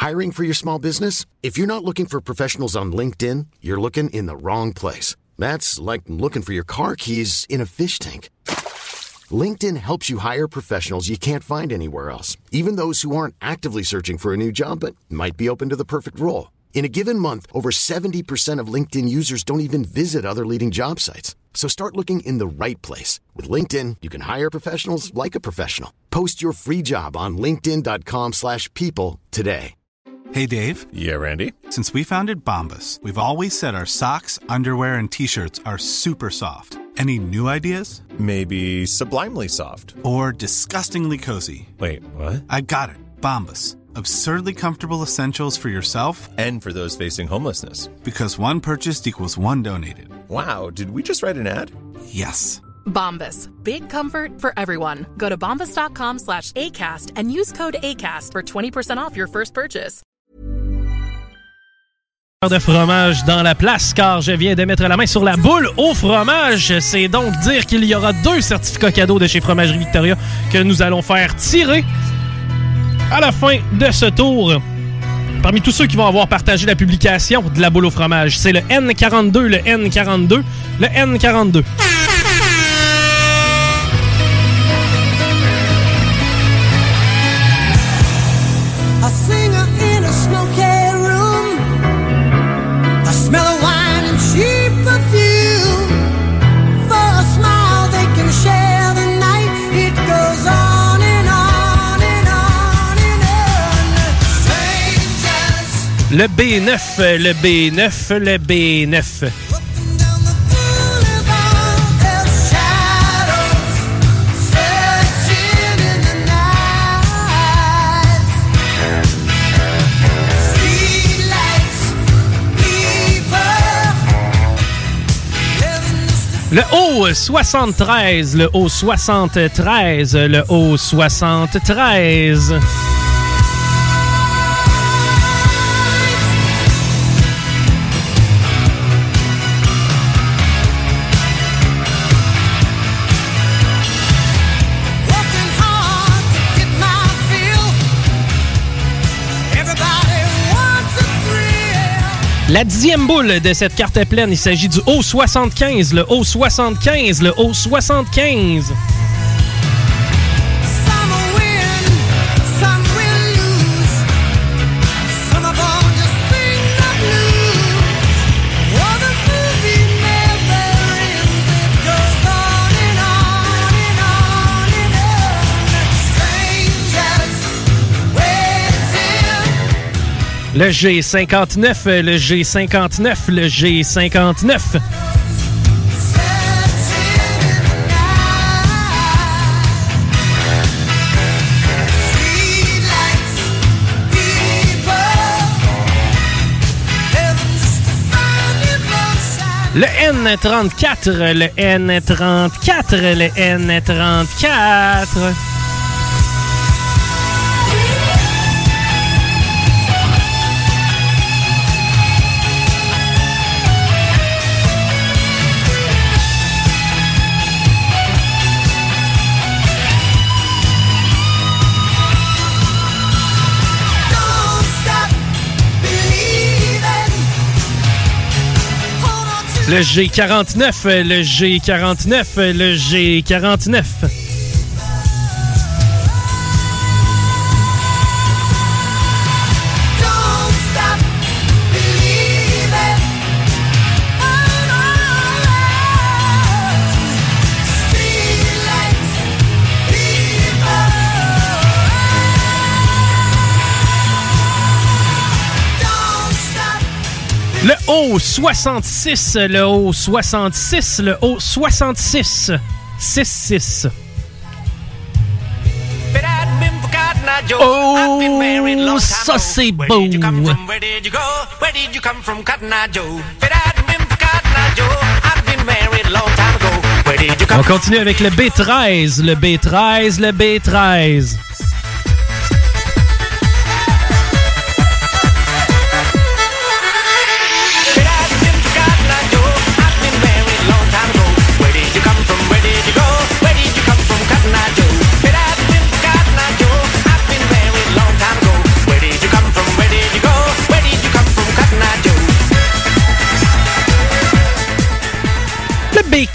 Hiring for your small business? If you're not looking for professionals on LinkedIn, you're looking in the wrong place. That's like looking for your car keys in a fish tank. LinkedIn helps you hire professionals you can't find anywhere else, even those who aren't actively searching for a new job but might be open to the perfect role. In a given month, over 70% of LinkedIn users don't even visit other leading job sites. So start looking in the right place. With LinkedIn, you can hire professionals like a professional. Post your free job on linkedin.com/people today. Hey, Dave. Yeah, Randy? Since we founded Bombas, we've always said our socks, underwear, and T-shirts are super soft. Any new ideas? Maybe sublimely soft. Or disgustingly cozy. Wait, what? I got it. Bombas. Absurdly comfortable essentials for yourself and for those facing homelessness. Because one purchased equals one donated. Wow, did we just write an ad? Yes. Bombas. Big comfort for everyone. Go to bombas.com/ACAST and use code ACAST for 20% off your first purchase. De fromage dans la place, car je viens de mettre la main sur la boule au fromage. C'est donc dire qu'il y aura 2 certificats cadeaux de chez Fromagerie Victoria que nous allons faire tirer à la fin de ce tour. Parmi tous ceux qui vont avoir partagé la publication de la boule au fromage, c'est le N42, le N42, le N42. A singer in a smoky room, a smell of wine and cheap perfume. For a smile they can share the night. It goes on and on and on and on. Strangers. Le B9, le B9, le B9. Le O73, le O73, le O73. La 10e boule de cette carte pleine, il s'agit du O75, le O75, le O75. Le G59, le G59, le G59. Le N34, le N34, le N34. Le G49, le G49, le G49. Le O66, le O66, le O66, 6-6. Oh, ça c'est beau. On continue avec le B13, le B13, le B13.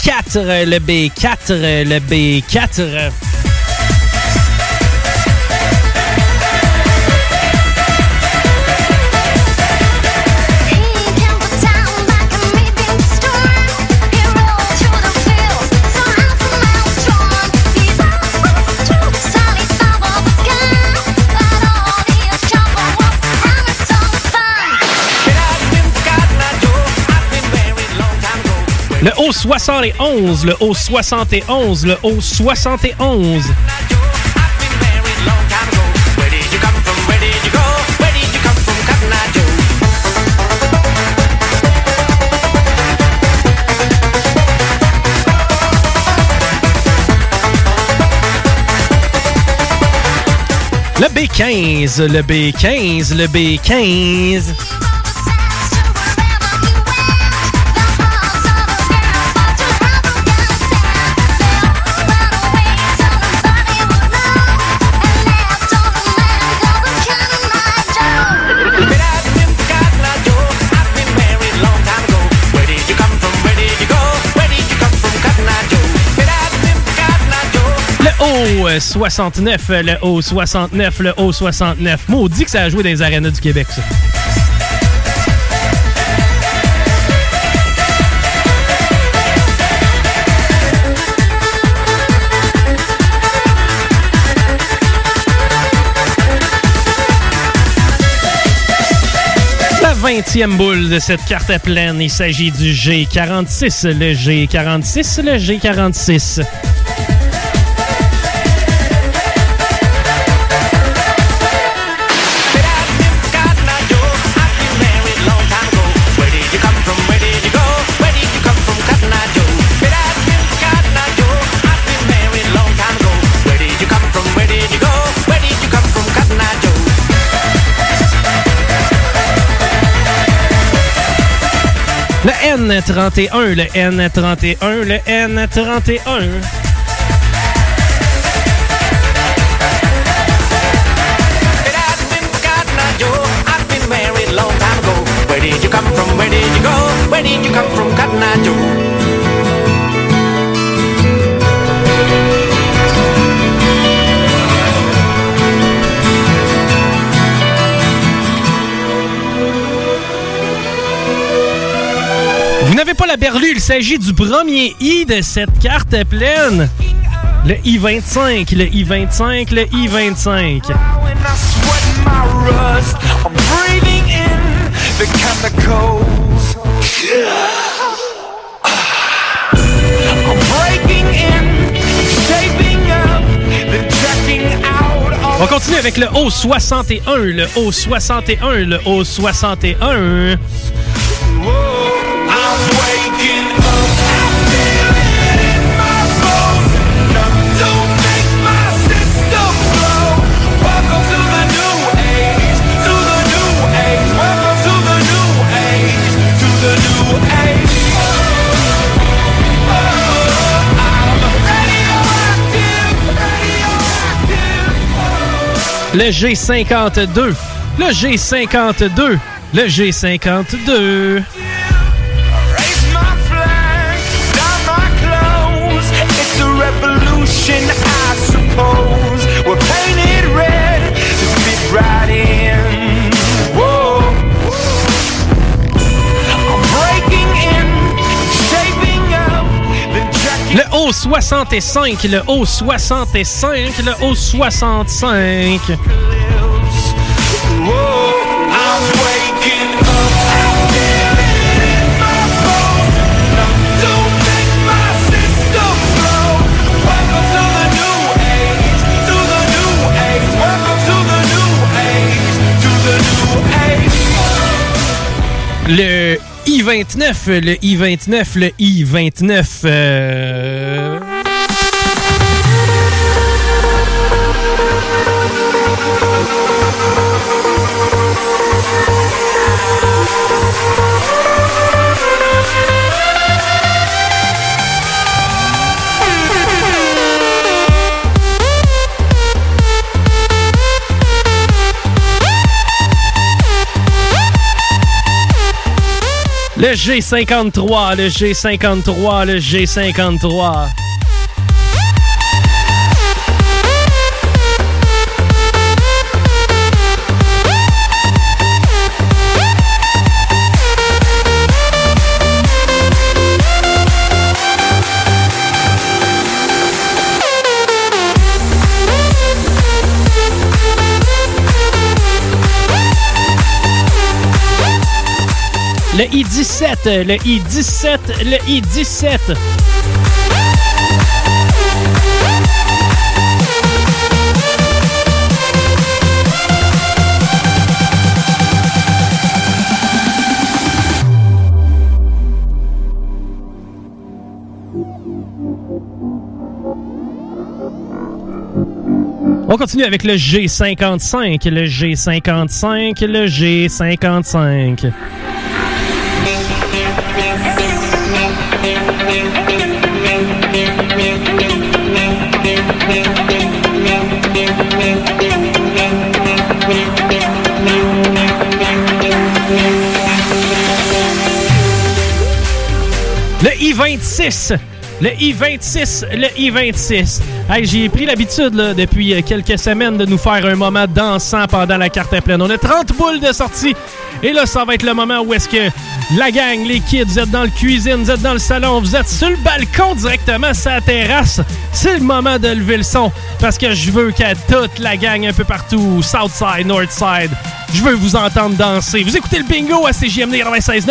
B4, le B4, le B4. Le haut 71, le haut 71, le haut 71. Le B15, le B15, le B15. Le 69, le haut 69, le haut 69. Maudit que ça a joué dans les arénas du Québec, ça. La 20e boule de cette carte pleine, il s'agit du G46, le G46, le G46. Le N31, le N31, le N31. Where did you come from? Where did you go? Where did you come from, Cotton Eye Joe? Vous n'avez pas la berlue, il s'agit du premier I de cette carte pleine. Le I-25, le I-25, le I-25. On continue avec le O61, le O61, le O61. Le G52, le G52, le G52. Le O65, le O65, le O65. Le I-29, le I-29, le I-29. Le G53, le G53, le G53. Le I-17, le I-17, le I-17. On continue avec le G55, le G55, le G55. Le I-26, le I-26, le I-26. Hey, j'ai pris l'habitude là, depuis quelques semaines de nous faire un moment dansant pendant la carte pleine. On a 30 boules de sortie. Et là, ça va être le moment où est-ce que la gang, les kids, vous êtes dans le cuisine, vous êtes dans le salon, vous êtes sur le balcon directement sur la terrasse. C'est le moment de lever le son parce que je veux que toute la gang un peu partout, Southside, Northside, je veux vous entendre danser. Vous écoutez le bingo à CJMD 96.9.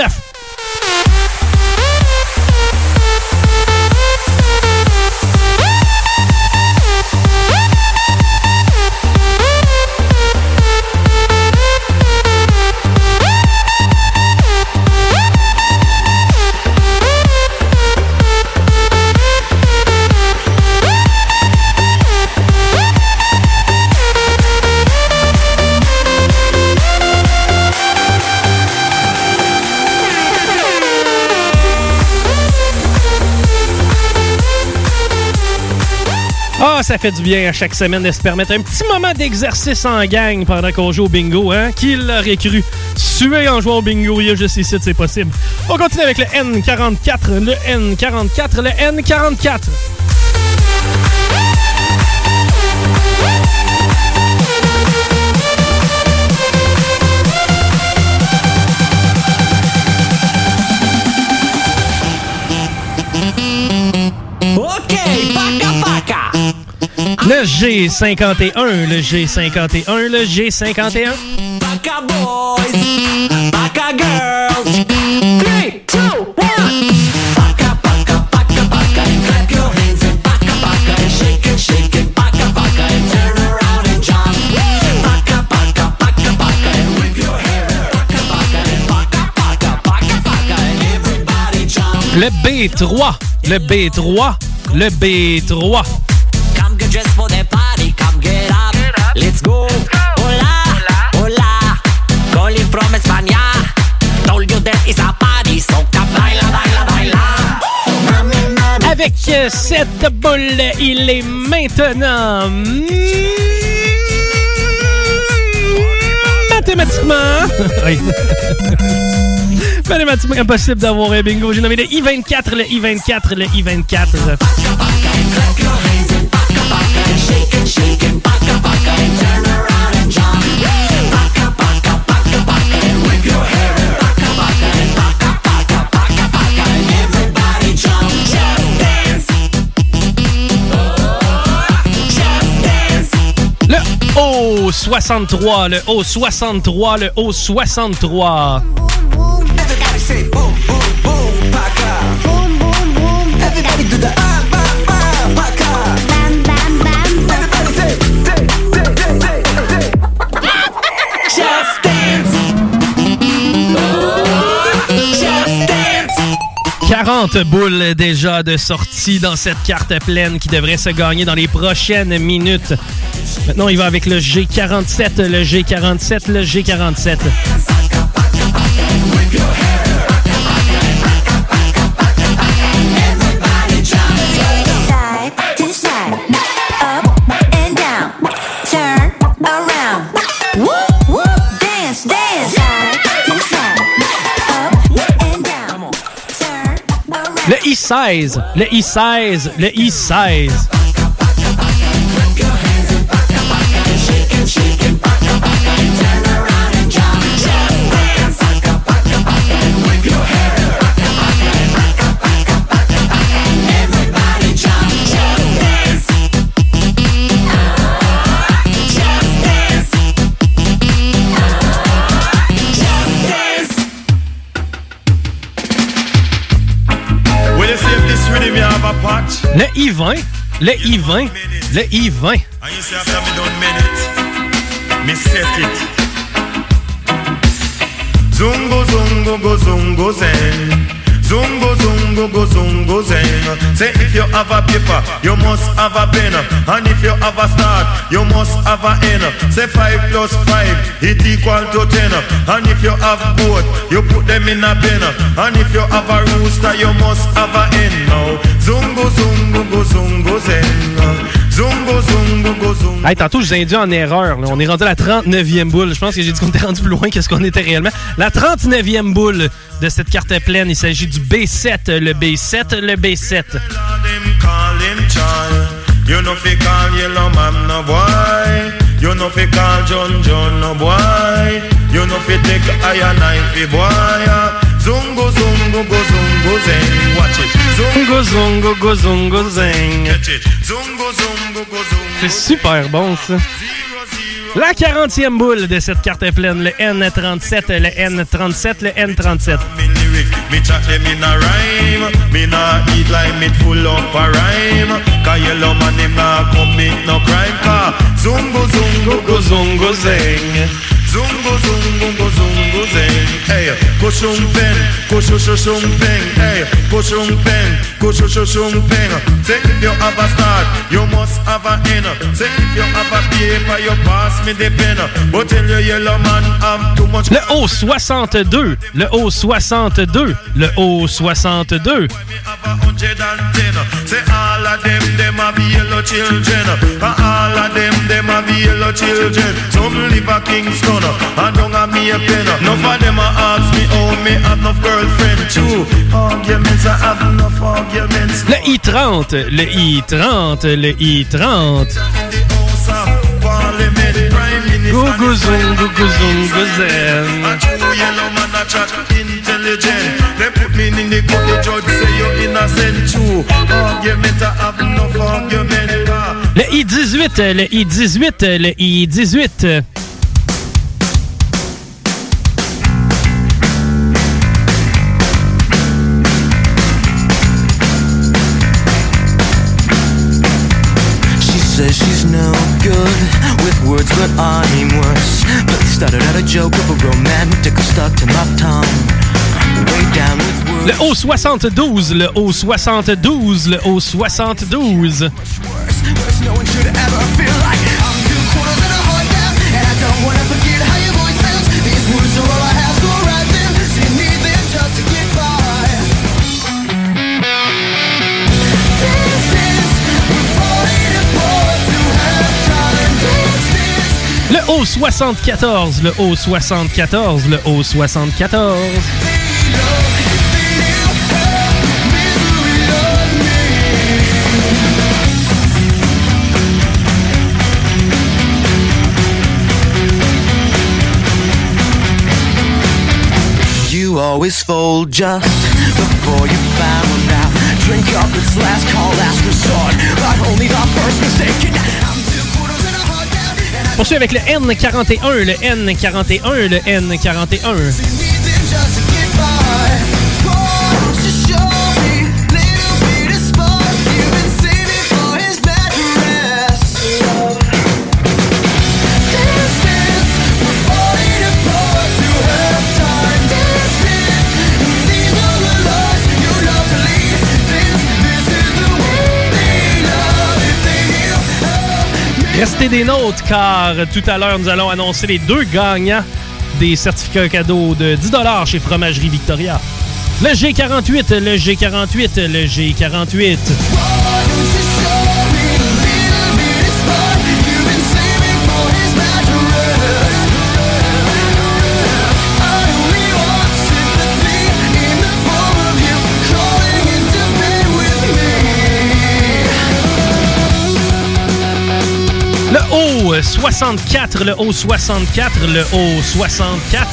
Ah, ça fait du bien à chaque semaine de se permettre un petit moment d'exercice en gang pendant qu'on joue au bingo, hein? Qui l'aurait cru? Suer en jouant au bingo, il y a juste ici, c'est possible. On continue avec le N44, le N44, le N44. Le G51, le G51, le G51. Baka boys, baka girls. 3, 2, 1. Baka, baka, baka, baka, and clap your hands and baka, baka, and shake it, baka, baka, and turn around and jump. Baka, baka, baka, baka, and whip your hair. Baka, baka, and baka, baka, baka, baka, and everybody jump. Le B3, le B3, le B3. Come get dressed for the party, come get up, let's go. Hola, hola, calling from España. Told you there is a party, so come baila, baila, baila. Avec cette boule, il est maintenant mathématiquement oui. Mathématiquement impossible d'avoir un bingo. J'ai nommé le I-24, le I-24, le I-24. Shake and baka baka and turn around and jump. Baka baka baka baka and whip your hair. Baka baka and baka baka baka baka and everybody jump. Just dance. Just dance. Le O63, le O63, le O63. Everybody say boom boom boom baka. Boom boom boom. Everybody do the baka. Just dance. 40 boules déjà de sortie dans cette carte pleine qui devrait se gagner dans les prochaines minutes. Maintenant, il va avec le G47, le G47, le G47. Dance, dance, side to side, up and down. Le I-16, le I-16, le I-16. Le I-20, le I-20, le I-20. Zungo, zungo, go, zungo, zen. Zungo, zungo, go, zungo, zen. Say if you have a paper, you must have a pen. And if you have a start, you must have a end. Say 5 plus 5, it equal to 10. And if you have both, you put them in a pen. And if you have a rooster, you must have a hen now. Zungo, zungo, go, zungo, zen. Zungo, zungo, go, zungo. Hey, tantôt, je vous ai induit en erreur. Là. On est rendu à la 39e boule. Je pense que j'ai dit qu'on était rendu plus loin que ce qu'on était réellement. La 39e boule de cette carte pleine. Il s'agit du B7, le B7, le B7. You know fi call Yellow Man no boy. You know fi call John no boy. You know fi take iron knife boy. Zungo zungo go zungo zeng. Watch it. Zungo zungo go zungo zeng. Catch it. Zungo zungo go zungo. C'est super bon ça. La 40e boule de cette carte pleine, le N37, le N37, le N37. Me chat them in a rhyme. Me nah eat like meat full up a rhyme. Cause Yellow Man him nah commit no crime. Cause zungo zungo go zungo zeng. Zungo zungo go zungo zeng. Hey, go shumpeng, go shumpeng. Hey, go shumpeng, go shumpeng. Say if you have a start, you must have a end. Say if you have a paper, you pass me the pen. But tell you Yellow Man I'm too much. Le O62, le O62, le O62. Say all of them have yellow children. All of them have yellow children. Some live a Kingston, and don't have me a pen. None of them ask me how me have enough girlfriend. True arguments, I have enough arguments. Le I-30, le I-30, le I-30. Go go zung, go go zung, go zen. A true Yellow Man a chat intelligent. They put me in the court, the judge say you're innocent. True argument, I have enough argument. Le I-18, le I-18, le I-18. Says she's no good with words, but I'm worse. But started out a joke of a romantic stuck to my tongue. Way down with words. Le O72, le O72, le O72. No one should ever feel like I'm 2 quarters and a heart down, and I don't want to forget how your voice sounds. These words are all I have to write them. So you need them just to get by. Le O74, le O74, le O74. You always fold just before you found out. Drink up, it's last call, last resort, but only the first mistake. Poursuit avec le N41, le N41, le N41. Restez des nôtres car tout à l'heure, nous allons annoncer les 2 gagnants des certificats cadeaux de 10$ chez Fromagerie Victoria. Le G48, le G48, le G48. 64, le haut 64, le haut 64.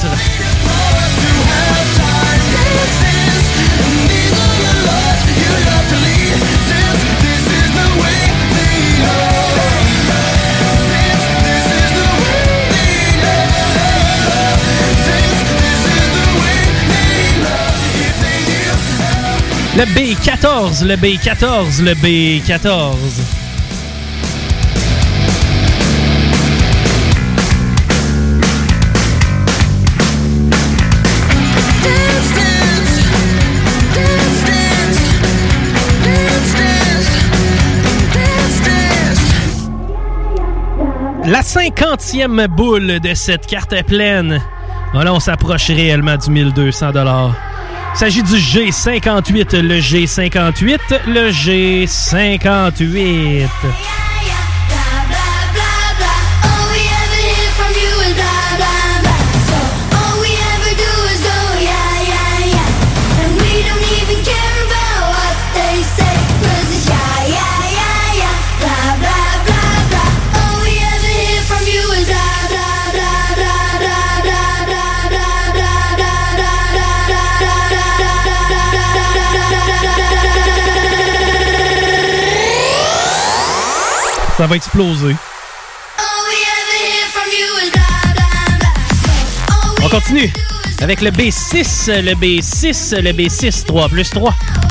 Le B14, le B14, le B14. La 50e boule de cette carte pleine. Voilà, on s'approche réellement du 1200 $. Il s'agit du G58, le G58, le G58. Ça va exploser. On continue avec le B6, le B6, le B6, 3 plus 3.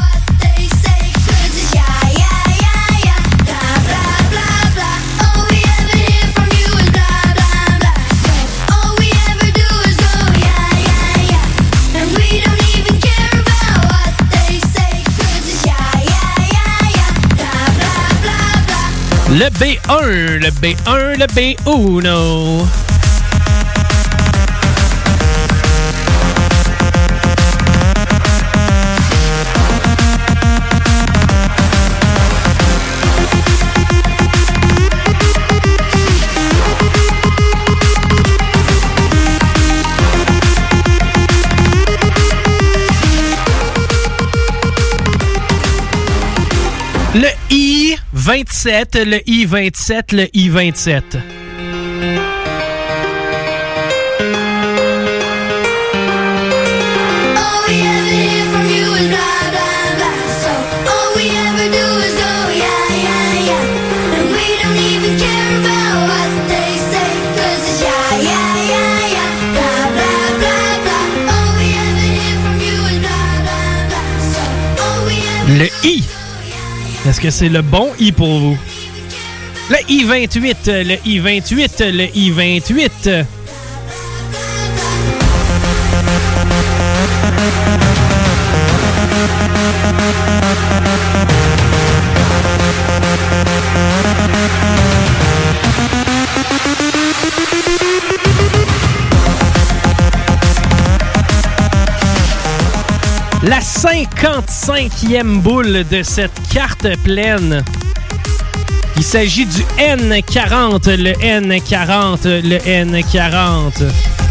Le B1, le B1, le B1. Le I-27, le I-27, le I-27. Le I. Est-ce que c'est le bon I pour vous? Le I-28, le I-28, le I-28. La 55e boule de cette carte pleine. Il s'agit du N40, le N40, le N40.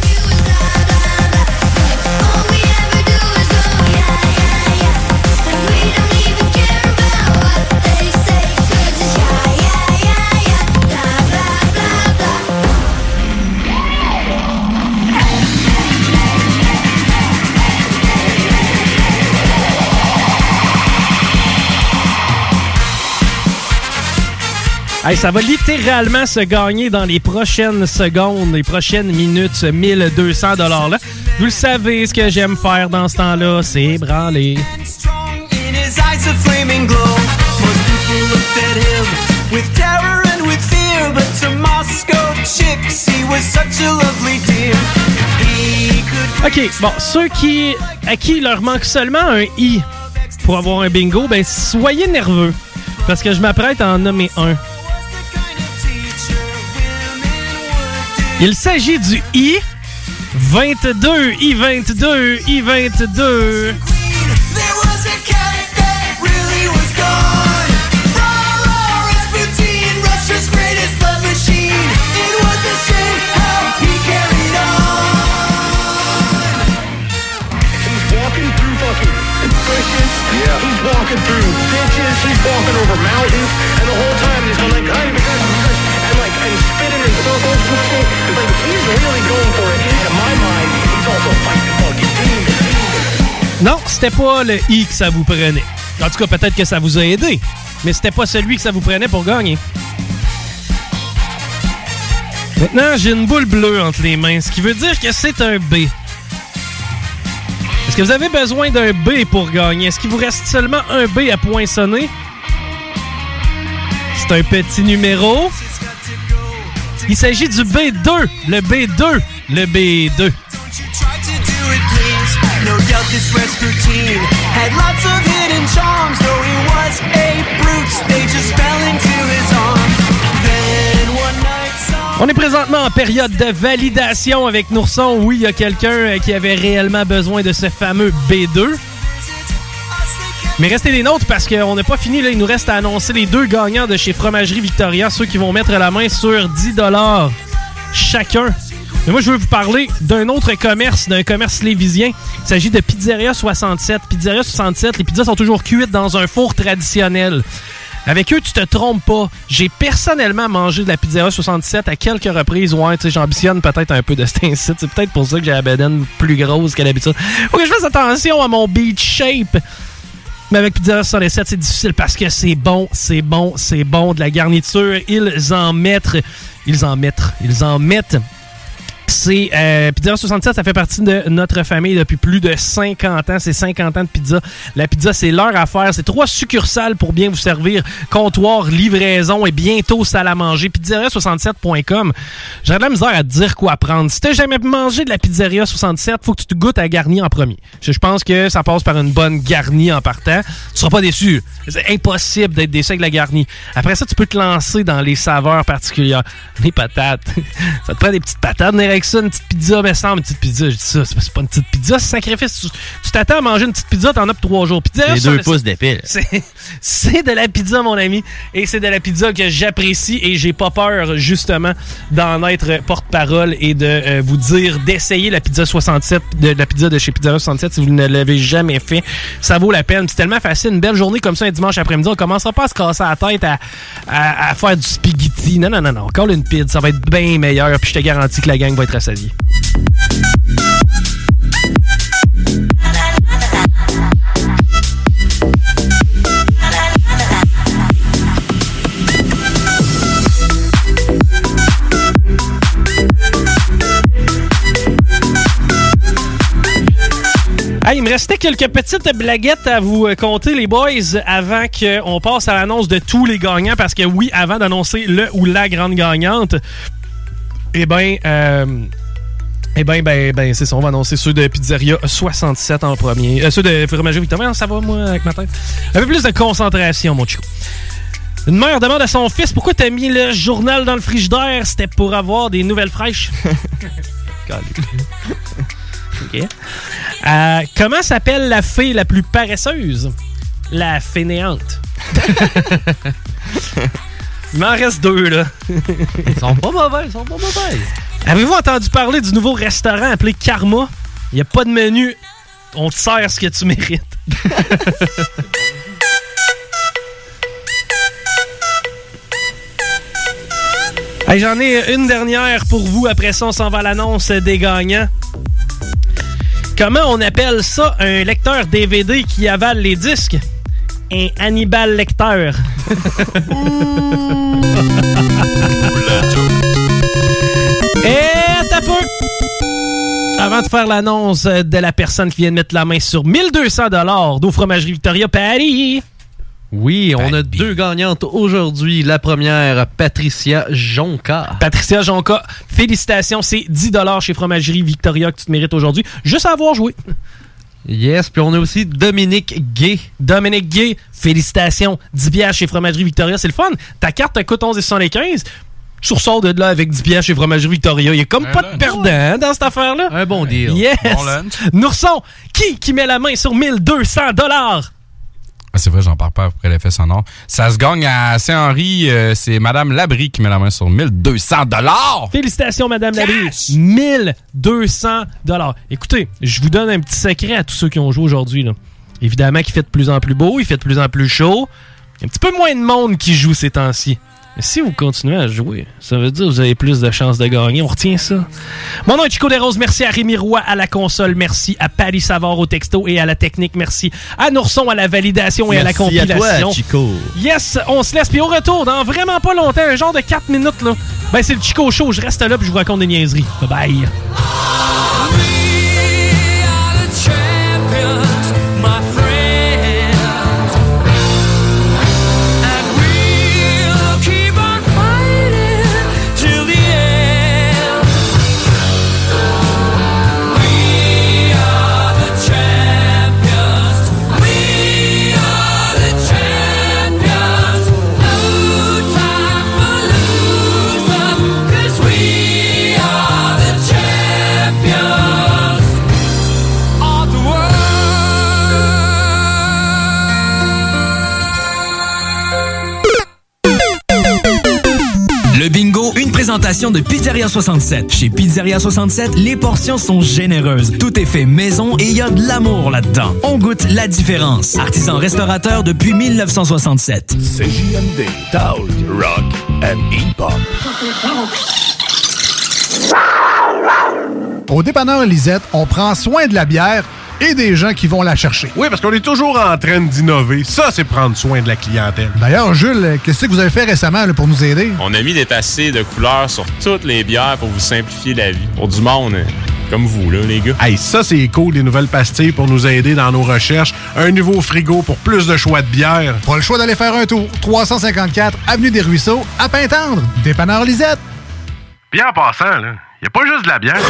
Hey, ça va littéralement se gagner dans les prochaines secondes, les prochaines minutes, ce 1200 $ là. Vous le savez, ce que j'aime faire dans ce temps-là, c'est branler. OK, bon, ceux à qui il leur manque seulement un I pour avoir un bingo, ben soyez nerveux, parce que je m'apprête à en nommer un. Il s'agit du I-22, I-22, I-22. He's walking through ditches, he's walking over mountains, and the whole time he's going like, and like and spinning in circles and shit. It's like he's really going for it. In my mind, he's also fighting fucking demons. Non, c'était pas le I que ça vous prenait. En tout cas, peut-être que ça vous a aidé, mais c'était pas celui que ça vous prenait pour gagner. Maintenant, j'ai une boule bleue entre les mains, ce qui veut dire que c'est un B. Est-ce que vous avez besoin d'un B pour gagner? Est-ce qu'il vous reste seulement un B à poinçonner? C'est un petit numéro. Il s'agit du B2. Le B2. Le B2. No doubt this Rasputin had lots of hidden charms. Though he was a brute, they just fell into his arms. Then one night On est présentement en période de validation avec Nourson. Oui, il y a quelqu'un qui avait réellement besoin de ce fameux B2. Mais restez des nôtres parce qu'on n'a pas fini. Là. Il nous reste à annoncer les deux gagnants de chez Fromagerie Victoria, ceux qui vont mettre la main sur 10$ chacun. Mais moi, je veux vous parler d'un autre commerce, d'un commerce lévisien. Il s'agit de Pizzeria 67. Pizzeria 67, les pizzas sont toujours cuites dans un four traditionnel. Avec eux, tu te trompes pas. J'ai personnellement mangé de la Pizzeria 67 à quelques reprises. Ouais, tu sais, j'ambitionne peut-être un peu de cet incite. C'est peut-être pour ça que j'ai la bedaine plus grosse qu'à l'habitude. Faut que je fasse attention à mon beach shape. Mais avec Pizzeria 67, c'est difficile parce que c'est bon, c'est bon, c'est bon. De la garniture, ils en mettent. C'est Pizzeria 67, ça fait partie de notre famille depuis plus de 50 ans. C'est 50 ans de pizza. La pizza, c'est leur affaire. C'est 3 succursales pour bien vous servir. Comptoir, livraison et bientôt salle à manger. Pizzeria67.com. J'aurais de la misère à te dire quoi prendre. Si t'as jamais mangé de la Pizzeria 67, faut que tu te goûtes à la garnie en premier. Je pense que ça passe par une bonne garnie en partant. Tu seras pas déçu. C'est impossible d'être déçu avec la garnie. Après ça, tu peux te lancer dans les saveurs particulières. Les patates. Ça te prend des petites patates. Avec ça, une petite pizza, mais sans une petite pizza, je dis ça, c'est pas une petite pizza, c'est sacrifice. Tu t'attends à manger une petite pizza, t'en as pour 3 jours. Pizza, les 2 pouces d'épile. C'est de la pizza, mon ami, et c'est de la pizza que j'apprécie et j'ai pas peur, justement, d'en être porte-parole et de vous dire d'essayer la pizza 67, la pizza de chez Pizzeria 67 si vous ne l'avez jamais fait. Ça vaut la peine. C'est tellement facile. Une belle journée comme ça, un dimanche après-midi, on commencera pas à se casser la tête à faire du spaghetti. Non. Encore une pizza, ça va être bien meilleur, puis je te garantis que la gang va être rassasiée. Hey, il me restait quelques petites blaguettes à vous conter, les boys, avant qu'on passe à l'annonce de tous les gagnants, parce que oui, avant d'annoncer le ou la grande gagnante, c'est ça, on va annoncer ceux de Pizzeria 67 en premier. Ceux de Fromagerie Victoria, ça va, moi, avec ma tête. Un peu plus de concentration, mon chico. Une mère demande à son fils, pourquoi t'as mis le journal dans le frigidaire? C'était pour avoir des nouvelles fraîches. OK. Comment s'appelle la fée la plus paresseuse? La fainéante. Il m'en reste 2, là. Ils sont pas mauvais. Avez-vous entendu parler du nouveau restaurant appelé Karma? Il n'y a pas de menu. On te sert ce que tu mérites. Hey, j'en ai une dernière pour vous. Après ça, on s'en va à l'annonce des gagnants. Comment on appelle ça, un lecteur DVD qui avale les disques? Un Hannibal lecteur. Et t'as peu! Avant de faire l'annonce de la personne qui vient de mettre la main sur 1200$ d'eau Fromagerie Victoria Paris. Oui, on a 2 gagnantes aujourd'hui. La première, Patricia Jonca. Patricia Jonca, félicitations. C'est 10$ chez Fromagerie Victoria que tu te mérites aujourd'hui. Juste à avoir joué. Yes, puis on a aussi Dominique Gay. Dominique Gay, félicitations. 10$ chez Fromagerie Victoria. C'est le fun. Ta carte te coûte 11,75$. Tu ressors de là avec 10$ chez Fromagerie Victoria. Il n'y a comme pas de perdant dans cette affaire-là. Un bon deal. Yes. Bon lunch. Nourson, qui met la main sur 1200$? Ah, c'est vrai, j'en parle pas après l'effet sonore. Ça se gagne à Saint-Henri. C'est Madame Labrie qui met la main sur 1200$. Félicitations, Madame Labrie. 1200$. Écoutez, je vous donne un petit secret à tous ceux qui ont joué aujourd'hui, là. Évidemment qu'il fait de plus en plus beau, il fait de plus en plus chaud. Il y a un petit peu moins de monde qui joue ces temps-ci. Si vous continuez à jouer, ça veut dire que vous avez plus de chances de gagner. On retient ça. Mon nom est Chico Desroses. Merci à Rémi Roy à la console. Merci à Paris Savard au texto et à la technique. Merci à Nourson à la validation et à la compilation. Merci à toi, Chico. Yes, on se laisse. Puis au retour, dans vraiment pas longtemps, un genre de 4 minutes, là, ben c'est le Chico Show. Je reste là puis je vous raconte des niaiseries. Bye bye. Le bingo, une présentation de Pizzeria 67. Chez Pizzeria 67, les portions sont généreuses. Tout est fait maison et il y a de l'amour là-dedans. On goûte la différence. Artisan restaurateur depuis 1967. CJMD, Talk, Rock and Hip-Hop. Au dépanneur Lisette, on prend soin de la bière et des gens qui vont la chercher. Oui, parce qu'on est toujours en train d'innover. Ça, c'est prendre soin de la clientèle. D'ailleurs, Jules, qu'est-ce que vous avez fait récemment là, pour nous aider? On a mis des tassés de couleurs sur toutes les bières pour vous simplifier la vie. Pour du monde comme vous, là, les gars. Hey, ça, c'est cool, des nouvelles pastilles pour nous aider dans nos recherches. Un nouveau frigo pour plus de choix de bière. Pas le choix d'aller faire un tour. 354 Avenue des Ruisseaux, à Pintendre. Dépanneur Lisette. Bien en passant, là, y a pas juste de la bière.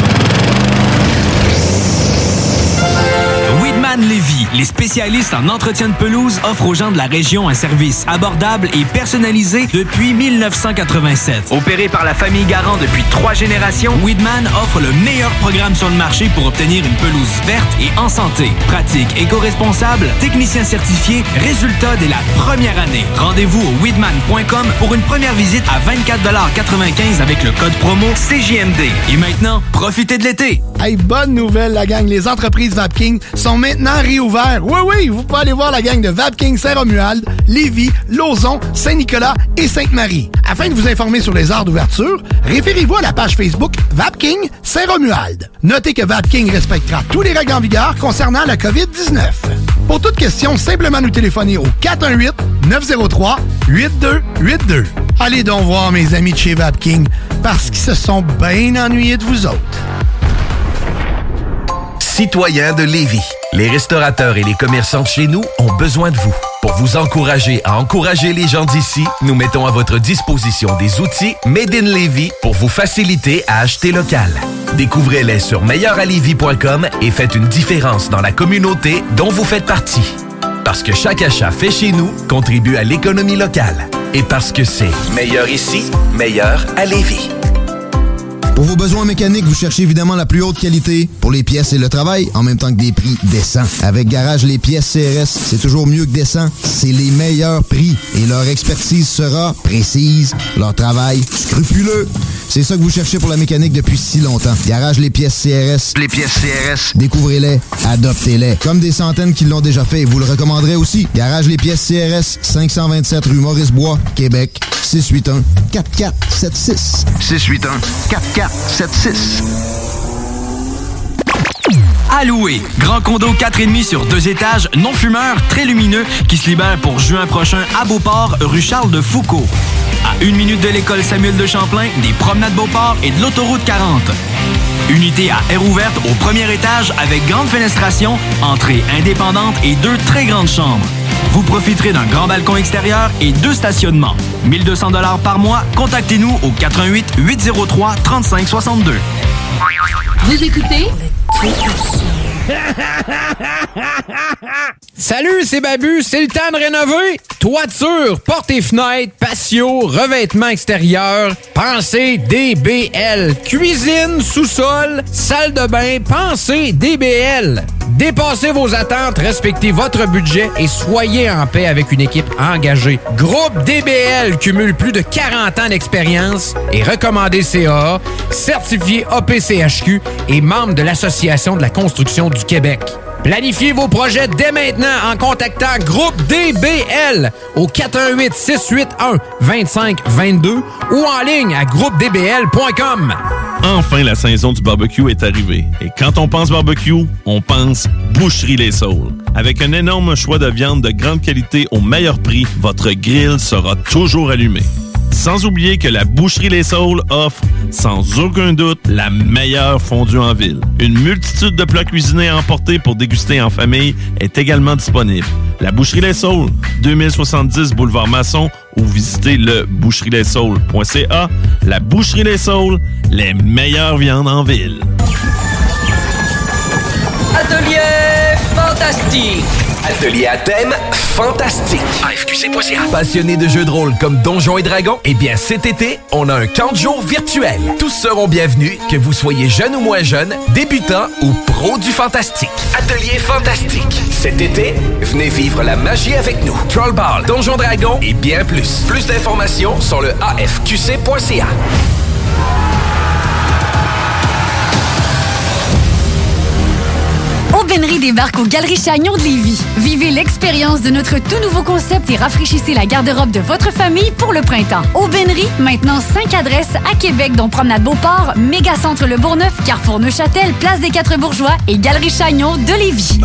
Weedman Lévis, les spécialistes en entretien de pelouse, offrent aux gens de la région un service abordable et personnalisé depuis 1987. Opéré par la famille Garand depuis 3 générations, Weedman offre le meilleur programme sur le marché pour obtenir une pelouse verte et en santé. Pratique éco-responsable, technicien certifié, résultat dès la première année. Rendez-vous au weedman.com pour une première visite à 24,95 avec le code promo CJMD. Et maintenant, profitez de l'été. Hey, bonne nouvelle, la gang. Les entreprises Vapking sont maintenant réouvertes. Oui, vous pouvez aller voir la gang de Vapking Saint-Romuald, Lévis, Lauson, Saint-Nicolas et Sainte-Marie. Afin de vous informer sur les heures d'ouverture, référez-vous à la page Facebook Vapking Saint-Romuald. Notez que Vapking respectera tous les règles en vigueur concernant la COVID-19. Pour toute question, simplement nous téléphoner au 418-903-8282. Allez donc voir mes amis de chez Vapking, parce qu'ils se sont bien ennuyés de vous autres. Citoyens de Lévis, les restaurateurs et les commerçants de chez nous ont besoin de vous. Pour vous encourager à encourager les gens d'ici, nous mettons à votre disposition des outils Made in Lévis pour vous faciliter à acheter local. Découvrez-les sur meilleuralevis.com et faites une différence dans la communauté dont vous faites partie. Parce que chaque achat fait chez nous contribue à l'économie locale. Et parce que c'est meilleur ici, meilleur à Lévis. Pour vos besoins mécaniques, vous cherchez évidemment la plus haute qualité pour les pièces et le travail, en même temps que des prix décents. Avec Garage Les Pièces CRS, c'est toujours mieux que décent. C'est les meilleurs prix et leur expertise sera précise, leur travail scrupuleux. C'est ça que vous cherchez pour la mécanique depuis si longtemps. Garage Les Pièces CRS. Les pièces CRS. Découvrez-les, adoptez-les. Comme des centaines qui l'ont déjà fait, vous le recommanderez aussi. Garage Les Pièces CRS, 527 rue Maurice-Bois, Québec, 681-4476. 681-4476. À louer. Grand condo 4,5 sur 2 étages, non fumeur, très lumineux, qui se libère pour juin prochain à Beauport, rue Charles de Foucault. À 1 minute de l'école Samuel de Champlain, des promenades Beauport et de l'autoroute 40. Unité à air ouverte au premier étage avec grande fenestration, entrée indépendante et 2 très grandes chambres. Vous profiterez d'un grand balcon extérieur et 2 stationnements. 1 200 $ par mois. Contactez-nous au 88 803 35 62. Vous écoutez? Salut, c'est Babu, c'est le temps de rénover. Toiture, portes et fenêtres, patio, revêtement extérieur. Pensez DBL. Cuisine, sous-sol, salle de bain, pensez DBL. Dépassez vos attentes, respectez votre budget et soyez en paix avec une équipe engagée. Groupe DBL cumule plus de 40 ans d'expérience et recommandé CAA, certifié APCHQ et membre de l'Association de la construction du Québec. Planifiez vos projets dès maintenant en contactant Groupe DBL au 418-681-2522 ou en ligne à groupedbl.com. Enfin, la saison du barbecue est arrivée. Et quand on pense barbecue, on pense Boucherie Les Saules. Avec un énorme choix de viande de grande qualité au meilleur prix, votre grill sera toujours allumé. Sans oublier que la Boucherie Les Saules offre, sans aucun doute, la meilleure fondue en ville. Une multitude de plats cuisinés à emporter pour déguster en famille est également disponible. La Boucherie Les Saules, 2070 Boulevard Masson, ou visitez le boucherieslessaules.ca. La Boucherie Les Saules, les meilleures viandes en ville. Atelier fantastique. Atelier à thème fantastique. AFQC.ca. Passionné de jeux de rôle comme Donjons et Dragons? Eh bien, cet été, on a un camp de jour virtuel. Tous seront bienvenus, que vous soyez jeune ou moins jeune, débutant ou pro du fantastique. Atelier fantastique. Cet été, venez vivre la magie avec nous. Trollball, Donjons Dragons et bien plus. Plus d'informations sur le AFQC.ca. Aubainerie débarque aux Galeries Chagnon de Lévis. Vivez l'expérience de notre tout nouveau concept et rafraîchissez la garde-robe de votre famille pour le printemps. Aubainerie, maintenant 5 adresses à Québec, dont Promenade Beauport, Mégacentre Le Bourgneuf, Carrefour Neuchâtel, Place des Quatre Bourgeois et Galerie Chagnon de Lévis.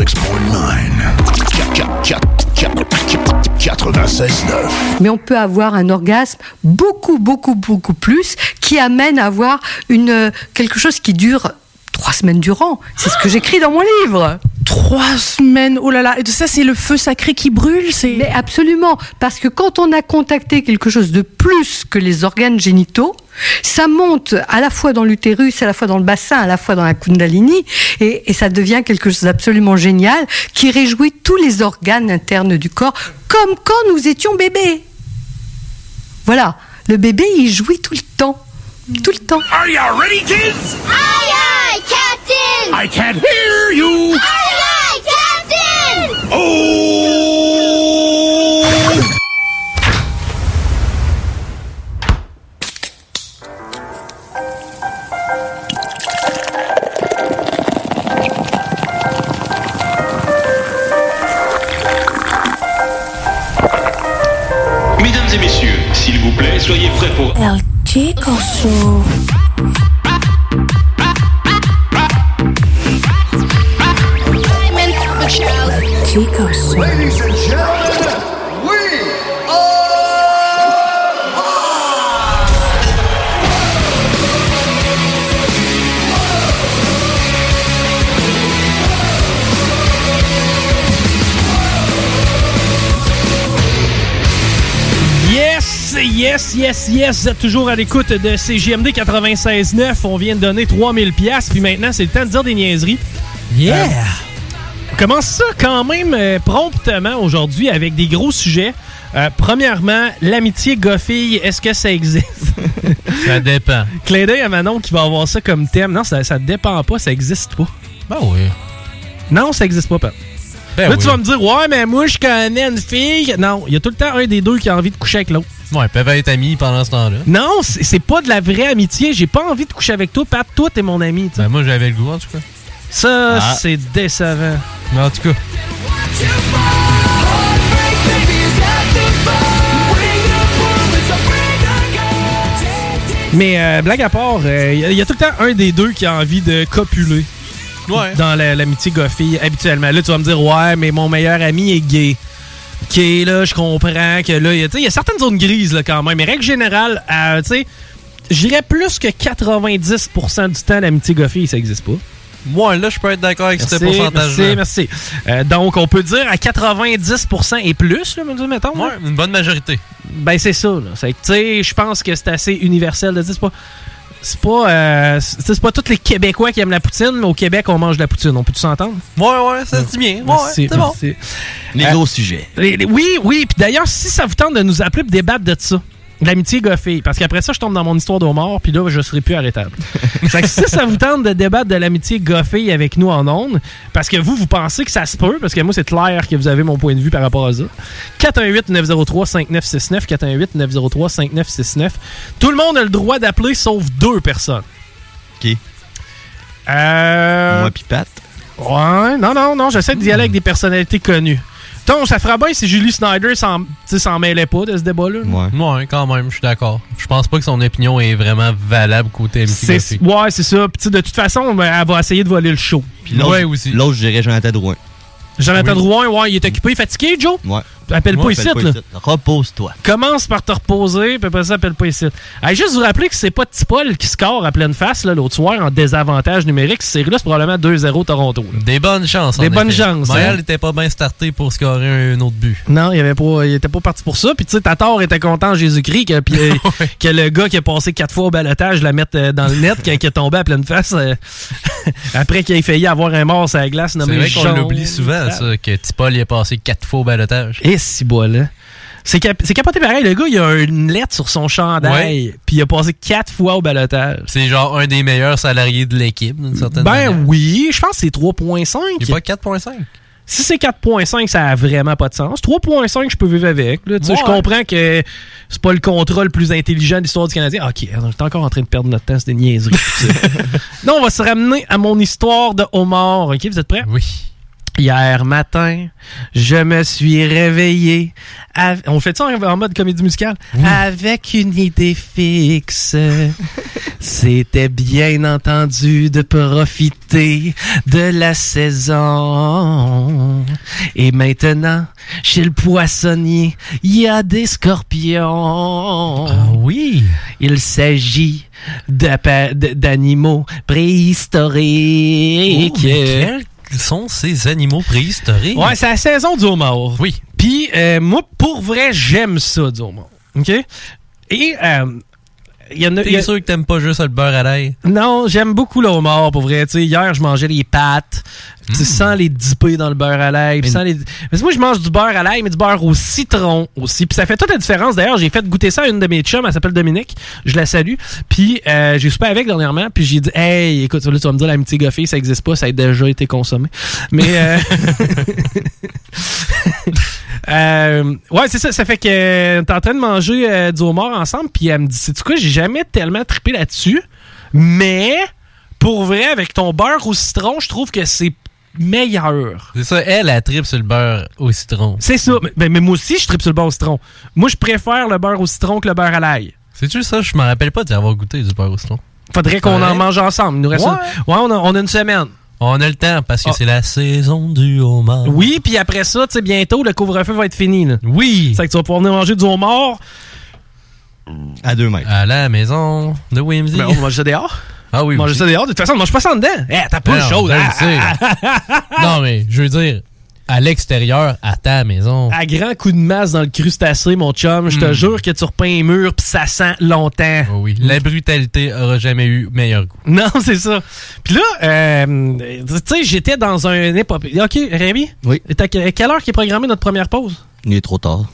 96.9. Mais on peut avoir un orgasme beaucoup plus qui amène à avoir quelque chose qui dure 3 semaines durant. C'est ce que j'écris dans mon livre. 3 semaines, oh là là, et ça c'est le feu sacré qui brûle, c'est... Mais absolument, parce que quand on a contacté quelque chose de plus que les organes génitaux, ça monte à la fois dans l'utérus, à la fois dans le bassin, à la fois dans la kundalini, et ça devient quelque chose d'absolument génial, qui réjouit tous les organes internes du corps, comme quand nous étions bébés. Voilà, le bébé il jouit tout le temps. Tout le temps. Are you ready, kids? Aye, aye, Captain! I can't hear you! Aye, aye, Captain! Oh! Mesdames et messieurs, s'il vous plaît, soyez prêts pour... El Chico Show. Chico Show. Ladies and gentlemen, we Yes, vous êtes toujours à l'écoute de CJMD 96.9. On vient de donner 3000$, puis maintenant, c'est le temps de dire des niaiseries. Yeah! On commence ça quand même promptement aujourd'hui avec des gros sujets. Premièrement, l'amitié gars-fille, est-ce que ça existe? Ça dépend. Clin d'œil à Manon qui va avoir ça comme thème. Non, ça dépend pas, ça existe pas. Ben oui. Non, ça existe pas, Pat. Ben là, oui. tu vas me dire, ouais, mais moi, je connais une fille. Non, il y a tout le temps un des deux qui a envie de coucher avec l'autre. Ouais, ils peuvent être amis pendant ce temps-là. Non, c'est pas de la vraie amitié. J'ai pas envie de coucher avec toi, Pat. Toi, t'es mon ami. T'sais. Ben moi, j'avais le goût, en tout cas. Ça, c'est décevant. Mais en tout cas. Mais blague à part, il y a tout le temps un des deux qui a envie de copuler. Ouais. Dans l'amitié gars-fille, habituellement. Là, tu vas me dire, ouais, mais mon meilleur ami est gay. OK, là, je comprends que là, il y a certaines zones grises, là, quand même. Mais règle générale, tu sais, je dirais plus que 90% du temps, l'amitié gars-fille, ça n'existe pas. Moi, là, je peux être d'accord avec ce pourcentage-là. Merci. Donc, on peut dire à 90% et plus, là, mettons. Ouais, une bonne majorité. Ben, c'est ça. Tu sais, je pense que c'est assez universel de dire, c'est pas tous les Québécois qui aiment la poutine, mais au Québec, on mange de la poutine. On peut tous s'entendre? Ouais, ça se dit bien. Merci, c'est bon. Les gros sujets. Oui. Puis d'ailleurs, si ça vous tente de nous appeler pour débattre de ça, l'amitié gars-fille, parce qu'après ça, je tombe dans mon histoire de mort, puis là, je serai plus arrêtable. Fait que si ça vous tente de débattre de l'amitié gars-fille avec nous en ondes, parce que vous pensez que ça se peut, parce que moi, c'est clair que vous avez mon point de vue par rapport à ça. 418-903-5969, 418-903-5969. Tout le monde a le droit d'appeler, sauf 2 personnes. OK. Moi pis Pat. Ouais, non, j'essaie d'y aller avec des personnalités connues. Donc, ça ferait bien si Julie Snyder s'en mêlait pas de ce débat-là. Ouais, quand même, je suis d'accord. Je pense pas que son opinion est vraiment valable côté MC Goffey. Ouais, c'est ça. Puis, de toute façon, elle va essayer de voler le show. Puis l'autre, je dirais Jonathan Drouin. Jonathan Drouin, ouais, il est occupé, fatigué, Joe? Ouais. Appelle pas ici, là. Repose-toi. Commence par te reposer, puis après ça, appelle pas ici. Hey, juste vous rappeler que c'est pas Tipol qui score à pleine face là, l'autre soir en désavantage numérique. Cette série-là, c'est probablement 2-0 Toronto. Là. Des bonnes chances. Des bonnes chances. Montréal n'était pas bien starté pour scorer un autre but. Non, il était pas parti pour ça. Puis tu sais, Tatar était content en Jésus-Christ que le gars qui a passé 4 fois au balotage la mette dans le net, qui est tombé à pleine face après qu'il ait failli avoir un mort sur la glace nommé C'est vrai qu'on l'oublie souvent, ça, que Tipol y a passé 4 fois au balotage. Et si bois là. C'est capoté pareil. Le gars, il a une lettre sur son chandail, puis il a passé 4 fois au balotage. C'est genre un des meilleurs salariés de l'équipe, d'une certaine manière. Oui, je pense que c'est 3.5. Il n'est pas 4.5. Si c'est 4.5, ça a vraiment pas de sens. 3.5, je peux vivre avec. Là. Je comprends que c'est pas le contrat le plus intelligent de l'histoire du Canadien. OK, on est encore en train de perdre notre temps, c'est des niaiseries. Non, on va se ramener à mon histoire de homard. OK, vous êtes prêts? Oui. Hier matin, je me suis réveillé. On fait ça en mode comédie musicale? Oui. Avec une idée fixe. C'était bien entendu de profiter de la saison. Et maintenant, chez le poissonnier, il y a des scorpions. Ah oui? Il s'agit d'animaux préhistoriques. Oh, mais quels sont ces animaux préhistoriques? Ouais, c'est la saison du homard. Oui. Puis, moi, pour vrai, j'aime ça, du homard. OK? Et, T'es sûr que t'aimes pas juste le beurre à l'ail? Non, j'aime beaucoup le homard, pour vrai. T'sais, hier, je mangeais les pâtes, sans les dipper dans le beurre à l'ail. Mais moi, je mange du beurre à l'ail, mais du beurre au citron aussi. Puis ça fait toute la différence. D'ailleurs, j'ai fait goûter ça à une de mes chums, elle s'appelle Dominique. Je la salue. Puis j'ai soupé avec dernièrement, puis j'ai dit, hey, écoute, là, tu vas me dire, l'amitié Goffey, ça existe pas, ça a déjà été consommé. Mais... ouais, c'est ça. Ça fait que t'es en train de manger du homard ensemble, puis elle me dit, sais-tu quoi, j'ai jamais tellement trippé là-dessus, mais pour vrai, avec ton beurre au citron, je trouve que c'est meilleur. C'est ça, elle trippe sur le beurre au citron. C'est ça, mais moi aussi, je trippe sur le beurre au citron. Moi, je préfère le beurre au citron que le beurre à l'ail. C'est-tu ça? Je me rappelle pas d'y avoir goûté du beurre au citron. Faudrait qu'on en mange ensemble. Il nous reste on a une semaine. On a le temps parce que c'est la saison du homard. Oui, puis après ça, tu sais, bientôt, le couvre-feu va être fini. Là. Oui. C'est que tu vas pouvoir venir manger du homard. À 2 mètres. À la maison de Whimsy. Ben, on mange ça dehors. Ah oui. Manger ça dehors. De toute façon, on mange pas ça en dedans. T'as pas le chaud. Non, mais je veux dire, à l'extérieur, à ta maison. À grand coup de masse dans le crustacé, mon chum, je te jure que tu repeins un mur pis ça sent longtemps. Oh oui, la brutalité aura jamais eu meilleur goût. Non, c'est ça. Puis là, tu sais, j'étais dans un épopée. OK, Rémi? Oui. À quelle heure qui est programmée notre première pause? Il est trop tard.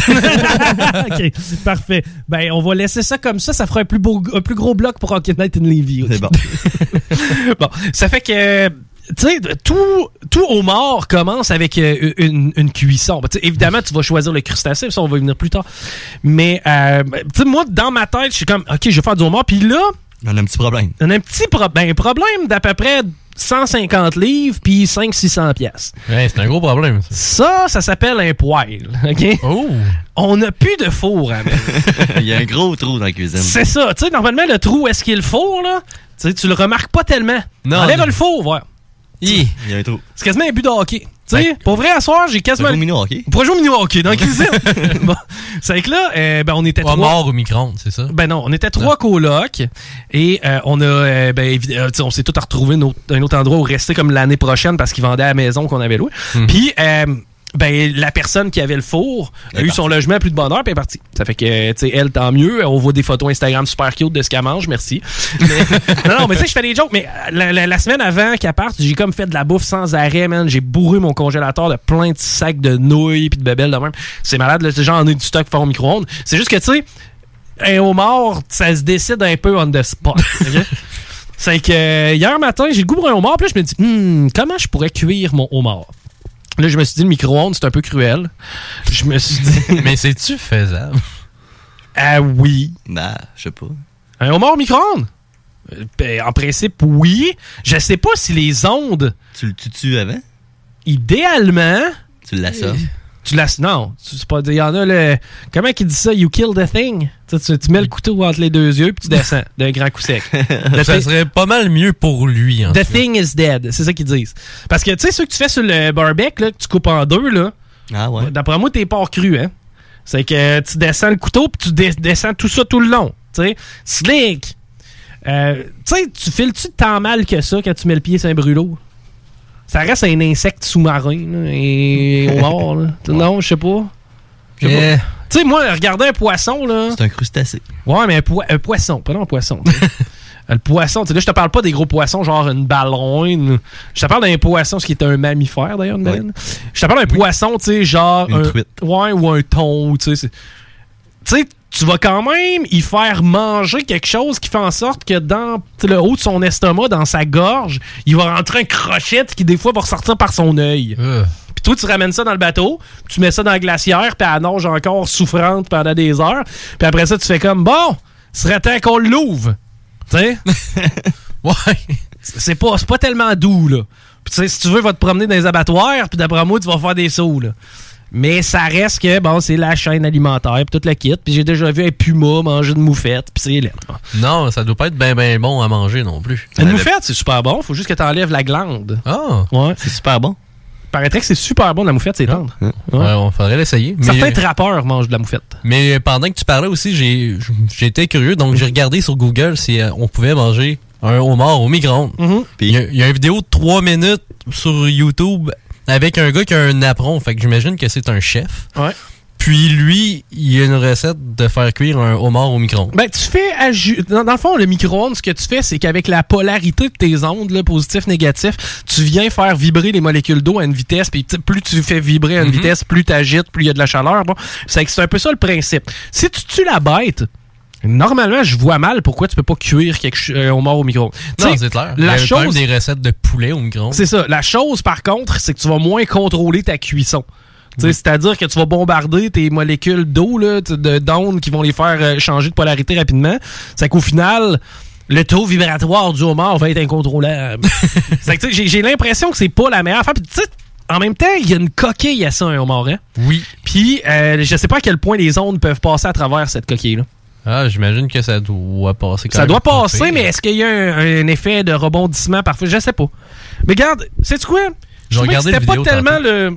OK, parfait. Ben, on va laisser ça comme ça. Ça fera un plus gros bloc pour Hockey Night in Lévis. C'est bon. Bon, ça fait que... Tu sais, tout homard commence avec une cuisson. Ben, évidemment, tu vas choisir le crustacé, ça, on va y venir plus tard. Mais, tu sais, moi, dans ma tête, je suis comme, OK, je vais faire du homard. Puis là... On a un petit problème. On a un petit problème d'à peu près 150 livres puis 500-600 piastres. Ouais, c'est un gros problème, ça. Ça s'appelle un poêle, OK? Oh! On n'a plus de four à mettre. Il y a un gros trou dans la cuisine. C'est ça. Tu sais, normalement, le trou, est-ce qu'il y a le four, là? Tu le remarques pas tellement. Non. Enlève le four, voir. Il y a un trou. C'est quasiment un but de hockey. Tu sais, pour vrai, à soir, j'ai quasiment... On pourrait jouer au mini-hockey dans la cuisine. Bon. C'est que là, on était trois... mort au micro-ondes, c'est ça? Ben non, on était 3 colocs et on a... on s'est tous retrouvés un autre endroit où rester comme l'année prochaine parce qu'ils vendaient à la maison qu'on avait loué. Puis... la personne qui avait le four a eu son logement à plus de bonne heure puis elle est partie. Ça fait que, tu sais, elle, tant mieux. On voit des photos Instagram super cute de ce qu'elle mange, merci. Non, mais tu sais, je fais des jokes, mais la semaine avant qu'elle parte, j'ai comme fait de la bouffe sans arrêt, man. J'ai bourré mon congélateur de plein de sacs de nouilles puis de bébelles de même. C'est malade, là, genre, on a du stock pour au micro-ondes. C'est juste que, tu sais, un homard, ça se décide un peu on the spot. Okay? C'est que, hier matin, j'ai le goût pour un homard, puis là, je me dis, comment je pourrais cuire mon homard? Là, je me suis dit, le micro-ondes, c'est un peu cruel. Je me suis dit... Mais c'est-tu faisable? Ah oui. Bah, je sais pas. Un homard au micro-ondes? En principe, oui. Je sais pas si les ondes... Tu le tues avant? Idéalement... Tu l'assommes? Non, c'est pas... Il y en a le... Comment qu'il dit ça? You kill the thing. Tu mets le couteau entre les deux yeux puis tu descends d'un grand coup sec. Ça serait pas mal mieux pour lui. The thing is dead. C'est ça qu'ils disent. Parce que, tu sais, ceux que tu fais sur le barbecue, là, que tu coupes en deux, là... Ah ouais? D'après moi, t'es pas cru, hein? C'est que tu descends le couteau puis tu descends tout ça tout le long. Tu sais, slick! Tu sais, tu files-tu tant mal que ça quand tu mets le pied sur un brûlot? Ça reste un insecte sous-marin, là, et au mort, là. Non, je sais pas. Tu sais, moi, regarder un poisson, là... C'est un crustacé. Ouais, mais un poisson, pas non un poisson. Le poisson, tu sais, là, je te parle pas des gros poissons, genre une baleine. Je te parle d'un poisson, ce qui est un mammifère, d'ailleurs, une baleine. Je te parle d'un poisson, tu sais, genre... Une truite. Ouais, ou un thon, tu sais. Tu sais, tu vas quand même y faire manger quelque chose qui fait en sorte que dans le haut de son estomac, dans sa gorge, il va rentrer un crochet qui, des fois, va ressortir par son œil. Puis toi, tu ramènes ça dans le bateau, tu mets ça dans la glacière, puis elle nage encore souffrante pendant des heures. Puis après ça, tu fais comme, bon, ce serait temps qu'on l'ouvre. Tu sais? Ouais. C'est pas tellement doux, là. Puis tu sais, si tu veux, va te promener dans les abattoirs, puis d'après moi, tu vas faire des sauts, là. Mais ça reste que, bon, c'est la chaîne alimentaire, puis toute la kit. Puis j'ai déjà vu un puma manger une moufette, puis c'est laid. Non, ça doit pas être bien bon à manger non plus. Une moufette, c'est super bon. Faut juste que t'enlèves la glande. Ah! Ouais. C'est super bon. Paraîtrait que c'est super bon, la moufette, c'est tendre. Ouais, on faudrait l'essayer. Certains trappeurs mangent de la moufette. Mais pendant que tu parlais aussi, j'ai été curieux, donc j'ai regardé sur Google si on pouvait manger un homard au micro-ondes. Il y a une vidéo de 3 minutes sur YouTube avec un gars qui a un apron, fait que j'imagine que c'est un chef. Ouais. Puis lui, il y a une recette de faire cuire un homard au micro-ondes. Ben, tu fais... Dans le fond, le micro-ondes, ce que tu fais, c'est qu'avec la polarité de tes ondes, là, positif, négatif, tu viens faire vibrer les molécules d'eau à une vitesse, puis plus tu fais vibrer à une vitesse, plus tu agites, plus il y a de la chaleur. Bon, c'est un peu ça le principe. Si tu tues la bête... Normalement, je vois mal pourquoi tu peux pas cuire un homard au micro-ondes. Non, c'est clair. Il y a quand même des recettes de poulet au micro-ondes. C'est ça. La chose, par contre, c'est que tu vas moins contrôler ta cuisson. C'est-à-dire que tu vas bombarder tes molécules d'eau, d'ondes qui vont les faire changer de polarité rapidement. C'est qu'au final, le taux vibratoire du homard va être incontrôlable. C'est que j'ai l'impression que c'est pas la meilleure affaire. Puis, en même temps, il y a une coquille à ça, un homard. Hein? Oui. Puis, je sais pas à quel point les ondes peuvent passer à travers cette coquille-là. Ah, j'imagine que ça doit passer quand même. Ça doit passer, pire. Mais est-ce qu'il y a un effet de rebondissement parfois? Je sais pas. Mais regarde, sais-tu quoi? Je trouvais que c'était pas tellement le...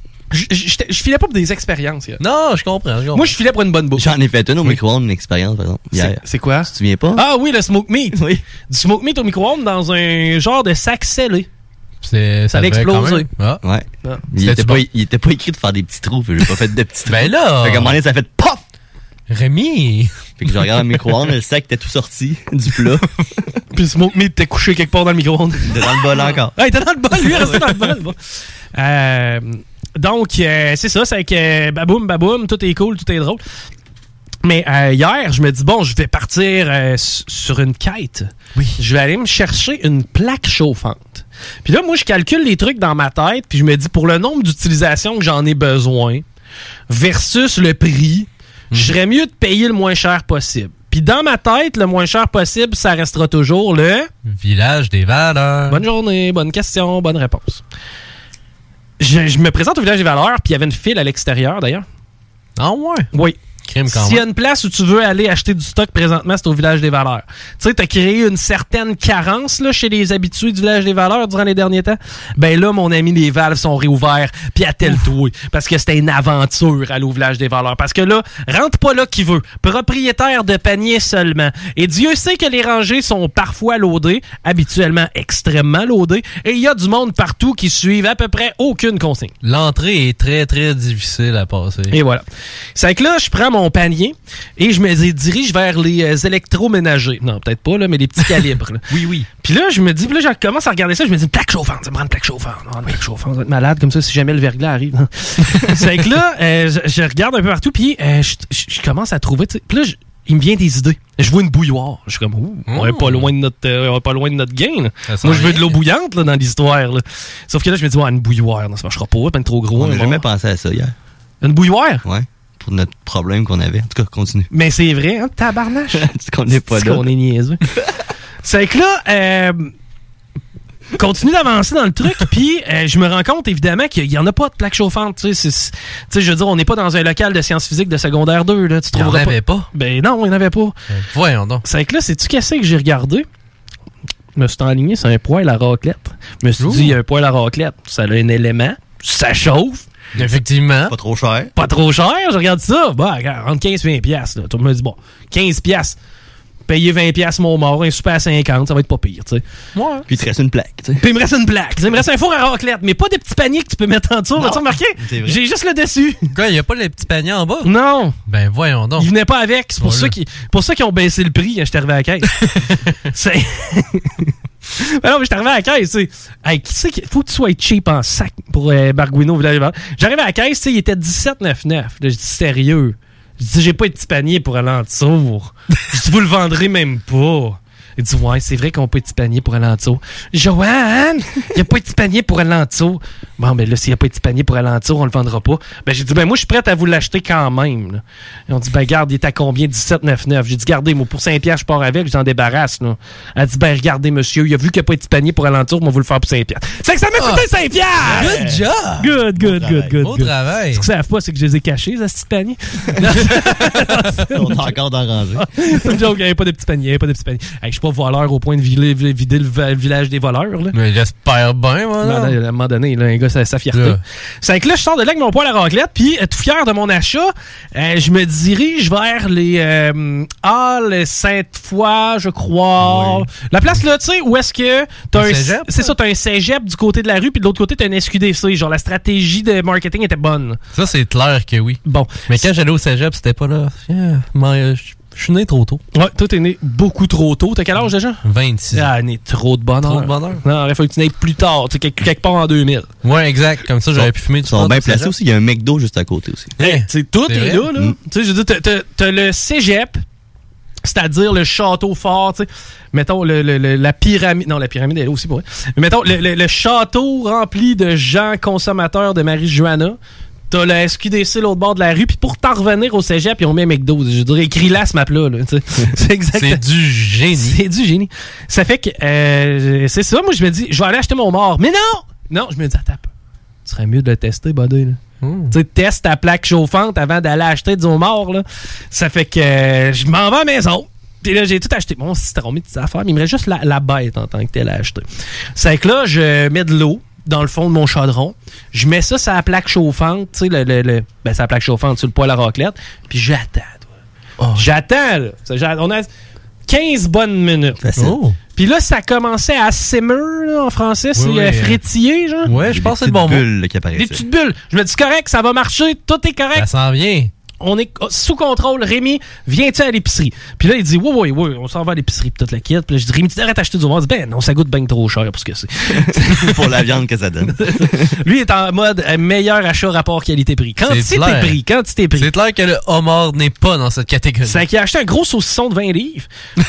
Je filais pas pour des expériences. Là. Non, je comprends. Moi, je filais pour une bonne bouffe. J'en ai fait une au micro-ondes, une expérience, par exemple, hier. C'est quoi? Tu te souviens pas? Ah oui, le smoke meat. Oui. Du smoke meat au micro-ondes dans un genre de sac scellé. Ça allait exploser. Ah. Ouais. Ah. Il était pas écrit de faire des petits trous. J'ai pas fait de petits trous. Ben là! Fait qu'à un moment donné, ça a fait POF! Rémi! Fait que je regarde le micro-ondes, le sac était tout sorti du plat. Puis le smoke meat était couché quelque part dans le micro-ondes. Il était dans le bol encore. Ah, il était dans le bol, lui, il restait dans le bol. Bon. Donc, c'est ça, c'est que baboum, tout est cool, tout est drôle. Mais hier, je me dis, bon, je vais partir sur une quête. Oui. Je vais aller me chercher une plaque chauffante. Puis là, moi, je calcule les trucs dans ma tête, puis je me dis, pour le nombre d'utilisations que j'en ai besoin, versus le prix, je serais mieux de payer le moins cher possible. Puis dans ma tête, le moins cher possible, ça restera toujours le... Village des Valeurs. Bonne journée, bonne question, bonne réponse. Je me présente au Village des Valeurs, puis il y avait une file à l'extérieur, d'ailleurs. Ah ouais? Oui. S'il y a une place où tu veux aller acheter du stock présentement, c'est au Village des Valeurs. Tu sais, t'as créé une certaine carence là, chez les habitués du Village des Valeurs durant les derniers temps. Ben là, mon ami, les valves sont réouverts, puis attelle-toi. Parce que c'était une aventure aller au Village des Valeurs. Parce que là, rentre pas là qui veut. Propriétaire de panier seulement. Et Dieu sait que les rangées sont parfois loadées, habituellement extrêmement loadées, et il y a du monde partout qui suivent à peu près aucune consigne. L'entrée est très, très difficile à passer. Et voilà. C'est que là, je prends mon panier et je me dirige vers les électroménagers. Non, peut-être pas, là, mais les petits calibres. Là. Oui. Puis là, je me dis, puis là, je commence à regarder ça, je me dis, plaque chauffante, ça me prend une plaque chauffante. Non, une plaque chauffante, on va être malade comme ça si jamais le verglas arrive. C'est que là, je regarde un peu partout, puis je commence à trouver, puis là, il me vient des idées. Je vois une bouilloire. Je suis comme, on est pas loin de notre gain. Moi, je veux de l'eau bouillante là, dans l'histoire. Là. Sauf que là, je me dis, une bouilloire, non, ça marchera pas, pas trop gros. On n'a jamais pensé à ça hier. Une bouilloire? Ouais. Pour notre problème qu'on avait. En tout cas, continue. Mais c'est vrai, hein, tabarnache. C'est qu'on n'est pas là. C'est qu'on est niaiseux. C'est que là, continue d'avancer dans le truc, puis je me rends compte évidemment qu'il n'y en a pas de plaque chauffante. Tu sais, je veux dire, on n'est pas dans un local de sciences physiques de secondaire 2. Là, tu trouveras il n'y en avait pas. Ben non, il n'y en avait pas. Voyons donc. C'est que là, sais-tu qu'est-ce que j'ai regardé? Je me suis enligné sur un poêle à raclette. Je me suis dit, un poêle à raclette, ça a un élément, ça chauffe. Effectivement. Pas trop cher. Pas trop cher, je regarde ça. Bah, entre 15 et 20 piastres. Tout le monde me dit, bon, 15 piastres. Payer 20 piastres mon mort, un super à 50, ça va être pas pire, tu sais. Ouais. Puis il te reste une plaque, tu sais. Puis il me reste une plaque. Il me reste un four à raclette, mais pas des petits paniers que tu peux mettre en dessous. As-tu remarqué? J'ai juste le dessus. Quoi, il n'y a pas les petits paniers en bas? Non. Ben voyons donc. Ils venaient pas avec. C'est pour ça qu'ils ont baissé le prix quand j'étais arrivé à la caisse. C'est... Ben non, mais j'étais arrivé à la caisse, tu sais. Hey, qui sait qu'il faut que tu sois cheap en sac pour Barguino Village. J'arrive à la caisse, tu sais, il était 17,99. Là, je dis sérieux. Je dis, j'ai pas de petit panier pour aller en dessous. Je dis, vous le vendrez même pas. Il dit, ouais, c'est vrai qu'on n'a pas de petit panier pour aller en dessous. Joanne, il n'y a pas de petit panier pour aller en dessous. Bon, ben là, s'il n'y a pas de petit panier pour aller en dessous, on le vendra pas. Ben, j'ai dit, ben moi, je suis prête à vous l'acheter quand même. Là. Ils ont dit, ben, regarde, il est à combien? 17,99. J'ai dit, regardez, moi, pour 5 piastres, je pars avec, je t'en débarrasse. Là. Elle dit, ben, regardez, monsieur, il a vu qu'il n'y a pas de petit panier pour aller en dessous, moi, vous le faire pour 5 piastres. C'est que ça m'a coûté 5 piastres! Good job! Good. Bon travail. Ce qu'ils savent pas, c'est que je les ai cachés, ce petit panier. On a encore d'en ranger. C'est une joke, il n'y avait pas de petit panier. Hey, je suis pas voleur au point de vider le village des voleurs. Là. Mais j'espère bien, moi. À un moment donné, là, un gars, sa fierté. Là. C'est que là, je sors de là avec mon poêle à raclette, puis tout fier de mon achat, je me dirige vers les Halles Sainte-Foy, je crois. Oui. La place, là, tu sais, où est-ce que t'as un cégep? C'est ça, t'as un cégep du côté de la rue, puis de l'autre côté, t'as un SQDC. Genre, la stratégie de marketing était bonne. Ça, c'est clair que oui. Bon. Mais quand j'allais au cégep, c'était pas là. Je suis né trop tôt. Ouais, toi, t'es né beaucoup trop tôt. T'as quel âge déjà? 26 ans. Ah, né trop de bonheur. Trop de bonheur. Non, il faut que tu naisses plus tard, tu sais, quelque part en 2000. Ouais, exact. Comme ça, j'aurais pu fumer du pot. Ils sont bien placés aussi. Il y a un McDo juste à côté aussi. Hey, tout est là. Tu sais, je veux dire, t'as le cégep, c'est-à-dire le château fort, tu sais. Mettons, la pyramide. Non, la pyramide, elle est là aussi pour vrai. Mais mettons, le château rempli de gens consommateurs de Marie-Joanna. T'as la SQDC l'autre bord de la rue, puis pour t'en revenir au cégep, ils ont mis un McDo. Je dirais, écris-la ce map-là. Là, c'est exactement. C'est du génie. C'est du génie. Ça fait que, c'est ça, moi, je me dis, je vais aller acheter mon mort. Mais non! Non, je me dis, attends, ce serait mieux de le tester, buddy, là. Tu sais, teste ta plaque chauffante avant d'aller acheter du homard, là. Ça fait que, je m'en vais à la maison. Puis là, j'ai tout acheté. Bon, citron, mes petites affaires, mais il me reste juste la bête en tant que telle à acheter. C'est que là, je mets de l'eau dans le fond de mon chaudron. Je mets ça sur la plaque chauffante, tu sais, ben, c'est la plaque chauffante sur le poêle à raclette, puis j'attends. J'attends, là. On a 15 bonnes minutes. Puis là, ça commençait à simmer, là, en français. C'est frétiller, genre. Ouais, je pense que c'est le bon mot. Des petites bulles. Je me dis, correct, ça va marcher, tout est correct. Ça s'en vient. On est sous contrôle. Rémi, viens-tu à l'épicerie? Puis là, il dit, oui, on s'en va à l'épicerie, puis toute la kit. Puis là, je dis, Rémi, tu devrais t'acheter du homard. Il dit, ben non, ça goûte bien trop cher pour ce que c'est. Pour la viande que ça donne. Lui est en mode meilleur achat rapport qualité-prix. Quantité prix. C'est clair que le homard n'est pas dans cette catégorie. C'est qu'il a acheté un gros saucisson de 20 livres.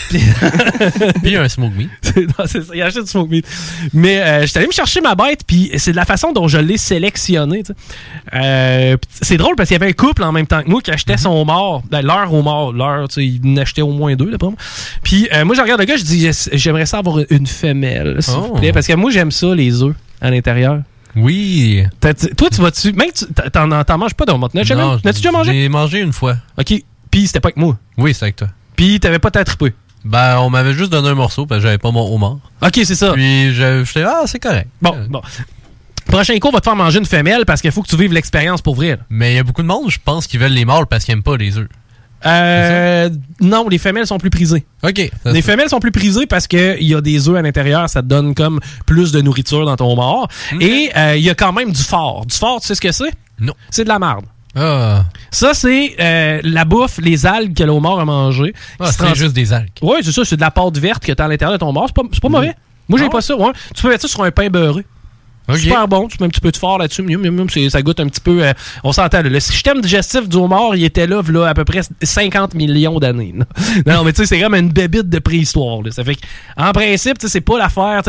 Puis un smoke meat. C'est ça, il a acheté du smoke meat. Mais j'étais allé me chercher ma bête, puis c'est de la façon dont je l'ai sélectionné. C'est drôle parce qu'il y avait un couple en même temps que moi qui achetait son homard, leur homard, tu sais, il en achetait au moins 2, d'après moi. Puis moi, je regarde le gars, je dis, j'aimerais ça avoir une femelle, s'il vous plaît, parce que moi, j'aime ça, les œufs à l'intérieur. Oui. Toi, tu vas-tu. Même t'en manges pas d'homard. N'as-tu déjà mangé? J'ai mangé une fois. OK. Puis c'était pas avec moi. Oui, c'est avec toi. Puis t'avais pas t'attriper. Ben, on m'avait juste donné un morceau parce que j'avais pas mon homard. OK, c'est ça. Puis j'étais, c'est correct. Bon. Prochain cours va te faire manger une femelle parce qu'il faut que tu vives l'expérience pour vrai. Là. Mais il y a beaucoup de monde, je pense, qui veulent les mâles parce qu'ils aiment pas les œufs. Non, les femelles sont plus prisées. OK. Les femelles sont plus prisées parce qu'il y a des œufs à l'intérieur, ça te donne comme plus de nourriture dans ton homard. Et il y a quand même du fort. Du fort, tu sais ce que c'est? Non. C'est de la marde. Ah. Ça, c'est la bouffe, les algues que le homard a mangé. C'est juste des algues. Oui, c'est ça, c'est de la pâte verte que tu as à l'intérieur de ton homard. C'est pas mauvais. Moi, j'ai pas ça. Ouais. Tu peux mettre ça sur un pain beurré. Okay. Super bon, tu mets un petit peu de fort là-dessus, ça goûte un petit peu, on s'entend, le système digestif du homard, il était là à peu près 50 millions d'années. Non, mais tu sais, c'est comme une bébite de préhistoire. Là. Ça fait qu'en principe, c'est pas l'affaire,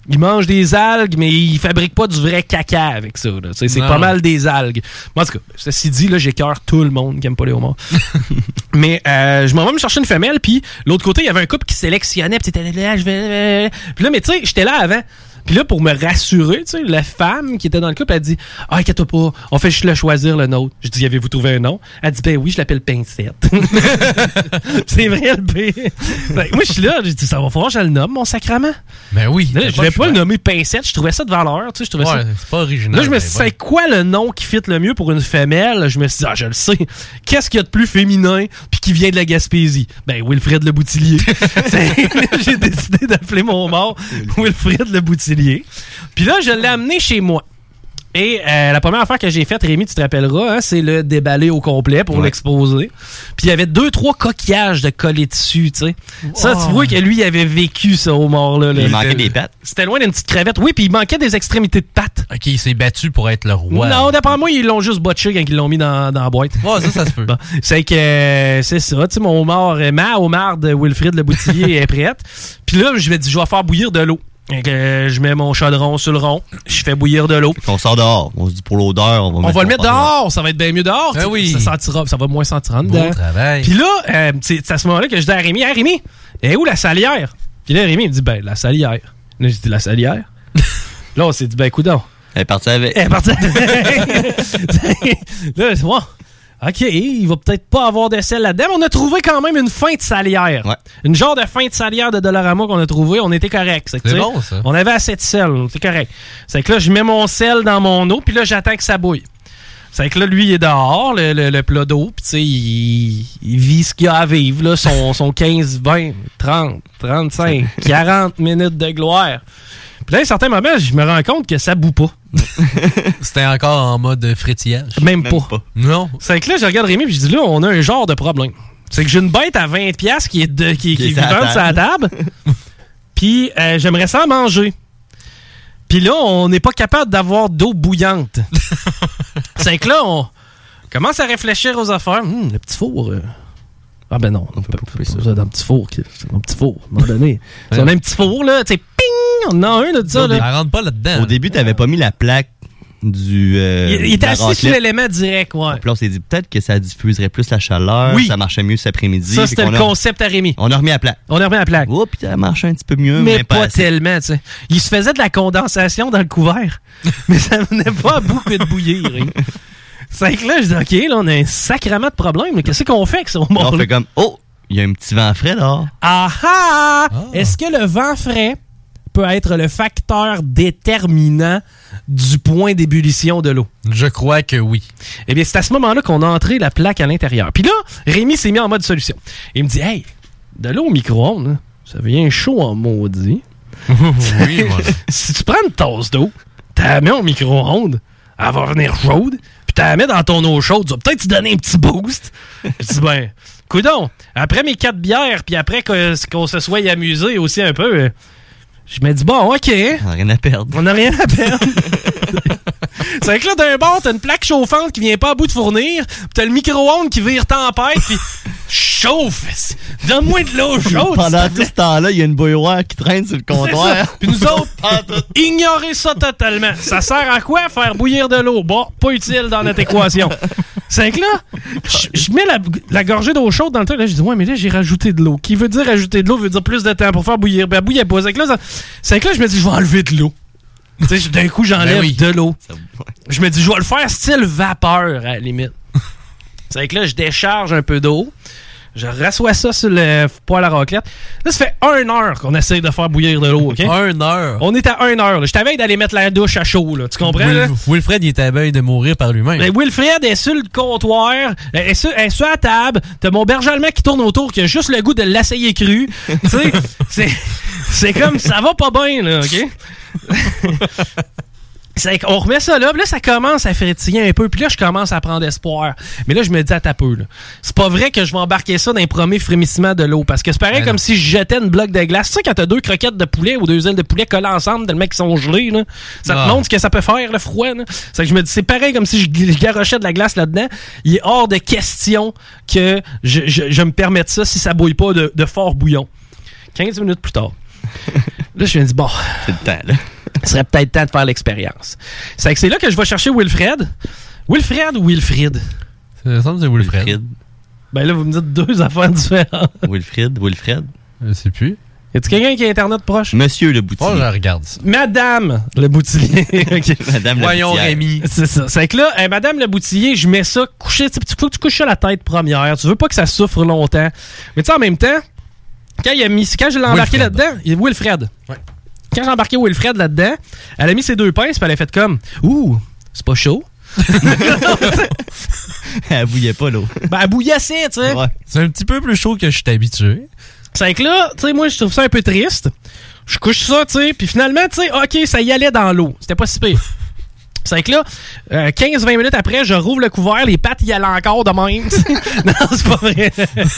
Ils mangent des algues, mais ils fabriquent pas du vrai caca avec ça. Là. C'est pas mal des algues. En tout cas, ceci dit, là, j'écœure tout le monde qui aime pas les homards. Mais je m'en vais me chercher une femelle, puis l'autre côté, il y avait un couple qui sélectionnait, puis c'était là, puis là, mais tu sais, j'étais là avant. Puis là, pour me rassurer, tu sais, la femme qui était dans le couple, elle dit « Ah, inquiète-toi pas, on fait juste le choisir le nôtre. » Je dis « Avez-vous trouvé un nom? » Elle dit « Ben oui, je l'appelle Pincette. » C'est vrai, le pire. Ben, moi, je suis là, j'ai dit « Ça va falloir que je le nomme, mon sacrament. » Ben oui. Là, je voulais pas le nommer Pincette, je trouvais ça de valeur, tu sais, je trouvais ça... c'est pas original. Là, je me suis dit, c'est quoi le nom qui fit le mieux pour une femelle? Je me suis dit, je le sais. Qu'est-ce qu'il y a de plus féminin puis qui vient de la Gaspésie? Ben, Wilfrid Le Boutillier. J'ai décidé d'appeler mon mort Wilfrid Le Boutillier. Puis là, je l'ai amené chez moi. Et la première affaire que j'ai faite, Rémi, tu te rappelleras, hein, c'est le déballer au complet pour l'exposer. Puis il y avait 2-3 coquillages de collés dessus, tu sais. Wow. Ça, tu vois que lui, il avait vécu ce homard-là. Il manquait des pattes. C'était loin d'une petite crevette. Oui, puis il manquait des extrémités de pattes. OK, il s'est battu pour être le roi. Non, d'après moi, ils l'ont juste botché quand ils l'ont mis dans la boîte. Ouais, ça se peut. Bon, c'est que c'est ça, tu sais, mon homard, ma homard de Wilfrid Le Boutillier est prête. Puis là, je me dis, je vais faire bouillir de l'eau. Je mets mon chaudron sur le rond, je fais bouillir de l'eau. On sort dehors. On se dit pour l'odeur, on va le mettre dehors, ça va être bien mieux dehors. Oui. Ça sentira, ça va moins sentir en dedans. Bon travail. Puis là, c'est à ce moment-là que je dis à Rémi, hey Rémi, est où la salière? Puis là, Rémi il me dit, ben la salière. Là, j'ai dit, la salière? Là, on s'est dit, ben coudonc. Elle est partie avec. Là, c'est bon. OK, il va peut-être pas avoir de sel là-dedans, mais on a trouvé quand même une fin de salière. Ouais. Une genre de fin de salière de Dollarama qu'on a trouvé. On était correct. C'est bon, ça. On avait assez de sel. C'est correct. C'est que là, je mets mon sel dans mon eau, puis là, j'attends que ça bouille. C'est que là, lui, il est dehors, le plat d'eau, puis tu sais, il vit ce qu'il a à vivre, là, son 15, 20, 30, 35, 40 minutes de gloire. Puis là, à un certain moment, je me rends compte que ça bout pas. C'était encore en mode frétillage? Même pas. Non. C'est que là, je regarde Rémi et je dis là, on a un genre de problème. C'est que j'ai une bête à 20$ qui est vivante sur la table. Puis j'aimerais ça manger. Puis là, on n'est pas capable d'avoir d'eau bouillante. C'est que là, on commence à réfléchir aux affaires. Le petit four... Ah ben non, on peut pas couper ça dans le petit four. C'est mon petit four, à un moment donné. Si on a un petit four, là, tu sais, ping! On en a un de ça. Ça rentre pas là-dedans. Au début, t'avais pas mis la plaque du... il était assis sur l'élément direct, ouais. Puis là, on s'est dit peut-être que ça diffuserait plus la chaleur, ça marchait mieux cet après-midi. Ça, c'était le concept à Rémi. On a remis la plaque. Oh, puis ça marchait un petit peu mieux, mais pas tellement, tu sais. Il se faisait de la condensation dans le couvert, mais ça venait pas à beaucoup de bouillir. C'est que là, je dis, OK, là, on a un sacrement de problème. Mais qu'est-ce qu'on fait avec ça? On fait comme, il y a un petit vent frais dehors. Ah! Est-ce que le vent frais peut être le facteur déterminant du point d'ébullition de l'eau? Je crois que oui. Eh bien, c'est à ce moment-là qu'on a entré la plaque à l'intérieur. Puis là, Rémi s'est mis en mode solution. Il me dit, hey, de l'eau au micro-ondes, ça vient chaud en maudit. Oui, voilà. Si tu prends une tasse d'eau, tu la mets au micro-ondes, elle va venir chaude, puis tu la mets dans ton eau chaude, ça va peut-être te donner un petit boost. Je dis, ben, coudonc, après mes 4 bières, puis après qu'on se soit amusé aussi un peu, je me dis, bon, OK. On n'a rien à perdre. C'est que là, d'un bord, t'as une plaque chauffante qui vient pas à bout de fournir, pis t'as le micro-ondes qui vire tempête, pis chauffe! Donne-moi de l'eau chaude! Pendant tout ce temps-là, il y a une bouilloire qui traîne sur le comptoir. Puis nous autres, ignorez ça totalement. Ça sert à quoi? Faire bouillir de l'eau. Bon, pas utile dans notre équation. C'est que là, je mets la gorgée d'eau chaude dans le truc. Là, je dis, ouais, mais là, j'ai rajouté de l'eau. Qui veut dire rajouter de l'eau veut dire plus de temps pour faire bouillir. Ben, bouillir pas. C'est que là, je me dis, je vais enlever de l'eau. Tu sais, d'un coup, j'enlève de l'eau. Je me dis, je vais le faire style vapeur, à la limite. C'est que là, je décharge un peu d'eau. Je rassois ça sur le poêle à raclette. Là, ça fait 1 heure qu'on essaye de faire bouillir de l'eau, OK? 1 heure? On est à 1 heure. Là. Je t'avais d'aller mettre la douche à chaud, là. Tu comprends, là? Wilfred, il était à veille de mourir par lui-même. Ben, Wilfred est sur le comptoir, elle est sur la table. T'as mon berger allemand qui tourne autour, qui a juste le goût de l'essayer cru. Tu sais, c'est comme, ça va pas bien, là, OK? On remet ça là, puis là, ça commence à frétiller un peu, puis là, je commence à prendre espoir. Mais là, je me dis à ta peu, là. C'est pas vrai que je vais embarquer ça dans les premiers frémissements de l'eau, parce que c'est pareil comme si je jetais une bloc de glace. Tu sais, quand t'as 2 croquettes de poulet ou 2 ailes de poulet collées ensemble, tellement qu'ils sont gelés, là, ça te montre ce que ça peut faire, le froid, là. C'est que je me dis, c'est pareil comme si je garochais de la glace là-dedans. Il est hors de question que je me permette ça si ça bouille pas de fort bouillon. 15 minutes plus tard. Là, je me dis, bon. C'est le temps, là. Il serait peut-être temps de faire l'expérience. C'est là que je vais chercher Wilfred. Wilfred ou Wilfried? Ça semble que c'est Wilfred. Ben là, vous me dites deux affaires différentes. Wilfred. Je sais plus. Y a-t-il quelqu'un qui a Internet proche? Monsieur le Boutillier. Oh, je regarde ça. Madame le Boutillier. Okay. Madame le Voyons, Boutillier. Rémi. C'est ça. C'est que là, Madame le Boutillier, je mets ça couché. Tu faut que tu couches ça la tête première. Tu veux pas que ça souffre longtemps. Mais tu sais, en même temps, quand je l'ai embarqué là-dedans, il y a Wilfred. Ouais. Quand j'ai embarqué Wilfred là-dedans, elle a mis ses deux pinces puis elle a fait comme ouh, c'est pas chaud. Elle bouillait pas l'eau. Ben, elle bouillait assez, tu sais. Ouais. C'est un petit peu plus chaud que je suis habitué. C'est que là, tu sais, moi, je trouve ça un peu triste. Je couche ça, tu sais, puis finalement, tu sais, OK, ça y allait dans l'eau. C'était pas si pire. C'est que là, 15-20 minutes après, je rouvre le couvert, les pattes y allaient encore de même. Non, c'est pas vrai.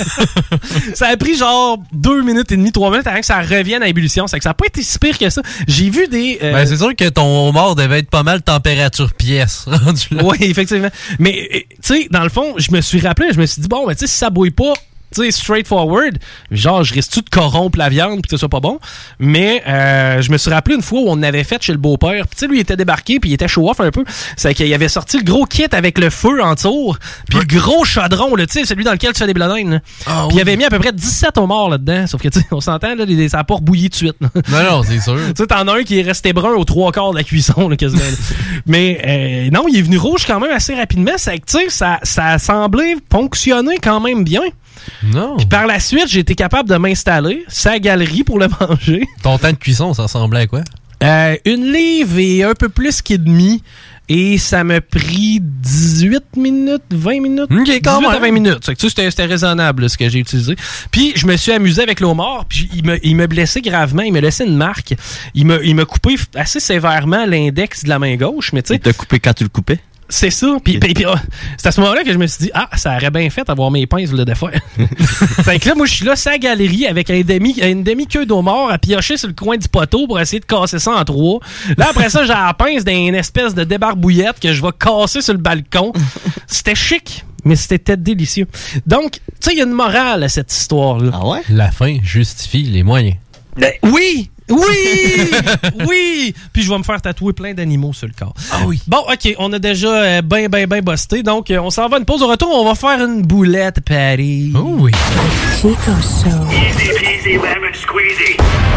Ça a pris genre 2 minutes et demie, 3 minutes avant que ça revienne à ébullition. C'est que ça n'a pas été si pire que ça. J'ai vu des... Ben, c'est sûr que ton homard devait être pas mal température pièce. Oui, effectivement. Mais, tu sais, dans le fond, je me suis rappelé, je me suis dit, bon, ben, tu sais, si ça bouille pas, tu sais, straightforward, genre, je risque-tu de corrompre la viande puis que ce soit pas bon? Mais je me suis rappelé une fois où on avait fait chez le beau-père. Puis tu sais, lui, il était débarqué puis il était show-off un peu. C'est qu'il avait sorti le gros kit avec le feu en tour puis le gros chaudron, tu sais, celui dans lequel tu fais des bladines. Ah, puis il avait mis à peu près 17 homards là-dedans. Sauf que, tu sais, on s'entend, là, ça n'a pas rebouilli de suite. Non, c'est sûr. Tu sais, t'en as un qui est resté brun aux 3/4 de la cuisson, là, quasiment. Mais non, il est venu rouge quand même assez rapidement. C'est que, tu sais, ça a semblé fonctionner quand même bien. Non. Puis par la suite, j'ai été capable de m'installer sa galerie pour le manger. Ton temps de cuisson, ça ressemblait à quoi? 1 livre et un peu plus qu'demi. Et ça m'a pris 18 minutes, 20 minutes. OK, quand 18 même. à 20 minutes. Tu sais, c'était raisonnable, là, ce que j'ai utilisé. Puis je me suis amusé avec le homard. Puis il m'a blessé gravement. Il m'a laissé une marque. Il m'a coupé assez sévèrement l'index de la main gauche. Mais tu sais, il t'a coupé quand tu le coupais? C'est ça. Puis c'est à ce moment-là que je me suis dit, ça aurait bien fait avoir mes pinces le défaire. Fait que là, moi, je suis là, sa galerie, avec une demi-queue d'homard à piocher sur le coin du poteau pour essayer de casser ça en 3. Là, après ça, j'ai la pince d'une espèce de débarbouillette que je vais casser sur le balcon. C'était chic, mais c'était délicieux. Donc, tu sais, il y a une morale à cette histoire-là. Ah ouais? La fin justifie les moyens. Oui! Oui! Oui! Puis je vais me faire tatouer plein d'animaux sur le corps. Ah oui. Bon, OK, on a déjà ben busté. Donc, on s'en va une pause. Au retour, on va faire une boulette patty. Oh oui. Chico Show. Easy peasy lemon squeezy.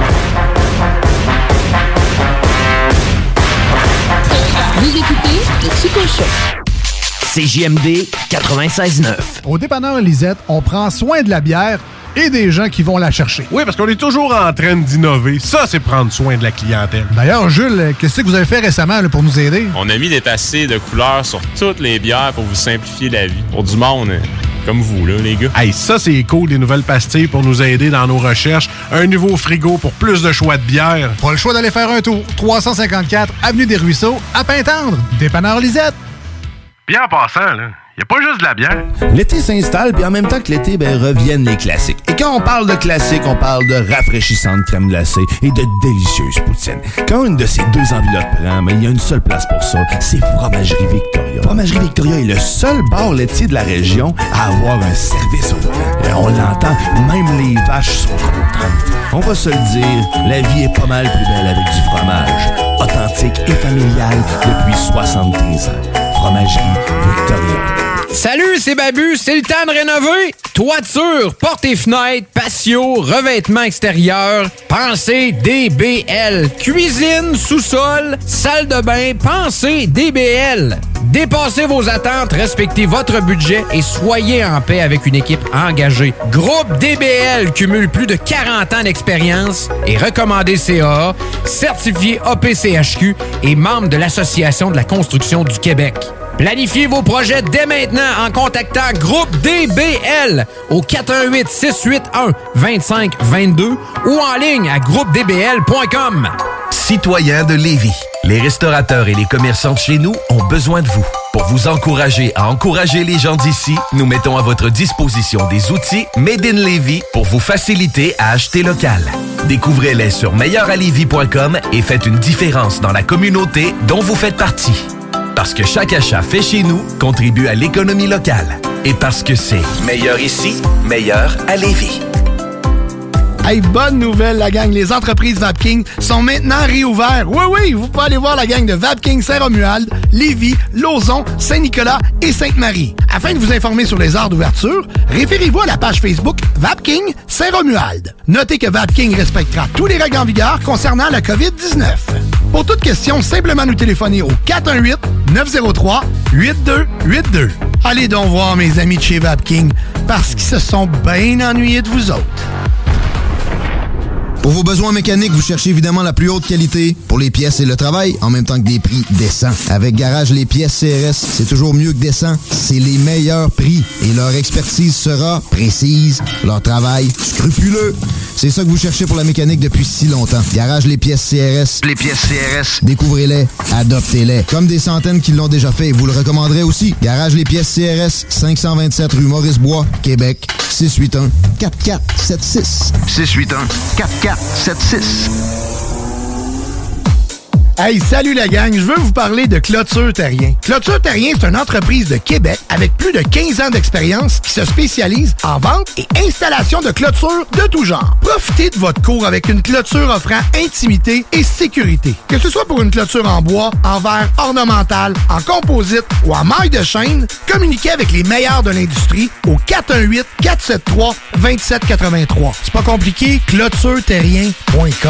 Vous écoutez le Chico Show. CJMD 96.9. Au dépanneur Lisette, on prend soin de la bière et des gens qui vont la chercher. Oui, parce qu'on est toujours en train d'innover. Ça, c'est prendre soin de la clientèle. D'ailleurs, Jules, qu'est-ce que vous avez fait récemment là, pour nous aider? On a mis des passés de couleurs sur toutes les bières pour vous simplifier la vie. Pour du monde comme vous, là, les gars. Hey, ça, c'est cool, des nouvelles pastilles pour nous aider dans nos recherches. Un nouveau frigo pour plus de choix de bière. Pas le choix d'aller faire un tour. 354 Avenue des Ruisseaux, à Pintendre. Dépanneur Lisette. Bien en passant, là, y a pas juste de la bière. L'été s'installe, puis en même temps que l'été, reviennent les classiques. Et quand on parle de classiques, on parle de rafraîchissantes crèmes glacées et de délicieuses poutines. Quand une de ces deux enveloppes prend, il y a une seule place pour ça, c'est Fromagerie Victoria. Fromagerie Victoria est le seul bar laitier de la région à avoir un service au volant. Et on l'entend, même les vaches sont contentes. On va se le dire, la vie est pas mal plus belle avec du fromage. Authentique et familial depuis 73 ans. Fromagerie Victoria. Salut, c'est Babu, c'est le temps de rénover. Toiture, portes et fenêtres, patio, revêtement extérieur, pensez DBL. Cuisine, sous-sol, salle de bain, pensez DBL. Dépassez vos attentes, respectez votre budget et soyez en paix avec une équipe engagée. Groupe DBL cumule plus de 40 ans d'expérience et recommandé CAA, certifié APCHQ et membre de l'Association de la construction du Québec. Planifiez vos projets dès maintenant en contactant Groupe DBL au 418-681-2522 ou en ligne à groupedbl.com. Citoyens de Lévis, les restaurateurs et les commerçants de chez nous ont besoin de vous. Pour vous encourager à encourager les gens d'ici, nous mettons à votre disposition des outils Made in Lévis pour vous faciliter à acheter local. Découvrez-les sur meilleuralevis.com et faites une différence dans la communauté dont vous faites partie. Parce que chaque achat fait chez nous contribue à l'économie locale. Et parce que c'est meilleur ici, meilleur à Lévis. Hey, bonne nouvelle, la gang. Les entreprises Vapking sont maintenant réouvertes. Oui, vous pouvez aller voir la gang de Vapking Saint-Romuald, Lévis, Lauson, Saint-Nicolas et Sainte-Marie. Afin de vous informer sur les heures d'ouverture, référez-vous à la page Facebook Vapking Saint-Romuald. Notez que Vapking respectera tous les règles en vigueur concernant la COVID-19. Pour toute question, simplement nous téléphoner au 418-903-8282. Allez donc voir mes amis de chez Vapking, parce qu'ils se sont bien ennuyés de vous autres. Pour vos besoins mécaniques, vous cherchez évidemment la plus haute qualité pour les pièces et le travail, en même temps que des prix décents. Avec Garage Les Pièces CRS, c'est toujours mieux que décent. C'est les meilleurs prix et leur expertise sera précise, leur travail scrupuleux. C'est ça que vous cherchez pour la mécanique depuis si longtemps. Garage Les Pièces CRS. Les pièces CRS. Découvrez-les, adoptez-les. Comme des centaines qui l'ont déjà fait et vous le recommanderez aussi. Garage Les Pièces CRS, 527 rue Maurice-Bois, Québec, 681-4476. 681-4476. Hey, salut la gang, je veux vous parler de Clôture Terrien. Clôture Terrien, c'est une entreprise de Québec avec plus de 15 ans d'expérience qui se spécialise en vente et installation de clôtures de tout genre. Profitez de votre cour avec une clôture offrant intimité et sécurité. Que ce soit pour une clôture en bois, en verre ornemental, en composite ou en maille de chêne, communiquez avec les meilleurs de l'industrie au 418-473-2783. C'est pas compliqué, clôtureterrien.com.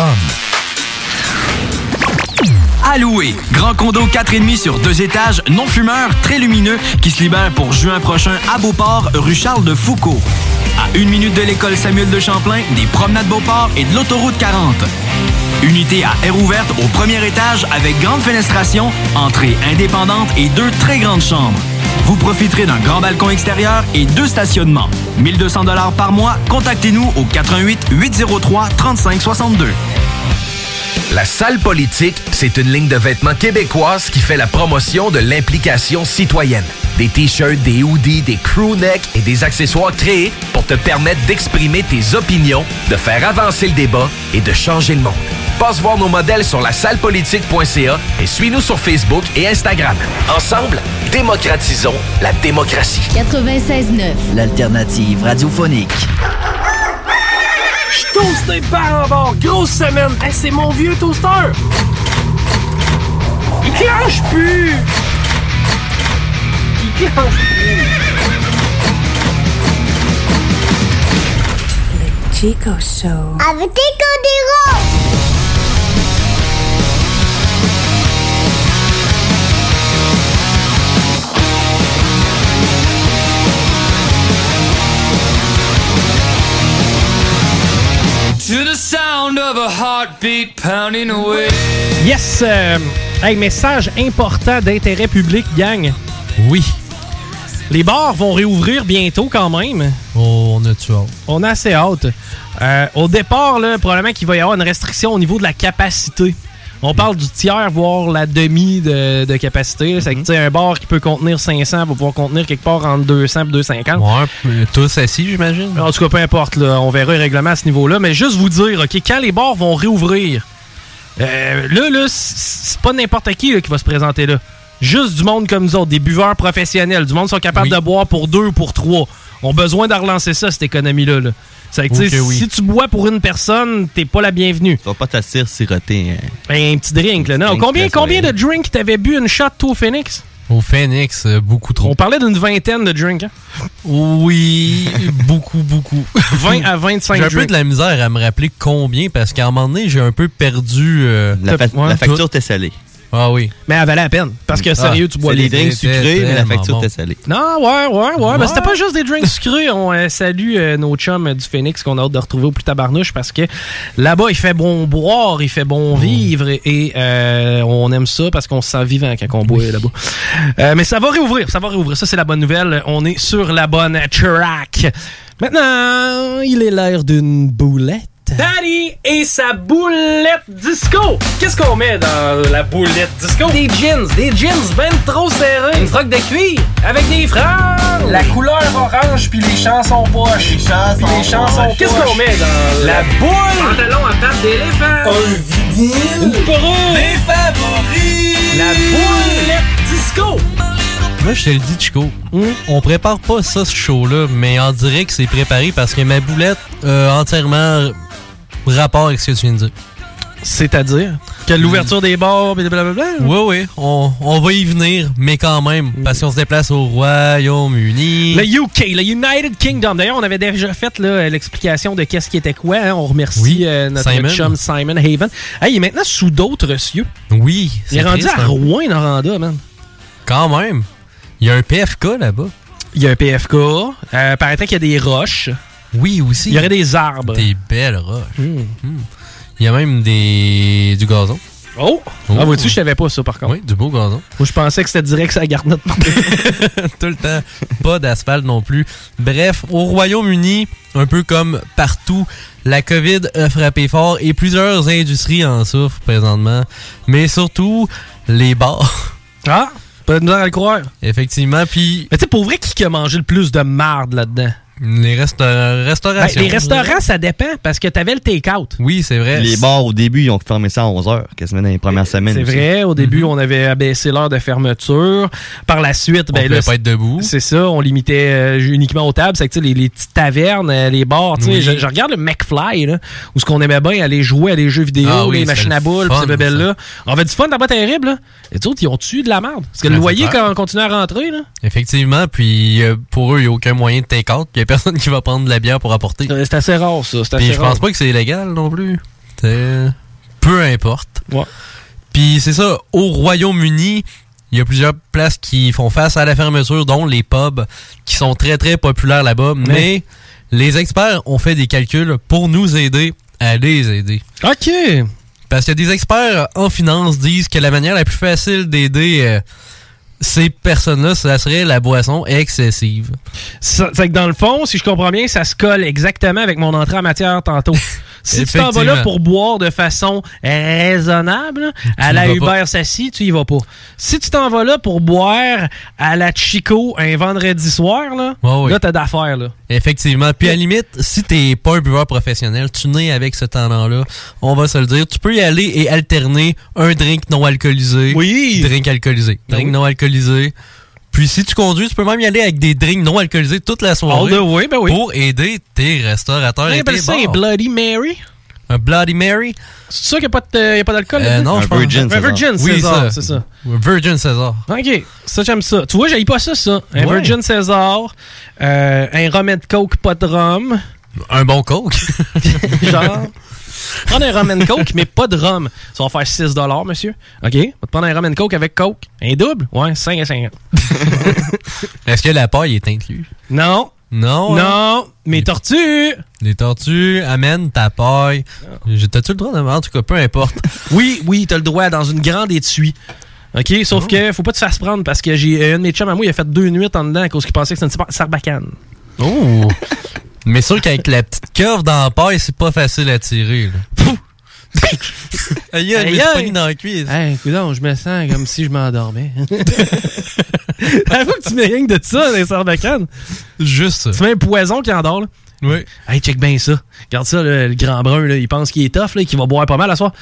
À louer. Grand condo 4,5 sur 2 étages, non fumeur, très lumineux, qui se libère pour juin prochain à Beauport, rue Charles de Foucault. À 1 minute de l'école Samuel de Champlain, des promenades Beauport et de l'autoroute 40. Unité à air ouverte au premier étage avec grande fenestration, entrée indépendante et 2 très grandes chambres. Vous profiterez d'un grand balcon extérieur et 2 stationnements. 1 200 $ par mois. Contactez-nous au 88-803-3562. La Salle Politique, c'est une ligne de vêtements québécoise qui fait la promotion de l'implication citoyenne. Des t-shirts, des hoodies, des crewnecks et des accessoires créés pour te permettre d'exprimer tes opinions, de faire avancer le débat et de changer le monde. Passe voir nos modèles sur lasallepolitique.ca et suis-nous sur Facebook et Instagram. Ensemble, démocratisons la démocratie. 96.9, l'alternative radiophonique. Je toast des parts en bord, grosse semaine. Hey, c'est mon vieux toaster. Il clenche plus. Il clenche plus. Le Chico Show. Avec Chico Diro. To the sound of a heartbeat pounding away. Yes! Hey, message important d'intérêt public, gang. Oui. Les bars vont réouvrir bientôt quand même. Oh, on a-tu hâte? On a assez hâte. Au départ, là, probablement qu'il va y avoir une restriction au niveau de la capacité. On parle du tiers, voire la demi de capacité. C'est que un bar qui peut contenir 500 va pouvoir contenir quelque part entre 200 et 250. Ouais, tous assis, j'imagine. En tout cas, peu importe. Là, on verra le règlement à ce niveau-là. Mais juste vous dire, OK, quand les bars vont réouvrir, là c'est pas n'importe qui là, qui va se présenter là. Juste du monde comme nous autres, des buveurs professionnels. Du monde qui sont capables de boire pour 2 ou pour 3. On a besoin de relancer ça, cette économie-là. Là. C'est que, si tu bois pour une personne, t'es pas la bienvenue. Tu vas pas t'asseoir siroter un petit drink, là. Non. Combien de drinks t'avais bu une shot, toi, au Phoenix? Au Phoenix, beaucoup trop. On parlait d'une vingtaine de drinks, hein? Oui, beaucoup. 20 à 25 J'ai un drinks. peu de la misère à me rappeler combien, parce qu'à un moment donné, j'ai un peu perdu... la facture t'est salée. Ah oui. Mais elle valait la peine. Parce que sérieux, tu bois des drinks sucrés, mais la facture t'est salée. Non, ouais. Ben, c'était pas juste des drinks sucrés. On salue nos chums du Phoenix qu'on a hâte de retrouver au plus tabarnouche parce que là-bas, il fait bon boire, il fait bon vivre et on aime ça parce qu'on se sent vivant quand on boit là-bas. Mais ça va réouvrir. Ça, c'est la bonne nouvelle. On est sur la bonne track. Maintenant, il est l'heure d'une boulette. Daddy et sa boulette disco. Qu'est-ce qu'on met dans la boulette disco? Des jeans ben trop serrés. Une froc de cuir avec des franges. La couleur orange puis les chansons poches. Les chansons Qu'est-ce qu'on met dans la boule? Pantalon à pattes d'éléphant. Un vinyle. Une peruque. Des favoris. La boulette disco. Moi, je te le dis, Chico, on prépare pas ça, ce show-là, mais on dirait que c'est préparé parce que ma boulette entièrement rapport avec ce que tu viens de dire. C'est-à-dire que l'ouverture des bars, blablabla. Oui, on va y venir, mais quand même, parce qu'on se déplace au Royaume-Uni. Le UK, le United Kingdom. D'ailleurs, on avait déjà fait là, l'explication de qu'est-ce qui était quoi. Hein. On remercie notre chum Simon Haven. Hey, il est maintenant sous d'autres cieux. Oui. Il est rendu à Rouen-Noranda, man. Quand même. Il y a un PFK là-bas. Il y a un PFK. Paraîtrait qu'il y a des roches. Oui, aussi. Il y aurait des arbres. Des belles roches. Il y a même du gazon. Oh! Ah, vois-tu, je savais pas ça, par contre. Oui, du beau gazon. Moi, je pensais que c'était direct ça garde notre tout le temps. Pas d'asphalte non plus. Bref, au Royaume-Uni, un peu comme partout, la COVID a frappé fort et plusieurs industries en souffrent présentement. Mais surtout, les bars. Ah! Pas de misère à le croire. Effectivement, puis... Mais tu sais, pour vrai, qui a mangé le plus de marde là-dedans? Les restaurations. Les restaurants, ça dépend, parce que t'avais le take-out. Oui, c'est vrai. Les bars, au début, ils ont fermé ça à 11h, quasiment dans les premières semaines. C'est vrai, au début, on avait abaissé l'heure de fermeture. Par la suite, on pouvait pas être debout. C'est ça, on limitait uniquement aux tables. C'est que les petites tavernes, les bars, tu sais, je regarde le McFly, là, où ce qu'on aimait bien aller jouer à des jeux vidéo, les machines à boules, ces bébelles-là. On avait du fun, t'as pas terrible, là. Et tu ils ont tué de la merde. Parce que le loyer, quand on continue à rentrer, là. Effectivement, puis pour eux, il n'y a aucun moyen de take-out. Il n'y a personne qui va prendre de la bière pour apporter. C'est assez rare, ça. Puis je pense pas que c'est illégal non plus. Peu importe. Ouais. Puis c'est ça, au Royaume-Uni, il y a plusieurs places qui font face à la fermeture, dont les pubs, qui sont très, très populaires là-bas. Mais les experts ont fait des calculs pour nous aider à les aider. OK! Parce que des experts en finance disent que la manière la plus facile d'aider ces personnes-là, ça serait la boisson excessive. C'est que dans le fond, si je comprends bien, ça se colle exactement avec mon entrée en matière tantôt. Si tu t'en vas là pour boire de façon raisonnable, à la Hubert Sassi, tu y vas pas. Si tu t'en vas là pour boire à la Chico un vendredi soir, là, là t'as d'affaires. Là. Effectivement. Puis à la limite, si t'es pas un buveur professionnel, tu nais avec ce talent-là, on va se le dire, tu peux y aller et alterner un drink non alcoolisé. Oui! Drink alcoolisé. Drink non alcoolisé. Puis si tu conduis, tu peux même y aller avec des drinks non alcoolisés toute la soirée pour aider tes restaurateurs et tes bars. C'est un Bloody Mary. Un Bloody Mary? C'est sûr qu'il n'y a pas d'alcool? Non, je pense. Virgin César. Virgin César, c'est ça. Virgin César. OK, ça j'aime ça. Tu vois, j'aille pas ça. Un Virgin César, un rum and coke, pas de rhum. Un bon coke? Genre... Prendre un rum and coke, mais pas de rhum. Ça va faire 6$, monsieur. OK? Va te prendre un rum and coke avec coke. Un double? Ouais, 5,50. Est-ce que la paille est inclue? Non. Non? Non. Mais tortues! Les tortues, amène ta paille. T'as-tu le droit de... En tout cas, peu importe. Oui, t'as le droit dans une grande étui. OK? Sauf que faut pas te faire prendre parce que j'ai un de mes chums à moi, il a fait 2 nuits en dedans à cause qu'il pensait que c'était une sarbacane. Oh! Mais sûr qu'avec la petite curve dans la paille, c'est pas facile à tirer. Là. Aïe, je me suis pogné dans la cuisse. Hey, coudonc, je me sens comme si je m'endormais. T'as vu que tu mets rien que de ça dans les sarbacanes? Juste ça. Tu mets un poison qui endort, là. Oui. Hey, check bien ça. Regarde ça, le grand brun, là, il pense qu'il est tough, là, qu'il va boire pas mal à soir.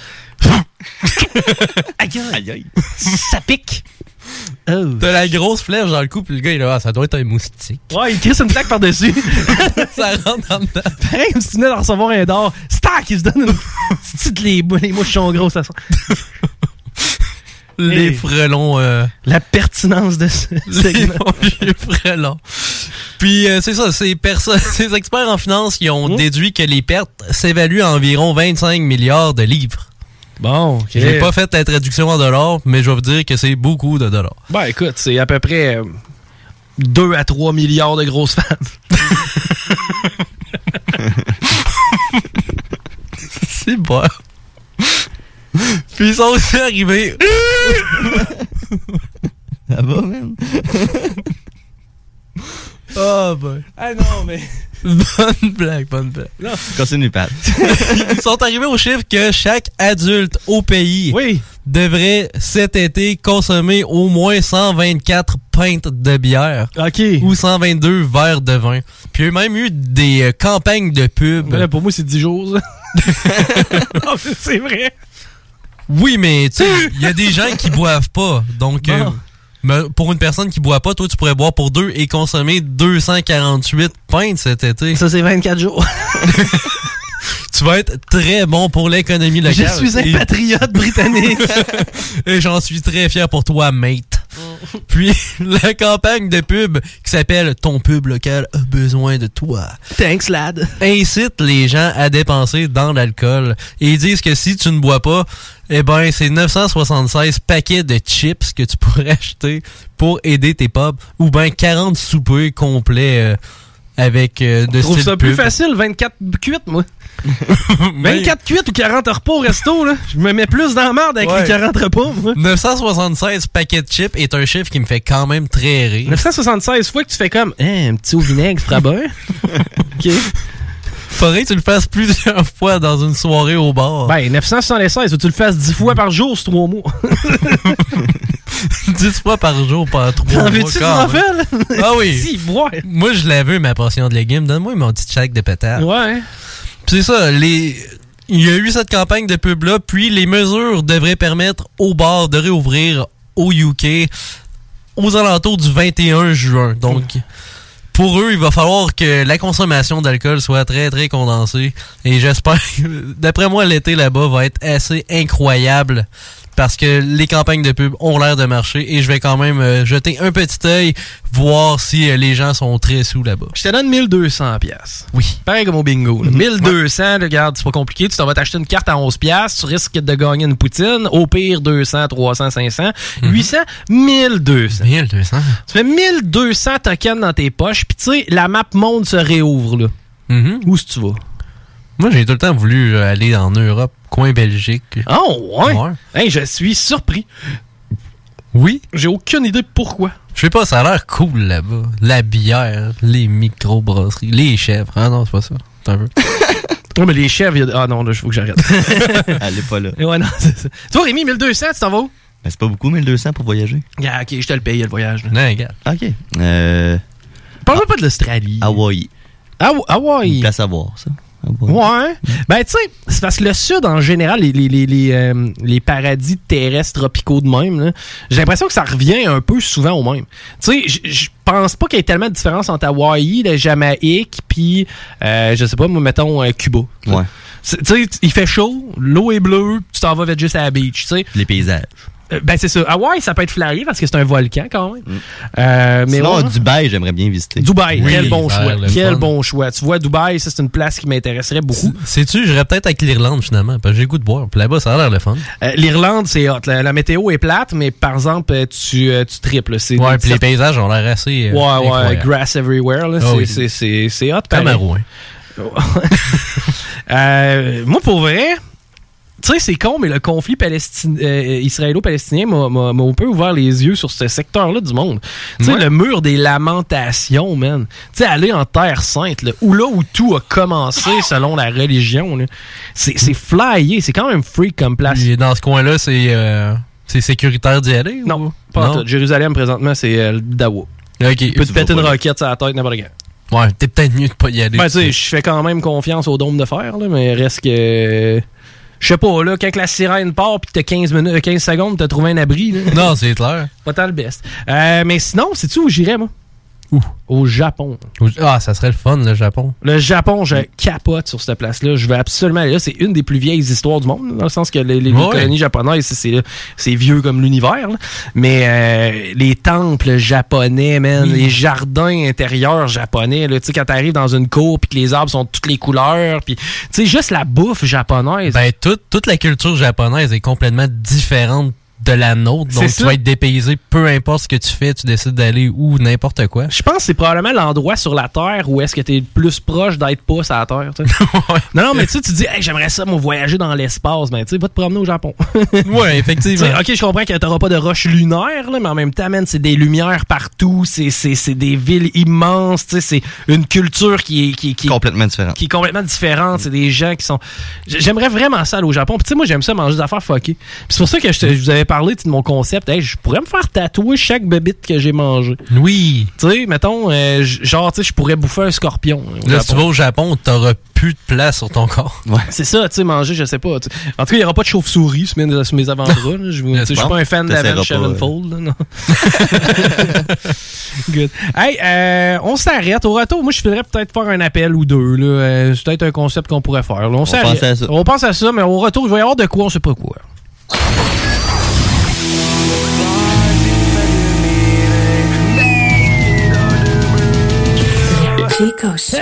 Aïe, ça pique. Oh. T'as la grosse flèche dans le cou, puis le gars, il a ça doit être un moustique. Ouais, il crisse une plaque par-dessus. Ça rentre dans le dedans. Pareil, comme si tu venais d'en recevoir un d'or. Stack, il se donne une... les mouches sont grosses, ça sent. Les frelons. La pertinence de ce segment. Les frelons. Puis, c'est ça, ces experts en finance qui ont déduit que les pertes s'évaluent à environ 25 milliards de livres. Bon, OK. J'ai pas fait la traduction en dollars, mais je vais vous dire que c'est beaucoup de dollars. Ben, écoute, c'est à peu près 2 à 3 milliards de grosses femmes. C'est bon. Puis ils sont aussi arrivés. Ça va, même. Oh, boy. Ah non, mais... Bonne blague. Non. Continue, Pat. Ils sont arrivés au chiffre que chaque adulte au pays devrait cet été consommer au moins 124 pintes de bière. OK. Ou 122 verres de vin. Puis il y a même eu des campagnes de pub. Là, pour moi, c'est 10 jours, ça. Non, c'est vrai. Oui, mais tu sais, il y a des gens qui boivent pas. Donc... pour une personne qui boit pas, toi, tu pourrais boire pour 2 et consommer 248 pintes cet été. Ça, c'est 24 jours. tu vas être très bon pour l'économie locale. Je suis un patriote britannique. Et j'en suis très fier pour toi, mate. Puis, la campagne de pub qui s'appelle « Ton pub local a besoin de toi ». Thanks, lad. Incite les gens à dépenser dans l'alcool. Et ils disent que si tu ne bois pas, eh ben, c'est 976 paquets de chips que tu pourrais acheter pour aider tes pubs. Ou ben 40 soupers complets avec de Je trouve style ça plus pub. facile, 24 cuites, moi. 24 cuites ou 40 repas au resto, là. Je me mets plus dans la merde avec les 40 repas, moi. 976 paquets de chips est un chiffre qui me fait quand même très rire. 976 fois que tu fais comme un petit au vinaigre fera bien. OK. Faudrait que tu le fasses plusieurs fois dans une soirée au bar. Ben, 976, faut que tu le fasses 10 fois par jour sur 3 mois. 10 fois par jour pendant 3 mois. T'en veux-tu t'en fais, là? Ah oui. Si, ouais. Moi, je la veux, ma portion de légumes. Donne-moi mon petit sac de patates. Ouais. Puis c'est ça, il y a eu cette campagne de pub-là, puis les mesures devraient permettre aux bars de réouvrir au UK aux alentours du 21 juin. Donc, pour eux, il va falloir que la consommation d'alcool soit très, très condensée. Et j'espère, d'après moi, l'été là-bas va être assez incroyable. Parce que les campagnes de pub ont l'air de marcher et je vais quand même jeter un petit œil, voir si les gens sont très sous là-bas. Je te donne 1200 pièces. Oui. Pareil comme au bingo. Là. 1200, regarde, c'est pas compliqué. Tu t'en vas t'acheter une carte à 11 pièces, tu risques de gagner une poutine. Au pire, 200, 300, 500. 800, 1200. 1200. Tu fais 1200 tokens dans tes poches, puis tu sais, la map monde se réouvre, là. Où est-ce que tu vas? Moi, j'ai tout le temps voulu aller en Europe, coin Belgique. Oh, ouais? Hey, je suis surpris. Oui? J'ai aucune idée pourquoi. Je sais pas, ça a l'air cool là-bas. La bière, les micro-brasseries, les chèvres. Ah non, c'est pas ça. C'est un peu. Ouais, mais les chèvres, ah non, là, il faut que j'arrête. Elle est pas là. Ouais, non, c'est ça. Toi, Rémi, 1200, tu t'en vas où? Ben, c'est pas beaucoup, 1200 pour voyager. Ah, ok, je te le paye, le voyage. Là. Non, regarde. Ok. Parle-moi pas de l'Australie. Hawaï. Hawaï. Une place à voir, ça. Ouais. Ben, tu sais, c'est parce que le Sud, en général, les paradis terrestres tropicaux de même, là, j'ai l'impression que ça revient un peu souvent au même. Tu sais, je pense pas qu'il y ait tellement de différence entre Hawaï, la Jamaïque, puis, je sais pas, moi, mettons, Cuba. Ouais. Tu sais, il fait chaud, l'eau est bleue, tu t'en vas juste à la beach, tu sais. Les paysages. Ben, c'est ça. Hawaï, ça peut être flyé parce que c'est un volcan quand même. Mais sinon, ouais, Dubaï, j'aimerais bien visiter. Dubaï, oui, quel bon choix. Quel fun. bon choix. Tu vois, Dubaï, ça, c'est une place qui m'intéresserait beaucoup. Sais-tu, j'irais peut-être avec l'Irlande finalement, parce que j'ai le goût de boire. Puis là-bas, ça a l'air le fun. L'Irlande, c'est hot. La météo est plate, mais par exemple, tu triples. Ouais, puis les paysages ont l'air assez. Ouais, grass everywhere. Là. Oh, c'est hot. Comme à Rouen. Moi, pour vrai. Tu sais, c'est con, mais le conflit israélo-palestinien m'a un peu ouvert les yeux sur ce secteur-là du monde. Tu sais, le mur des lamentations, man. Tu sais, aller en Terre Sainte, là, où tout a commencé selon la religion, là. C'est flyé, c'est quand même freak comme place. Et dans ce coin-là, c'est sécuritaire d'y aller? Non, pas en tout. Jérusalem, présentement, c'est le Dawa. OK. Tu peux te péter une roquette sur la tête, n'importe quand. Ouais, t'es peut-être mieux de pas y aller. Ben, tu sais, je fais quand même confiance au dôme de fer, là, mais reste que... Je sais pas, là, quand la sirène part pis que t'as 15 secondes, t'as trouvé un abri, là. Non, c'est clair. Pas tant le best. Mais sinon, sais-tu où j'irais, moi? Où? Au Japon. Ah, ça serait le fun, le Japon. Le Japon, je capote sur cette place-là. Je veux absolument aller là. C'est une des plus vieilles histoires du monde, dans le sens que les colonies japonaises, c'est vieux comme l'univers. Là. Mais les temples japonais, man, les jardins intérieurs japonais, tu sais, quand t'arrives dans une cour puis que les arbres sont de toutes les couleurs, puis tu sais, juste la bouffe japonaise. Ben, toute la culture japonaise est complètement différente de la nôtre, donc tu vas être dépaysé, peu importe ce que tu fais, tu décides d'aller où, n'importe quoi. Je pense que c'est probablement l'endroit sur la Terre où est-ce que t'es le plus proche d'être pas sur la Terre. Non, mais tu dis, hey, j'aimerais ça, moi, voyager dans l'espace. Ben, tu sais, va te promener au Japon. Ouais, effectivement. Ok, je comprends que t'auras pas de roches lunaires, là, mais en même temps, man, c'est des lumières partout, c'est des villes immenses, tu sais, c'est une culture qui est complètement différente. Qui est complètement différente. C'est des gens qui sont. J'aimerais vraiment ça aller au Japon. Puis tu sais, moi, j'aime ça manger des affaires fuckées. Puis c'est pour ça que je vous avais parlé parlé de mon concept. Hey, je pourrais me faire tatouer chaque bébite que j'ai mangé. Oui. Tu sais, mettons, genre, tu sais, je pourrais bouffer un scorpion. Là, si tu vas au Japon, t'auras plus de place sur ton corps. Ouais. C'est ça, tu sais, manger, je sais pas. T'sais. En tout cas, il n'y aura pas de chauve-souris sur mes avant-bras. Je suis pas un fan d'Avenged Sevenfold. Non. Good. Hey, on s'arrête. Au retour, moi, je voudrais peut-être faire un appel ou deux. Là. C'est peut-être un concept qu'on pourrait faire. Là. On pense à ça. On pense à ça, mais au retour, il va y avoir de quoi, on sait pas quoi. Chico Show.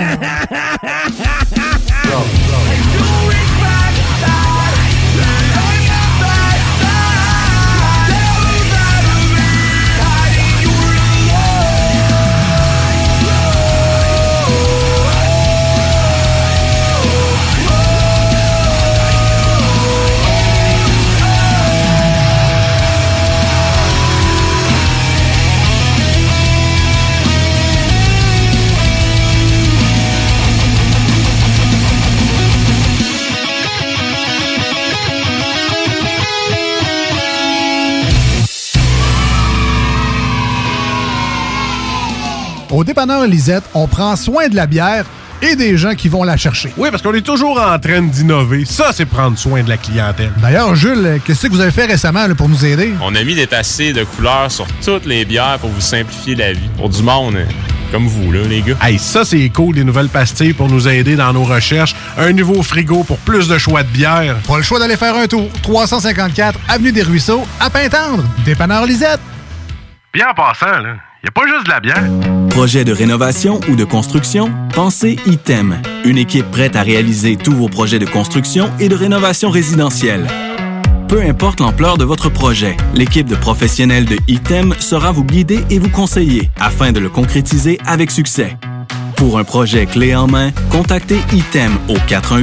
Au dépanneur Lisette, on prend soin de la bière et des gens qui vont la chercher. Oui, parce qu'on est toujours en train d'innover. Ça, c'est prendre soin de la clientèle. D'ailleurs, Jules, qu'est-ce que vous avez fait récemment là, pour nous aider? On a mis des tassés de couleurs sur toutes les bières pour vous simplifier la vie. Pour du monde comme vous, là, les gars. Hey, ça, c'est cool, des nouvelles pastilles pour nous aider dans nos recherches. Un nouveau frigo pour plus de choix de bière. Pas le choix d'aller faire un tour. 354 Avenue des Ruisseaux, à Pintendre. Dépanneur Lisette. Bien en passant, là, y a pas juste de la bière. Projet de rénovation ou de construction? Pensez ITEM. Une équipe prête à réaliser tous vos projets de construction et de rénovation résidentielle. Peu importe l'ampleur de votre projet, l'équipe de professionnels de ITEM sera vous guider et vous conseiller afin de le concrétiser avec succès. Pour un projet clé en main, contactez ITEM au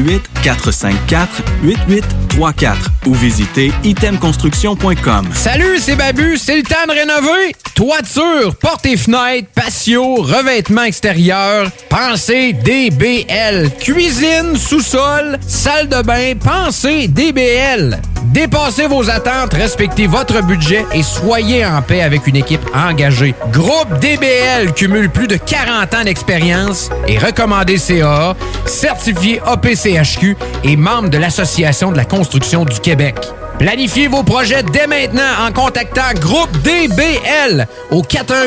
418-454-8834 ou visitez itemconstruction.com. Salut, c'est Babu, c'est le temps de rénover. Toiture, portes et fenêtres, patio, revêtement extérieur, pensez DBL. Cuisine, sous-sol, salle de bain, pensez DBL. Dépassez vos attentes, respectez votre budget et soyez en paix avec une équipe engagée. Groupe DBL cumule plus de 40 ans d'expérience et recommandé CAA, certifié APCHQ et membre de l'Association de la construction du Québec. Planifiez vos projets dès maintenant en contactant Groupe DBL au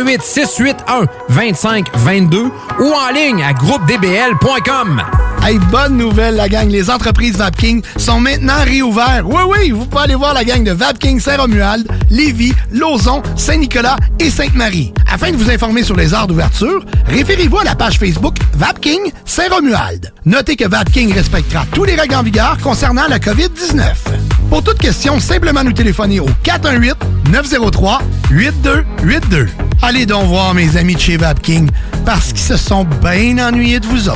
418-681-2522 ou en ligne à groupedbl.com. Hey, bonne nouvelle, la gang. Les entreprises Vapking sont maintenant réouvertes. Oui, vous pouvez aller voir la gang de Vapking Saint-Romuald, Lévis, Lauson, Saint-Nicolas et Sainte-Marie. Afin de vous informer sur les heures d'ouverture, référez-vous à la page Facebook Vapking Saint-Romuald. Notez que Vapking respectera tous les règles en vigueur concernant la COVID-19. Pour toute question, simplement nous téléphoner au 418-903-8282. Allez donc voir mes amis de chez Vapking, parce qu'ils se sont bien ennuyés de vous autres.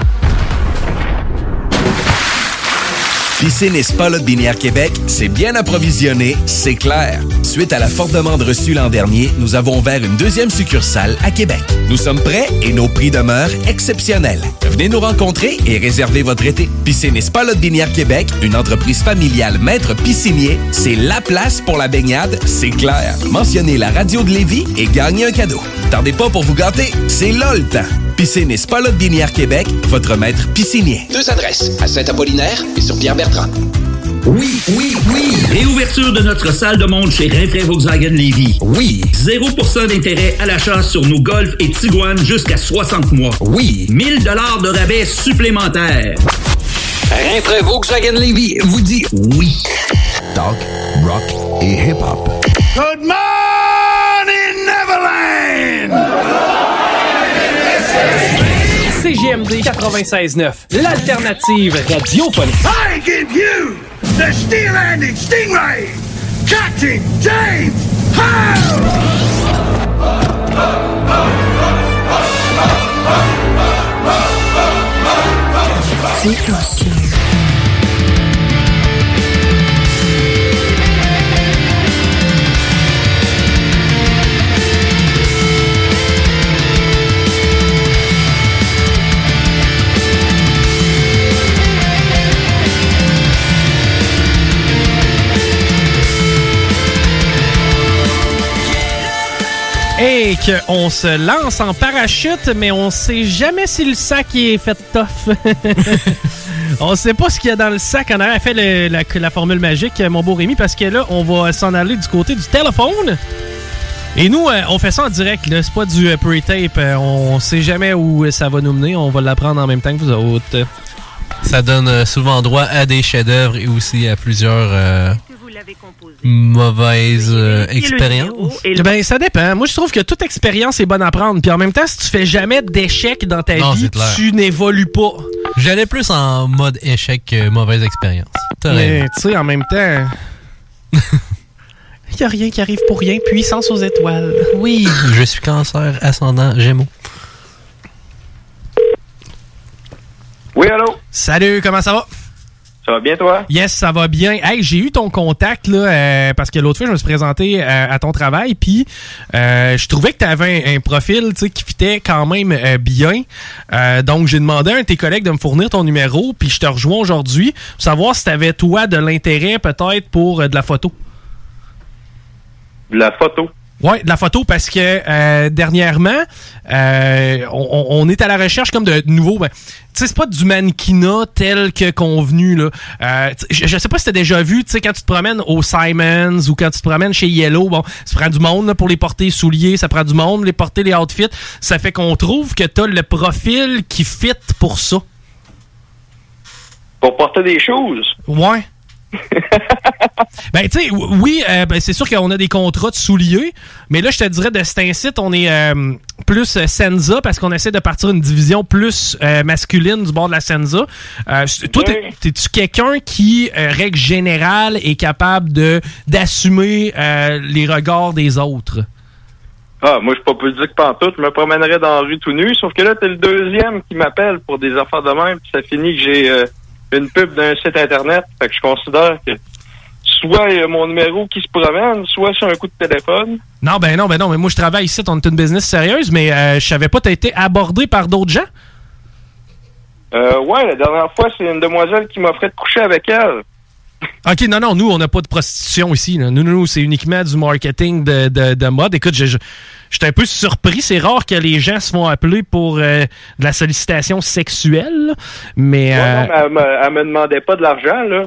Piscine et Spa Lot-Binière Québec, c'est bien approvisionné, c'est clair. Suite à la forte demande reçue l'an dernier, nous avons ouvert une deuxième succursale à Québec. Nous sommes prêts et nos prix demeurent exceptionnels. Venez nous rencontrer et réserver votre été. Piscine et Spa Lot-Binière Québec, une entreprise familiale maître piscinier, c'est la place pour la baignade, c'est clair. Mentionnez la radio de Lévis et gagnez un cadeau. Tardez pas pour vous gâter, c'est là le temps. Piscine et Spa Lot-Binière Québec, votre maître piscinier. 2 adresses, à Saint-Apollinaire et sur Pierre-Bertrand. Oui. Réouverture de notre salle de monde chez Rinfraie Volkswagen Lévis. Oui. 0% d'intérêt à l'achat sur nos Golf et Tiguan jusqu'à 60 mois. Oui. 1000 $ de rabais supplémentaires. Rinfraie Volkswagen Lévis vous dit oui. Talk, rock et hip-hop. Good morning, Neverland! CGMD 96.9, l'alternative radiophonique. I give you the Steel Landing Stingray, Captain James Howe! Chico Show. Et qu'on se lance en parachute, mais on sait jamais si le sac est fait tough. On sait pas ce qu'il y a dans le sac. On aurait fait la formule magique, mon beau Rémi, parce que là, on va s'en aller du côté du téléphone. Et nous, on fait ça en direct, là. C'est pas du pre-tape. On sait jamais où ça va nous mener. On va l'apprendre en même temps que vous autres. Ça donne souvent droit à des chefs-d'œuvre et aussi à plusieurs mauvaises expériences. Ben, ça dépend. Moi, je trouve que toute expérience est bonne à prendre. Puis en même temps, si tu fais jamais d'échec dans ta vie, tu n'évolues pas. J'allais plus en mode échec que mauvaise expérience. Mais tu sais, en même temps... Il n'y a rien qui arrive pour rien. Puissance aux étoiles. Oui. Je suis Cancer, ascendant Gémeaux. Oui, allô? Salut, comment ça va? Ça va bien, toi? Yes, ça va bien. Hey, j'ai eu ton contact, là, parce que l'autre fois, je me suis présenté à ton travail, puis je trouvais que tu avais un profil, tu sais, qui fitait quand même bien. Donc, j'ai demandé à un de tes collègues de me fournir ton numéro, puis je te rejoins aujourd'hui pour savoir si tu avais, toi, de l'intérêt, peut-être, pour de la photo. De la photo? Oui, de la photo, parce que dernièrement, on est à la recherche comme de nouveaux... Ben, tu sais, c'est pas du mannequinat tel que convenu, là. Je sais pas si t'as déjà vu, tu sais, quand tu te promènes au Simons ou quand tu te promènes chez Yellow, bon, ça prend du monde là, pour les porter les souliers, ça prend du monde pour les porter les outfits. Ça fait qu'on trouve que t'as le profil qui fit pour ça. Pour porter des choses? Ouais. Ben, tu sais, oui, ben, c'est sûr qu'on a des contrats de souliers, mais là, je te dirais, de cet incite, on est plus Senza parce qu'on essaie de partir une division plus masculine du bord de la Senza. Toi, t'es-tu quelqu'un qui, règle générale, est capable d'assumer les regards des autres? Ah, moi, je suis pas pudique pantoute. Je me promènerais dans la rue tout nu, sauf que là, t'es le deuxième qui m'appelle pour des affaires de même, puis ça finit que j'ai une pub d'un site Internet. Fait que je considère que soit il y a mon numéro qui se promène, soit c'est un coup de téléphone. Non, mais moi, je travaille ici, on est une business sérieuse, mais je savais pas, t'as été abordé par d'autres gens? Ouais, la dernière fois, c'est une demoiselle qui m'offrait de coucher avec elle. OK, non, nous, on n'a pas de prostitution ici. Là. Nous, c'est uniquement du marketing de mode. Écoute, j'étais un peu surpris. C'est rare que les gens se font appeler pour de la sollicitation sexuelle. Là. Mais, non, elle me demandait pas de l'argent, là.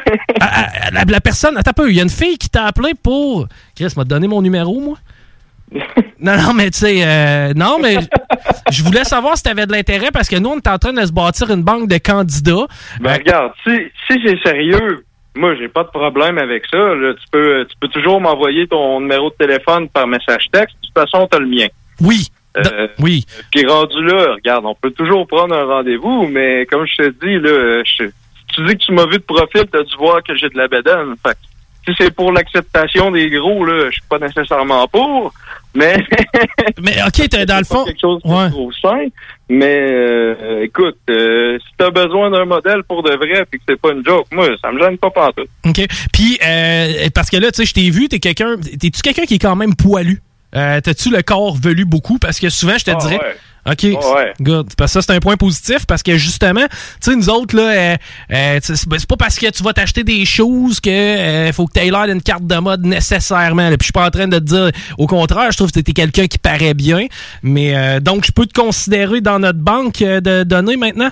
la personne... Attends un peu, il y a une fille qui t'a appelé pour... Chris m'a donné mon numéro, moi? Non, mais tu sais... non, mais je voulais savoir si t'avais de l'intérêt parce que nous, on est en train de se bâtir une banque de candidats. Ben, regarde, si c'est sérieux... Moi, j'ai pas de problème avec ça. Là, tu peux toujours m'envoyer ton numéro de téléphone par message texte. De toute façon, t'as le mien. Oui. Oui. Puis rendu là, regarde, on peut toujours prendre un rendez-vous, mais comme je te dis, là, si tu dis que tu m'as vu de profil, t'as dû voir que j'ai de la bédaine. Fait que, si c'est pour l'acceptation des gros, là, je suis pas nécessairement pour, mais... mais OK, t'es dans le fond... quelque chose de trop sain, mais écoute, si t'as besoin d'un modèle pour de vrai puis que c'est pas une joke, moi, ça me gêne pas pantoute. OK. Puis, parce que là, tu sais, je t'ai vu, t'es-tu quelqu'un qui est quand même poilu? T'as-tu le corps velu beaucoup? Parce que souvent, je te dirais... Ouais. OK, good. Parce que ça, c'est un point positif parce que justement, tu sais, nous autres, là, c'est pas parce que tu vas t'acheter des choses que faut que tu aies l'air d'une carte de mode nécessairement. Là. Puis je suis pas en train de te dire, au contraire, je trouve que t'es quelqu'un qui paraît bien. Mais donc, je peux te considérer dans notre banque de données maintenant?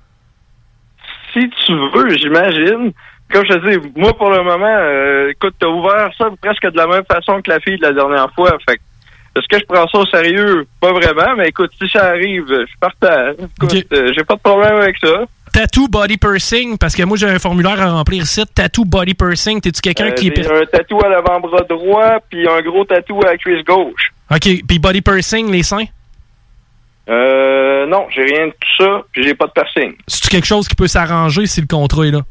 Si tu veux, j'imagine. Comme je te dis, moi, pour le moment, écoute, t'as ouvert ça presque de la même façon que la fille de la dernière fois. Fait que, est-ce que je prends ça au sérieux? Pas vraiment, mais écoute, si ça arrive, je suis partant. Écoute, j'ai pas de problème avec ça. Tattoo body piercing, parce que moi, j'ai un formulaire à remplir ici. Tattoo body piercing, t'es-tu quelqu'un qui est... un tatou à l'avant-bras droit, puis un gros tatou à la cuisse gauche. OK, puis body piercing, les seins? Non, j'ai rien de tout ça, puis j'ai pas de piercing. C'est-tu quelque chose qui peut s'arranger si le contrat est là?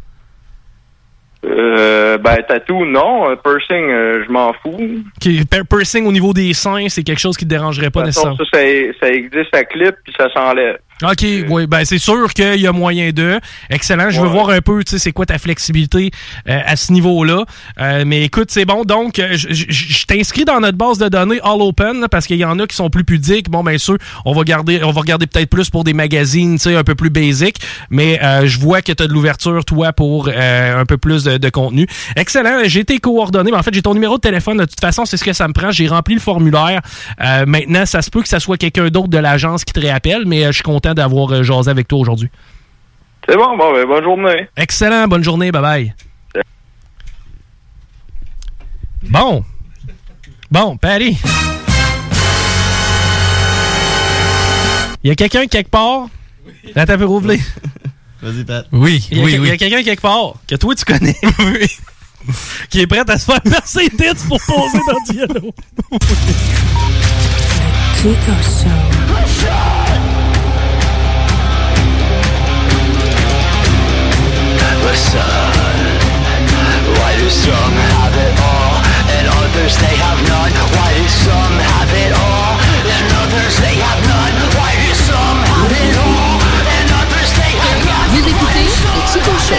Ben, tatou, non. Piercing, je m'en fous. OK, piercing au niveau des seins, c'est quelque chose qui te dérangerait pas nécessairement. Ça existe à clip, puis ça s'enlève. OK, oui, ben c'est sûr qu'il y a moyen de. Excellent. Je veux voir un peu, tu sais, c'est quoi ta flexibilité à ce niveau-là. Mais écoute, c'est bon. Donc, je t'inscris dans notre base de données All Open là, parce qu'il y en a qui sont plus pudiques. Bon, bien sûr, on va regarder peut-être plus pour des magazines, tu sais, un peu plus basiques. Mais je vois que tu as de l'ouverture, toi, pour un peu plus de contenu. Excellent. J'ai tes coordonnées. Mais en fait, j'ai ton numéro de téléphone. De toute façon, c'est ce que ça me prend. J'ai rempli le formulaire. Maintenant, ça se peut que ça soit quelqu'un d'autre de l'agence qui te réappelle, mais je suis content d'avoir jasé avec toi aujourd'hui. C'est bon, ben, bonne journée. Excellent, bonne journée, bye-bye. Bon, Patty. Il y a quelqu'un quelque part. Là, t'as pu rouvler. Vas-y, Pat. Oui. Il y a quelqu'un quelque part que toi, tu connais. Oui. Qui est prêt à se faire percer les têtes pour poser dans le dialogue. Chico Show. Listen, why do some have it all and others they have none? Why do some have it all and others they have none? Why do some have it all and others they have none? Vous écoutez le Chico Show.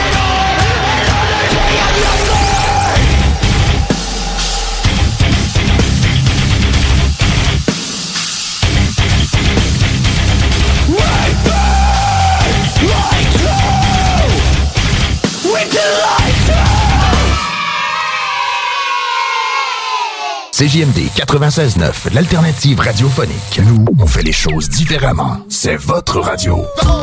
CJMD 96.9, l'alternative radiophonique. Nous, on fait les choses différemment. C'est votre radio.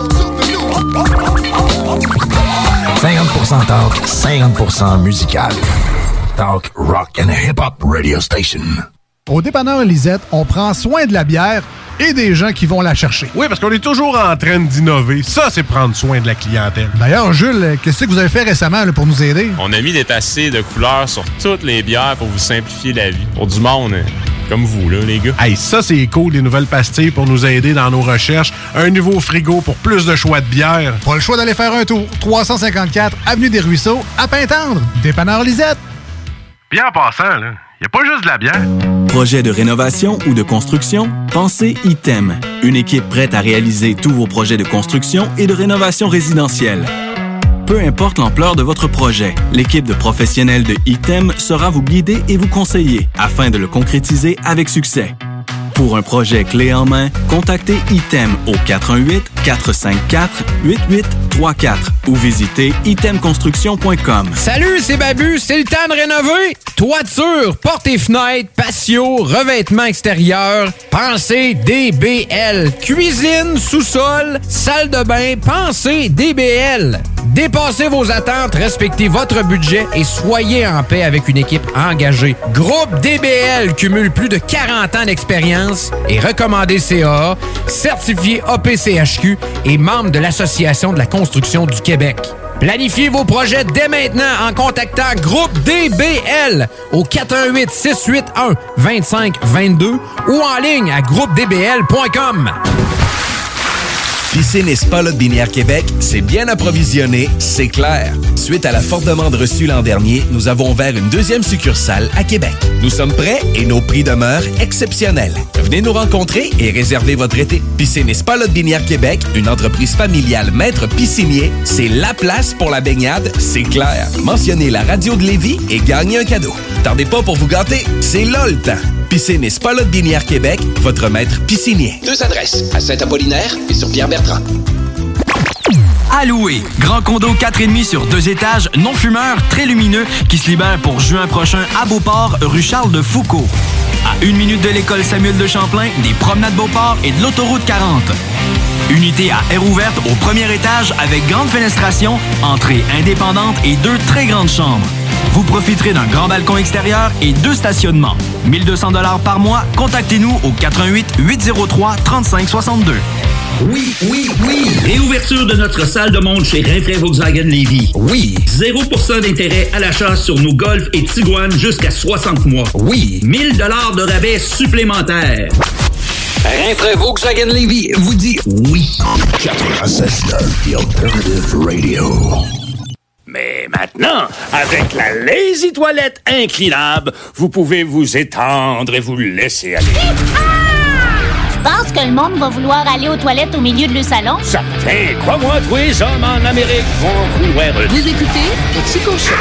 50% talk, 50% musical. Talk, rock and hip-hop radio station. Au dépanneur Lisette, on prend soin de la bière et des gens qui vont la chercher. Oui, parce qu'on est toujours en train d'innover. Ça, c'est prendre soin de la clientèle. D'ailleurs, Jules, qu'est-ce que vous avez fait récemment là, pour nous aider? On a mis des tassés de couleurs sur toutes les bières pour vous simplifier la vie. Pour du monde, comme vous, là, les gars. Hey, ça, c'est cool, des nouvelles pastilles pour nous aider dans nos recherches. Un nouveau frigo pour plus de choix de bières. Pas le choix d'aller faire un tour. 354 Avenue des Ruisseaux, à Pintendre. Dépanneur Lisette. Bien en passant, là, y a pas juste de la bière. Projet de rénovation ou de construction? Pensez ITEM. Une équipe prête à réaliser tous vos projets de construction et de rénovation résidentielle. Peu importe l'ampleur de votre projet, l'équipe de professionnels de ITEM sera vous guider et vous conseiller afin de le concrétiser avec succès. Pour un projet clé en main, contactez ITEM au 418-454-8834 ou visitez itemconstruction.com. Salut, c'est Babu, c'est le temps de rénover. Toiture, portes et fenêtres, patio, revêtement extérieur, pensez DBL. Cuisine, sous-sol, salle de bain, pensez DBL. Dépassez vos attentes, respectez votre budget et soyez en paix avec une équipe engagée. Groupe DBL cumule plus de 40 ans d'expérience et recommandé CAA, certifié APCHQ et membre de l'Association de la construction du Québec. Planifiez vos projets dès maintenant en contactant Groupe DBL au 418-681-2522 ou en ligne à groupedbl.com. Piscine et Spa Lot-Binière Québec, c'est bien approvisionné, c'est clair. Suite à la forte demande reçue l'an dernier, nous avons ouvert une deuxième succursale à Québec. Nous sommes prêts et nos prix demeurent exceptionnels. Venez nous rencontrer et réserver votre été. Piscine et Spa Lot-Binière Québec, une entreprise familiale maître piscinier, c'est la place pour la baignade, c'est clair. Mentionnez la radio de Lévis et gagnez un cadeau. Tardez pas pour vous gâter, c'est là le temps. Piscine et Spa Lot-Binière Québec, votre maître piscinier. 2 adresses, à Saint-Apollinaire et sur Pierre-Bertrand. À louer. Grand condo 4,5 sur 2 étages, non fumeur, très lumineux, qui se libère pour juin prochain à Beauport, rue Charles de Foucault. À 1 minute de l'école Samuel de Champlain, des promenades Beauport et de l'autoroute 40. Unité à air ouverte au premier étage avec grande fenestration, entrée indépendante et 2 très grandes chambres. Vous profiterez d'un grand balcon extérieur et 2 stationnements. 1 200 $ par mois. Contactez-nous au 418-803-3562. Oui. Réouverture de notre salle de monde chez Rinfraie Volkswagen Lévis. Oui. 0% d'intérêt à l'achat sur nos Golf et Tiguan jusqu'à 60 mois. Oui. 1000 $ de rabais supplémentaires. Rinfraie Volkswagen Lévis vous dit oui. 96.9, The Alternative Radio. Mais maintenant, avec la Lazy Toilette inclinable, vous pouvez vous étendre et vous laisser aller. penses que le monde va vouloir aller aux toilettes au milieu de le salon? Certain, crois-moi, tous les hommes en Amérique vont vouloir... Vous écoutez le Chico Show.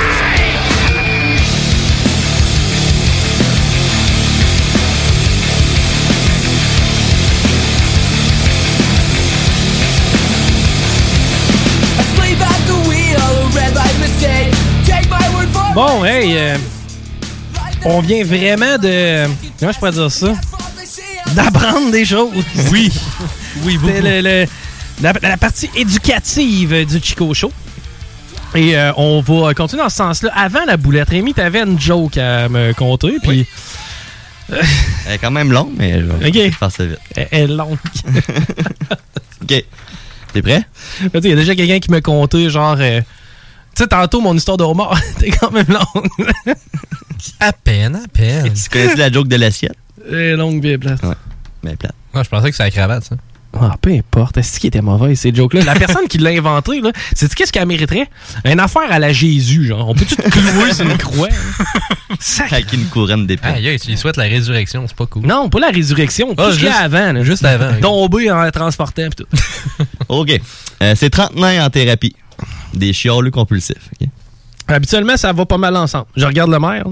Bon, hey, on vient vraiment de... Comment je pourrais dire ça? D'apprendre des choses. Oui. Oui, beaucoup. C'est la partie éducative du Chico Show. Et on va continuer dans ce sens-là. Avant la boulette, Rémi, t'avais une joke à me conter, puis... Elle est quand même longue, mais je vais faire ça vite. Elle est longue. OK. T'es prêt? Il y a déjà quelqu'un qui m'a conté, genre... Tu sais, tantôt, mon histoire de homard était quand même longue. À peine. Tu connais la joke de l'assiette? Elle est longue, bien plate. Ouais, bien plate. Non, je pensais que c'était la cravate, ça. Ah, peu importe. Est-ce qu'il était mauvais, ces jokes-là? La personne qui l'a inventé, là, sais-tu qu'est-ce qu'elle mériterait? Une affaire à la Jésus, genre. On peut-tu te clouer sur une croix? Avec une couronne d'épée. Ah, tu lui souhaites la résurrection, c'est pas cool. Non, pas la résurrection. Tout ce qu'il y a avant. Là. Juste avant. Tomber en la transportant, pis tout. OK. C'est 30 nains en thérapie. Des chialeux compulsifs. Okay? Habituellement, ça va pas mal ensemble. Je regarde le maire.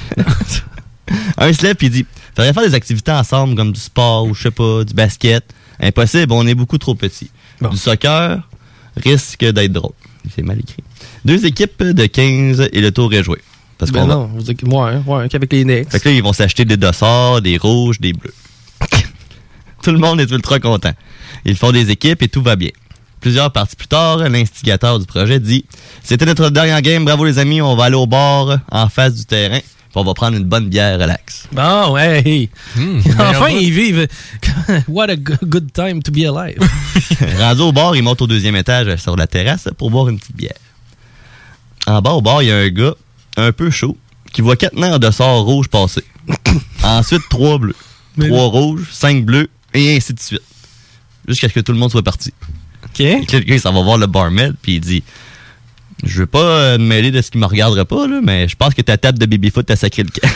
Un se lève et il dit faudrait faire des activités ensemble comme du sport ou je sais pas, du basket. Impossible, on est beaucoup trop petits. Bon. Du soccer risque d'être drôle. C'est mal écrit. 2 équipes de 15 et le tour est joué. Parce ben non, ouais, qu'avec les Knicks. Fait que là, ils vont s'acheter des dossards, des rouges, des bleus. Tout le monde est ultra content. Ils font des équipes et tout va bien. Plusieurs parties plus tard, l'instigateur du projet dit « C'était notre dernière game, bravo les amis, on va aller au bar en face du terrain, puis on va prendre une bonne bière relax. » Bon, ouais. Enfin, ils vivent. What a good time to be alive. Rendu au bar, il monte au 2e étage sur la terrasse pour boire une petite bière. En bas au bar, il y a un gars un peu chaud qui voit 4 nains de sort rouge passer. Ensuite, 3 bleus, 3 rouges, 5 bleus, et ainsi de suite. Jusqu'à ce que tout le monde soit parti. OK. Quelqu'un, ça va voir le barmaid, puis il dit « Je veux pas me mêler de ce qui me regardera pas, là, mais je pense que ta table de baby-foot t'a sacré le camp. »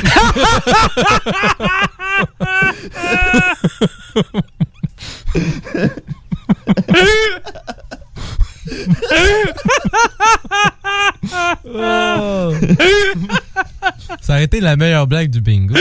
Ça a été la meilleure blague du bingo.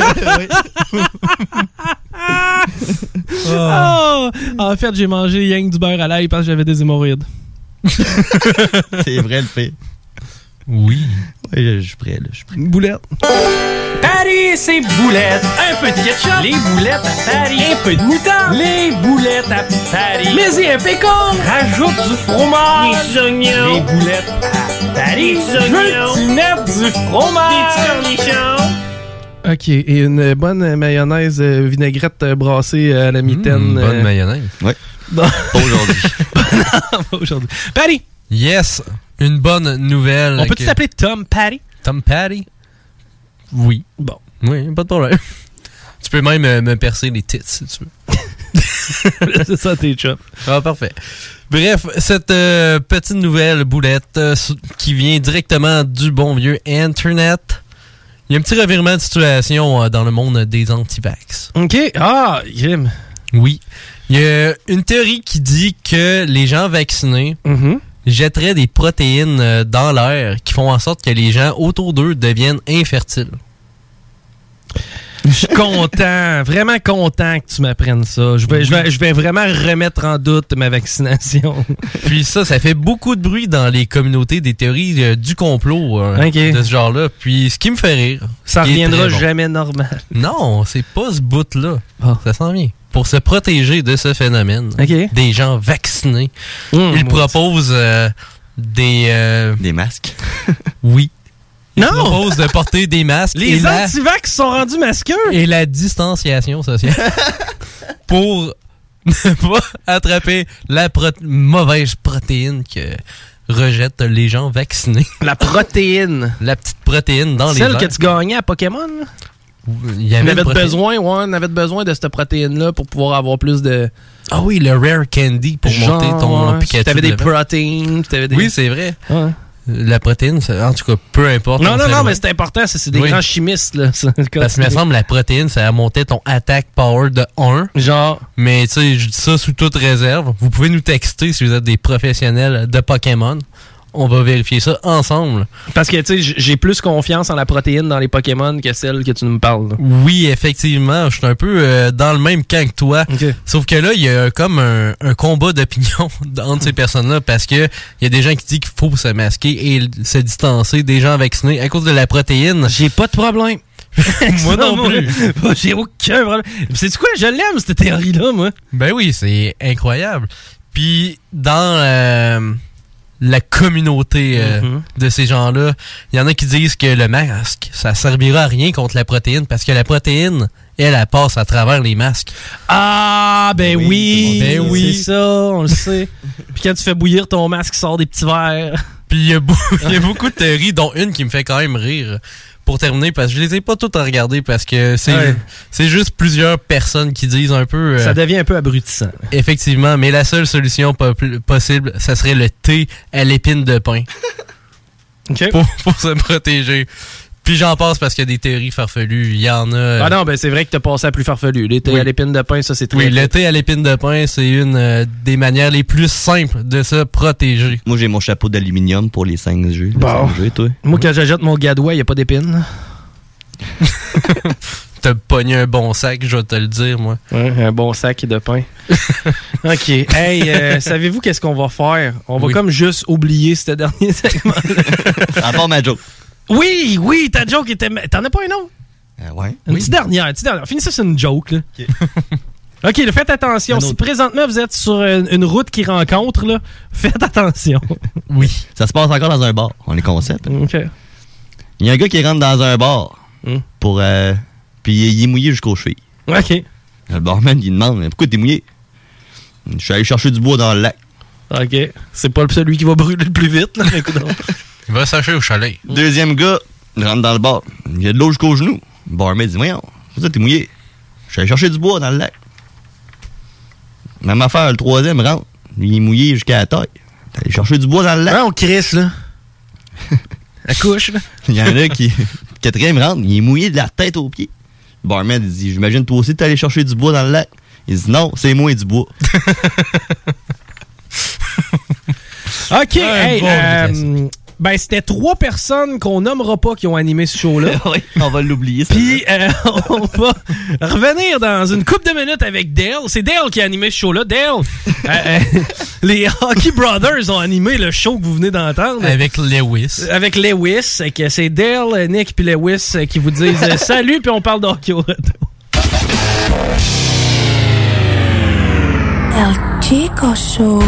En fait, j'ai mangé rien que du beurre à l'ail parce que j'avais des hémorroïdes. C'est vrai le fait. Oui. Oui, je suis prêt, là. Boulette. Paris, c'est boulettes. Un peu de ketchup. Les boulettes à Paris. Un peu de moutarde. Les boulettes à Paris. Mais un pécan. Rajoute du fromage. Des petits oignons. Les boulettes à Paris. Des petits oignons. Tu mets du fromage. Des petits cornichons. OK. Et une bonne mayonnaise vinaigrette brassée à la mitaine. Bonne mayonnaise. Oui. Bon. Pas aujourd'hui. Non, pas aujourd'hui. Patty! Yes! Une bonne nouvelle. On peut-tu t'appeler Tom Patty? Tom Patty? Oui. Bon. Oui, pas de problème. Tu peux même me percer les tits si tu veux. C'est ça, tes chops. Ah, parfait. Bref, cette petite nouvelle boulette qui vient directement du bon vieux Internet. Il y a un petit revirement de situation dans le monde des anti-vax. OK. Ah, Jim. Oui. Il y a une théorie qui dit que les gens vaccinés jetteraient des protéines dans l'air qui font en sorte que les gens autour d'eux deviennent infertiles. Je suis content, vraiment content que tu m'apprennes ça. Je vais vraiment remettre en doute ma vaccination. Puis ça fait beaucoup de bruit dans les communautés des théories du complot de ce genre-là. Puis ce qui me fait rire... Ça reviendra jamais normal. Non, c'est pas ce bout-là. Oh. Ça s'en vient. Pour se protéger de ce phénomène, des gens vaccinés, ils proposent des masques. Oui. Ils non! proposent de porter des masques. Les anti-vax sont rendus masqueux. Et la distanciation sociale. Pour ne pas attraper la mauvaise protéine que rejettent les gens vaccinés. La protéine. La petite protéine dans les Celle verres. que tu gagnais à Pokémon, là? On avait besoin de cette protéine-là pour pouvoir avoir plus de... Ah oui, le Rare Candy pour monter ton Pikachu. T'avais des protéines. Oui, c'est vrai. Ouais. La protéine, en tout cas, peu importe. Non, mais c'est important, c'est des grands chimistes. Là, parce que, il me semble, la protéine, ça a monté ton attack power de 1. Genre. Mais, tu sais, je dis ça sous toute réserve. Vous pouvez nous texter si vous êtes des professionnels de Pokémon. On va vérifier ça ensemble. Parce que, tu sais, j'ai plus confiance en la protéine dans les Pokémon que celle que tu nous parles. Là. Oui, effectivement. Je suis un peu dans le même camp que toi. Okay. Sauf que là, il y a comme un combat d'opinion entre ces personnes-là parce que il y a des gens qui disent qu'il faut se masquer et se distancer des gens vaccinés à cause de la protéine. J'ai pas de problème. Moi non plus. J'ai aucun problème. Sais-tu quoi? Je l'aime, cette théorie-là, moi. Ben oui, c'est incroyable. Puis, dans... la communauté de ces gens-là. Il y en a qui disent que le masque, ça servira à rien contre la protéine parce que la protéine, elle passe à travers les masques. Ah, ben oui, c'est ça, on le sait. Puis quand tu fais bouillir ton masque, il sort des petits verres. Puis il y a beaucoup de théories, dont une qui me fait quand même rire. Pour terminer, parce que je les ai pas toutes à regarder parce que c'est juste plusieurs personnes qui disent un peu... ça devient un peu abrutissant. Effectivement, mais la seule solution possible, ça serait le thé à l'épine de pin. Okay. Pour se protéger. Puis j'en passe parce qu'il y a des théories farfelues. Il y en a... Ah non, ben c'est vrai que t'as passé à plus farfelu. Les thés à l'épine de pin, ça c'est très... Oui, le thé à l'épine de pin, c'est une des manières les plus simples de se protéger. Moi, j'ai mon chapeau d'aluminium pour les 5G. Bon. 5G, toi. Moi, quand j'achète mon gadois, il n'y a pas d'épines. T'as pogné un bon sac, je vais te le dire, moi. Ouais, un bon sac de pain. OK. Hey, savez-vous qu'est-ce qu'on va faire? On va comme juste oublier ce dernier segment-là. À part ma joke. Oui, ta joke était... T'en as pas une autre? Ouais. Une petite dernière. Finis ça, c'est une joke, là. OK, là, faites attention. Si présentement vous êtes sur une route qui rencontre, là, faites attention. Oui. Ça se passe encore dans un bar. On est concept. OK. Il y a un gars qui rentre dans un bar pour... puis il est mouillé jusqu'aux chevilles. OK. Le barman, il demande, pourquoi t'es mouillé? Je suis allé chercher du bois dans le lac. OK. C'est pas celui qui va brûler le plus vite, là. Il va s'acheter au chalet. Deuxième gars, il rentre dans le bar. Il y a de l'eau jusqu'aux genoux. Le barman dit, voyons, c'est ça, t'es mouillé. Je suis allé chercher du bois dans le lac. Même affaire, le troisième rentre. Il est mouillé jusqu'à la taille. T'es allé chercher du bois dans le lac. Ouais, on crisse, là. La couche, là. Il y en a qui... Le quatrième rentre, il est mouillé de la tête aux pieds. Le barman, il dit, j'imagine toi aussi, t'es allé chercher du bois dans le lac. Il dit, non, c'est moi et du bois. OK, hey, ben, c'était 3 personnes qu'on nommera pas qui ont animé ce show-là. Oui, on va l'oublier. Puis, on va revenir dans une couple de minutes avec Dale. C'est Dale qui a animé ce show-là. Dale, les Hockey Brothers ont animé le show que vous venez d'entendre. Avec Lewis. Avec Lewis. C'est Dale, Nick puis Lewis qui vous disent salut, puis on parle de hockey au retour. El Chico Show.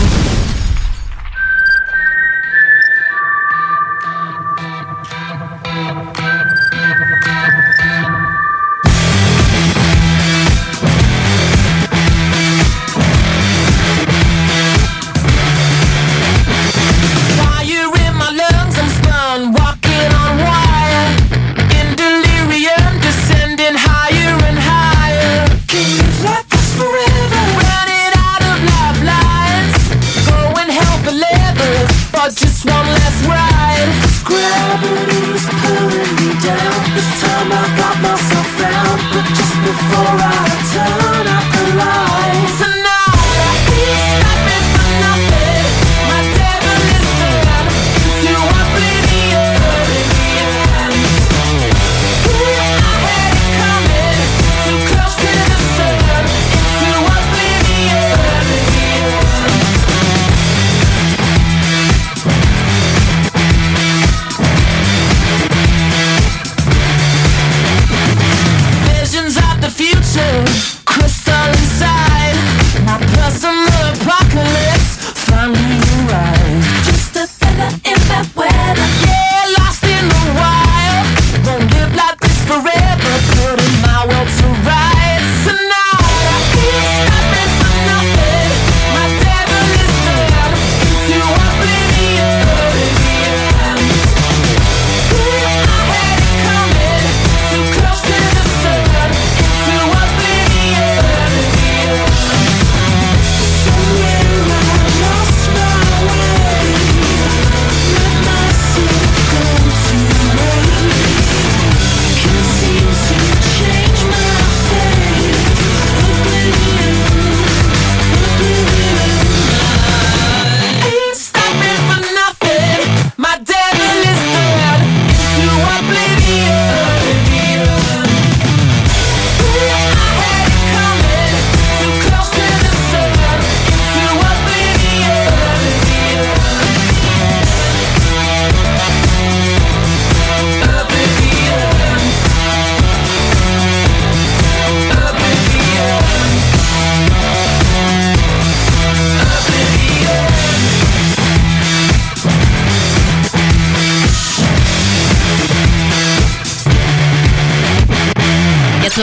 Forever, running out of lifelines. Go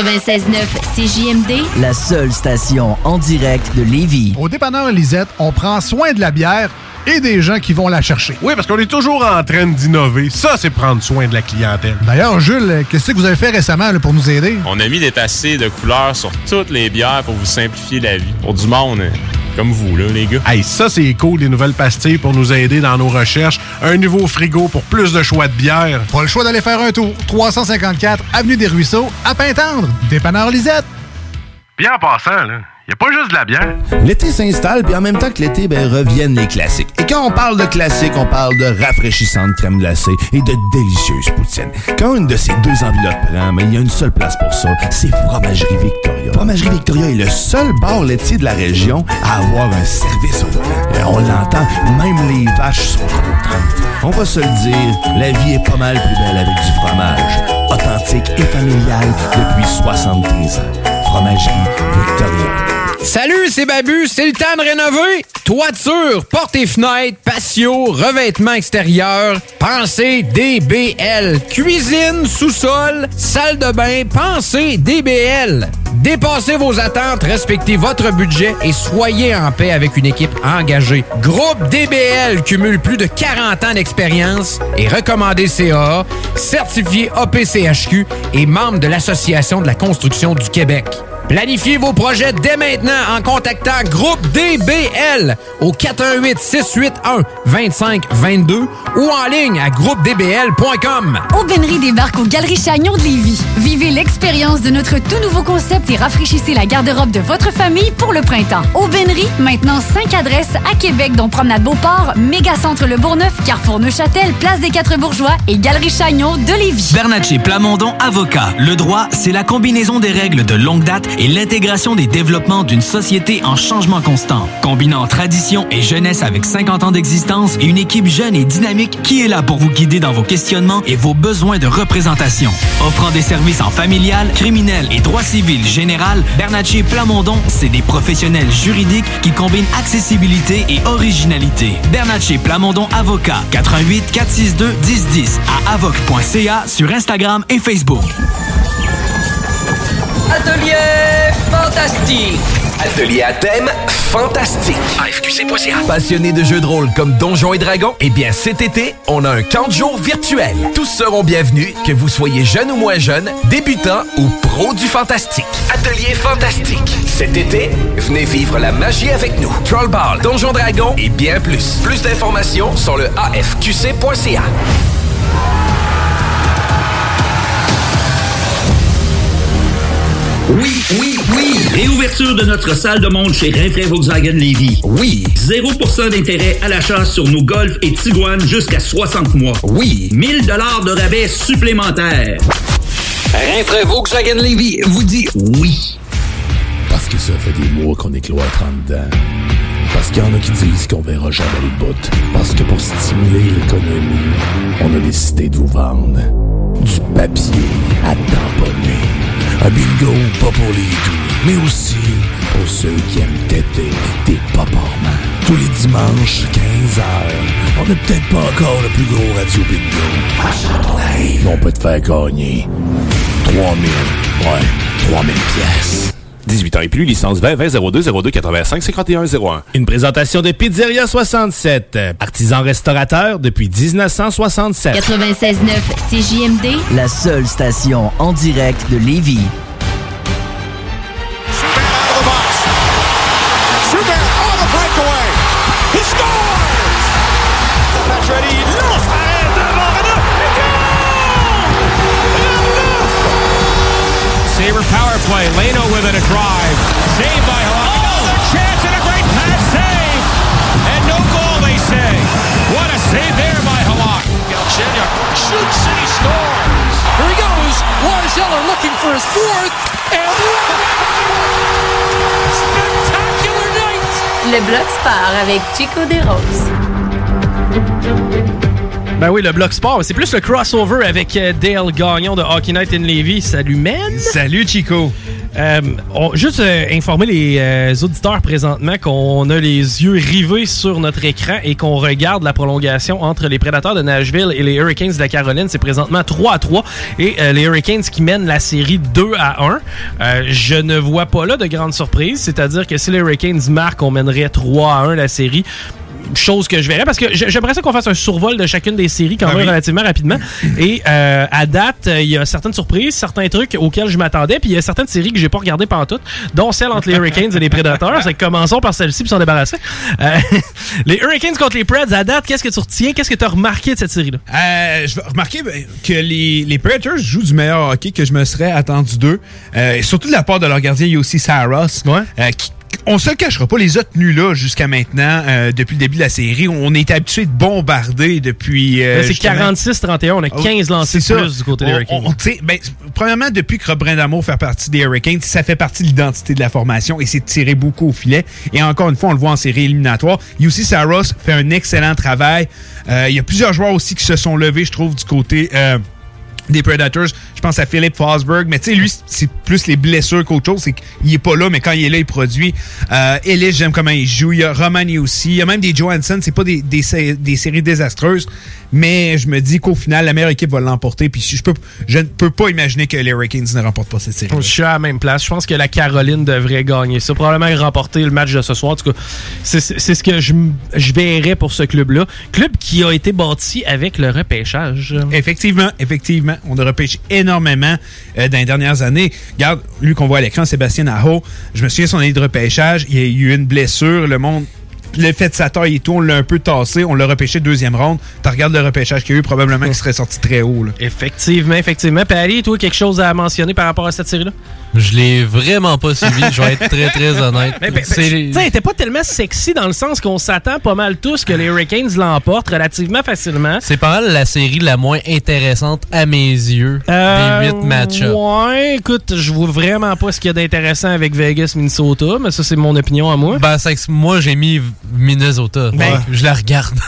96.9 CJMD, la seule station en direct de Lévis. Au dépanneur Lisette, on prend soin de la bière et des gens qui vont la chercher. Oui, parce qu'on est toujours en train d'innover. Ça, c'est prendre soin de la clientèle. D'ailleurs, Jules, qu'est-ce que vous avez fait récemment là, pour nous aider? On a mis des passés de couleurs sur toutes les bières pour vous simplifier la vie. Pour du monde comme vous, là, les gars. Hey, ça, c'est cool, des nouvelles pastilles pour nous aider dans nos recherches. Un nouveau frigo pour plus de choix de bière. Pas le choix d'aller faire un tour. 354 Avenue des Ruisseaux, à Pintendre. Dépanneur Lisette. Bien en passant, là, y a pas juste de la bière. L'été s'installe, puis en même temps que l'été, reviennent les classiques. Et quand on parle de classiques, on parle de rafraîchissantes crèmes glacées et de délicieuses poutines. Quand une de ces deux enveloppes prend, il y a une seule place pour ça, c'est Fromagerie Victoria. Fromagerie Victoria est le seul bar laitier de la région à avoir un service au volant. Et on l'entend, même les vaches sont contentes. On va se le dire, la vie est pas mal plus belle avec du fromage. Authentique et familial depuis 73 ans. Fromagerie Victoria. Salut, c'est Babu, c'est le temps de rénover. Toiture, portes et fenêtres, patio, revêtement extérieur, pensez DBL. Cuisine, sous-sol, salle de bain, pensez DBL. Dépassez vos attentes, respectez votre budget et soyez en paix avec une équipe engagée. Groupe DBL cumule plus de 40 ans d'expérience et recommandé CAA, certifié APCHQ et membre de l'Association de la construction du Québec. Planifiez vos projets dès maintenant en contactant Groupe DBL au 418-681-2522 ou en ligne à groupedbl.com. Aubainerie débarque aux Galeries Chagnon de Lévis. Vivez l'expérience de notre tout nouveau concept et rafraîchissez la garde-robe de votre famille pour le printemps. Aubainerie, maintenant 5 adresses à Québec, dont Promenade Beauport, Mégacentre Le Bourgneuf, Carrefour Neuchâtel, Place des Quatre Bourgeois et Galerie Chagnon de Lévis. Bernatchez Plamondon Avocat. Le droit, c'est la combinaison des règles de longue date et l'intégration des développements d'une société en changement constant. Combinant tradition et jeunesse avec 50 ans d'existence et une équipe jeune et dynamique qui est là pour vous guider dans vos questionnements et vos besoins de représentation. Offrant des services en familial, criminel et droit civil général, Bernatchez Plamondon, c'est des professionnels juridiques qui combinent accessibilité et originalité. Bernatchez Plamondon Avocat, 88 462 1010 à avoc.ca sur Instagram et Facebook. Atelier fantastique. Atelier à thème fantastique. AFQC.ca. Passionné de jeux de rôle comme Donjons et Dragons? Eh bien, cet été, on a un camp de jour virtuel. Tous seront bienvenus, que vous soyez jeune ou moins jeune, débutant ou pro du fantastique. Atelier fantastique. Cet été, venez vivre la magie avec nous. Trollball, Donjons Dragons et bien plus. Plus d'informations sur le AFQC.ca. Oui, oui, oui! Réouverture de notre salle de monde chez Rinfrae Volkswagen Lévis. Oui! 0% d'intérêt à l'achat sur nos Golf et Tiguan jusqu'à 60 mois. Oui! 1000 $ de rabais supplémentaires. Rinfrae Volkswagen Lévis vous dit oui. Parce que ça fait des mois qu'on est cloître en dedans. Parce qu'il y en a qui disent qu'on verra jamais le bout. Parce que pour stimuler l'économie, on a décidé de vous vendre du papier à tamponner. Un bingo pas pour les doux, mais aussi pour ceux qui aiment têter des paparmans. Tous les dimanches, 15h, on n'est peut-être pas encore le plus gros radio bingo. Achète ton live, on peut te faire gagner 3000 pièces. 18 ans et plus, licence 20 02 02 85 51 01. Une présentation de Pizzeria 67, artisan restaurateur depuis 1967. 96.9 CJMD, la seule station en direct de Lévis. Sabre power play. Leno with it, a drive. Saved by Halak. Another chance and a great pass save. And no goal, they say. What a save there by Halak. Galchenyuk shoots and he scores. Here he goes. Lars Eller looking for his fourth. And spectacular night. Le Bloc Sport avec Chico Desroses. Ben oui, le Bloc Sport, c'est plus le crossover avec Dale Gagnon de Hockey Night in Lévis. Salut, man! Salut, Chico! Juste informer les auditeurs présentement qu'on a les yeux rivés sur notre écran et qu'on regarde la prolongation entre les Prédateurs de Nashville et les Hurricanes de la Caroline. C'est présentement 3-3 et les Hurricanes qui mènent la série 2-1. Je ne vois pas là de grande surprise, c'est-à-dire que si les Hurricanes marquent, on mènerait 3-1 la série. Chose que je verrais, parce que j'aimerais ça qu'on fasse un survol de chacune des séries quand même relativement rapidement. Et à date, il y a certaines surprises, certains trucs auxquels je m'attendais, puis il y a certaines séries que j'ai pas regardées pantoute, dont celle entre les Hurricanes et les Prédateurs. C'est que commençons par celle-ci puis s'en débarrasser. Les Hurricanes contre les Preds, à date, qu'est-ce que tu retiens? Qu'est-ce que tu as remarqué de cette série-là? Je vais remarquer que les Predators jouent du meilleur hockey que je me serais attendu d'eux. Surtout de la part de leur gardien, il y a aussi Saros, qui on se le cachera pas, les a tenus là jusqu'à maintenant, depuis le début de la série. On est habitué de bombarder depuis... c'est 46-31, on a 15 lancés plus du côté des Hurricanes. Premièrement, depuis que Rob Brindamour fait partie des Hurricanes, ça fait partie de l'identité de la formation et c'est de tirer beaucoup au filet. Et encore une fois, on le voit en série éliminatoire. Aussi, Saros fait un excellent travail. Il y a plusieurs joueurs aussi qui se sont levés, je trouve, du côté... des Predators. Je pense à Philippe Forsberg, mais tu sais, lui, c'est plus les blessures qu'autre chose. C'est qu'il est pas là, mais quand il est là, il produit. Ellis, j'aime comment il joue. Il y a Romani aussi. Il y a même des Johansson. C'est pas des séries désastreuses, mais je me dis qu'au final, la meilleure équipe va l'emporter. Puis je ne peux pas imaginer que les Hurricanes ne remportent pas cette série. Je suis à la même place. Je pense que la Caroline devrait gagner ça. Probablement remporter le match de ce soir. En tout cas, c'est ce que je verrais pour ce club-là. Club qui a été bâti avec le repêchage. Effectivement. On a repêché énormément dans les dernières années. Regarde, lui qu'on voit à l'écran, Sébastien Aho. Je me souviens de son année de repêchage. Il y a eu une blessure. Le fait de sa taille et tout, on l'a un peu tassé. On l'a repêché deuxième ronde. Tu regardes le repêchage qu'il y a eu, probablement qu'il serait sorti très haut. Là. Effectivement. Puis toi, quelque chose à mentionner par rapport à cette série-là? Je l'ai vraiment pas suivi. Je vais être très, très honnête. Tu sais, elle était pas tellement sexy dans le sens qu'on s'attend pas mal tous que les Hurricanes l'emportent relativement facilement. C'est pas mal la série la moins intéressante à mes yeux des 8 match-ups. Ouais, écoute, je vois vraiment pas ce qu'il y a d'intéressant avec Vegas-Minnesota, mais ça, c'est mon opinion à moi. Ben, c'est que moi, j'ai mis Minnesota. Je la regarde.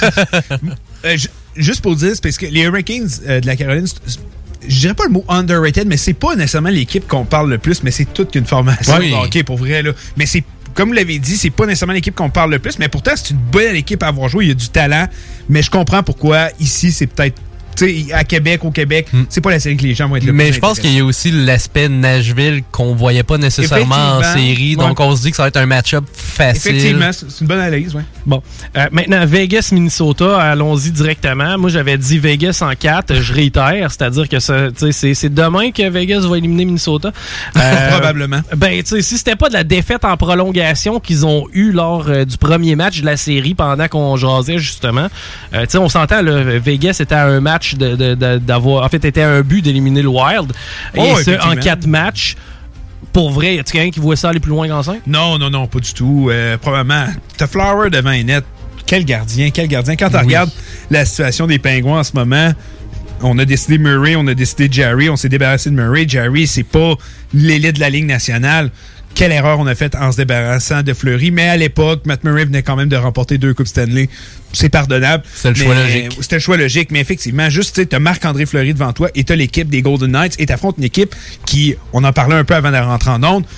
Juste pour dire, c'est parce que les Hurricanes de la Caroline, je dirais pas le mot underrated, mais c'est pas nécessairement l'équipe qu'on parle le plus, mais c'est toute qu'une formation de hockey pour vrai. Là. Mais c'est, comme vous l'avez dit, c'est pas nécessairement l'équipe qu'on parle le plus, mais pourtant, c'est une belle équipe à avoir joué. Il y a du talent, mais je comprends pourquoi ici, c'est peut-être... Tu sais, au Québec, c'est pas la série que les gens vont être le plus. Mais je pense qu'il y a aussi l'aspect Nashville qu'on voyait pas nécessairement en série. Donc, on se dit que ça va être un match-up facile. Effectivement, c'est une bonne analyse, oui. Bon. Maintenant, Vegas-Minnesota, allons-y directement. Moi, j'avais dit Vegas en 4. Je réitère, c'est-à-dire que c'est demain que Vegas va éliminer Minnesota. Probablement. Ben, tu sais, si c'était pas de la défaite en prolongation qu'ils ont eu lors du premier match de la série pendant qu'on jasait, justement, tu sais, on s'entend, là, Vegas était à un match d'avoir... En fait, était un but d'éliminer le Wild. Et ça, en 4 matchs. Pour vrai, y a-t-il quelqu'un qui voit ça aller plus loin qu'en 5? Non, pas du tout. Probablement. T'as Flower devant les nets. Quel gardien. Quand tu regardes la situation des Pingouins en ce moment, on a décidé Murray, on a décidé Jarry, on s'est débarrassé de Murray. Jarry, c'est pas l'élite de la Ligue nationale. Quelle erreur on a faite en se débarrassant de Fleury. Mais à l'époque, Matt Murray venait quand même de remporter 2 Coupes Stanley. C'est pardonnable. C'était le choix logique. C'était le choix logique. Mais effectivement, juste, tu sais, t'as Marc-André Fleury devant toi et t'as l'équipe des Golden Knights et t'affrontes une équipe qui, on en parlait un peu avant de rentrer en onde,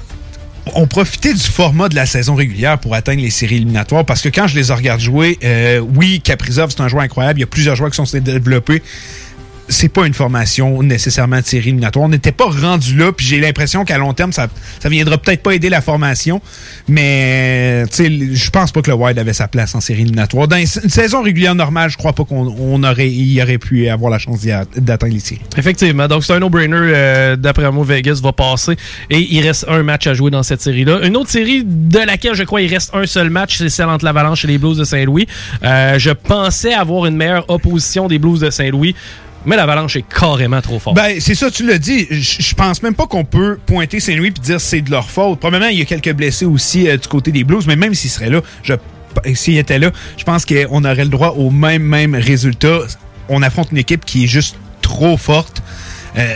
ont profité du format de la saison régulière pour atteindre les séries éliminatoires. Parce que quand je les regarde jouer, oui, Kaprizov, c'est un joueur incroyable. Il y a plusieurs joueurs qui sont développés. C'est pas une formation nécessairement de série éliminatoire. On n'était pas rendu là, puis j'ai l'impression qu'à long terme, ça viendra peut-être pas aider la formation, mais je pense pas que le Wild avait sa place en série éliminatoire. Dans une saison régulière normale, je crois pas il aurait pu avoir la chance d'atteindre les séries. Effectivement, donc c'est un no-brainer. D'après moi, Vegas va passer et il reste un match à jouer dans cette série-là. Une autre série de laquelle je crois il reste un seul match, c'est celle entre l'Avalanche et les Blues de Saint-Louis. Je pensais avoir une meilleure opposition des Blues de Saint-Louis. Mais l'Avalanche est carrément trop forte. Ben, c'est ça, tu l'as dit. Je pense même pas qu'on peut pointer Saint-Louis et dire que c'est de leur faute. Probablement, il y a quelques blessés aussi du côté des Blues, mais même s'ils seraient là, s'ils étaient là, je pense qu'on aurait le droit au même résultat. On affronte une équipe qui est juste trop forte.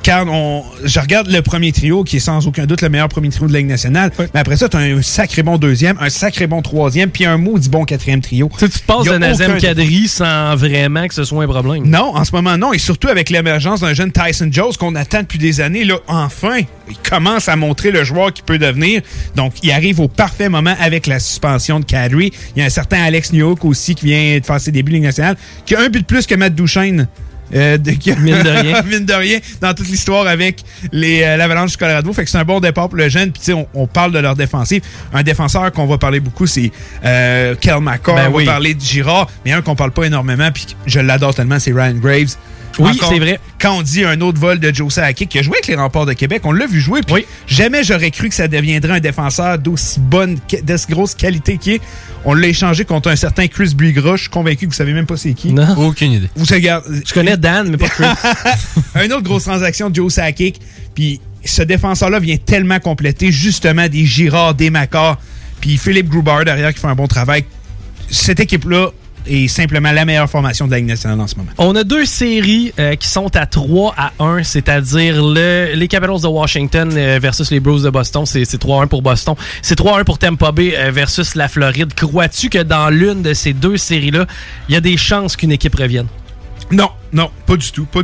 je regarde le premier trio, qui est sans aucun doute le meilleur premier trio de la Ligue nationale, mais après ça, tu as un sacré bon deuxième, un sacré bon troisième, puis un maudit bon quatrième trio. Tu te passes de Nazem Kadri sans vraiment que ce soit un problème. Non, en ce moment, non. Et surtout avec l'émergence d'un jeune Tyson Jones qu'on attend depuis des années, là, enfin, il commence à montrer le joueur qu'il peut devenir. Donc, il arrive au parfait moment avec la suspension de Kadri. Il y a un certain Alex Newhook aussi qui vient de faire ses débuts de Ligue nationale, qui a un but de plus que Matt Duchesne. Mine de rien. Mine de rien, dans toute l'histoire avec l'Avalanche du Colorado. Fait que c'est un bon départ pour le jeune. Puis tu sais, on parle de leur défensive. Un défenseur qu'on va parler beaucoup, c'est Kel McCarr. On va parler de Girard. Mais un qu'on parle pas énormément, puis je l'adore tellement, c'est Ryan Graves. Oui, encore, c'est vrai. Quand on dit un autre vol de Joe Sakic, qui a joué avec les Remparts de Québec, on l'a vu jouer. Puis jamais j'aurais cru que ça deviendrait un défenseur d'aussi grosse qualité qu'il est. On l'a échangé contre un certain Chris Brigra. Je suis convaincu que vous savez même pas c'est qui. Non, aucune idée. Je connais Dan, mais pas Chris. Une autre grosse transaction de Joe Sakic. Puis ce défenseur-là vient tellement compléter justement des Girard, des Macquart, puis Philippe Grubauer derrière qui fait un bon travail. Cette équipe-là est simplement la meilleure formation de la Ligue nationale en ce moment. On a deux séries qui sont à 3-1, c'est-à-dire les Capitals de Washington versus les Bruins de Boston. C'est 3-1 pour Boston. C'est 3-1 pour Tampa Bay versus la Floride. Crois-tu que dans l'une de ces deux séries-là, il y a des chances qu'une équipe revienne? Non, pas du tout.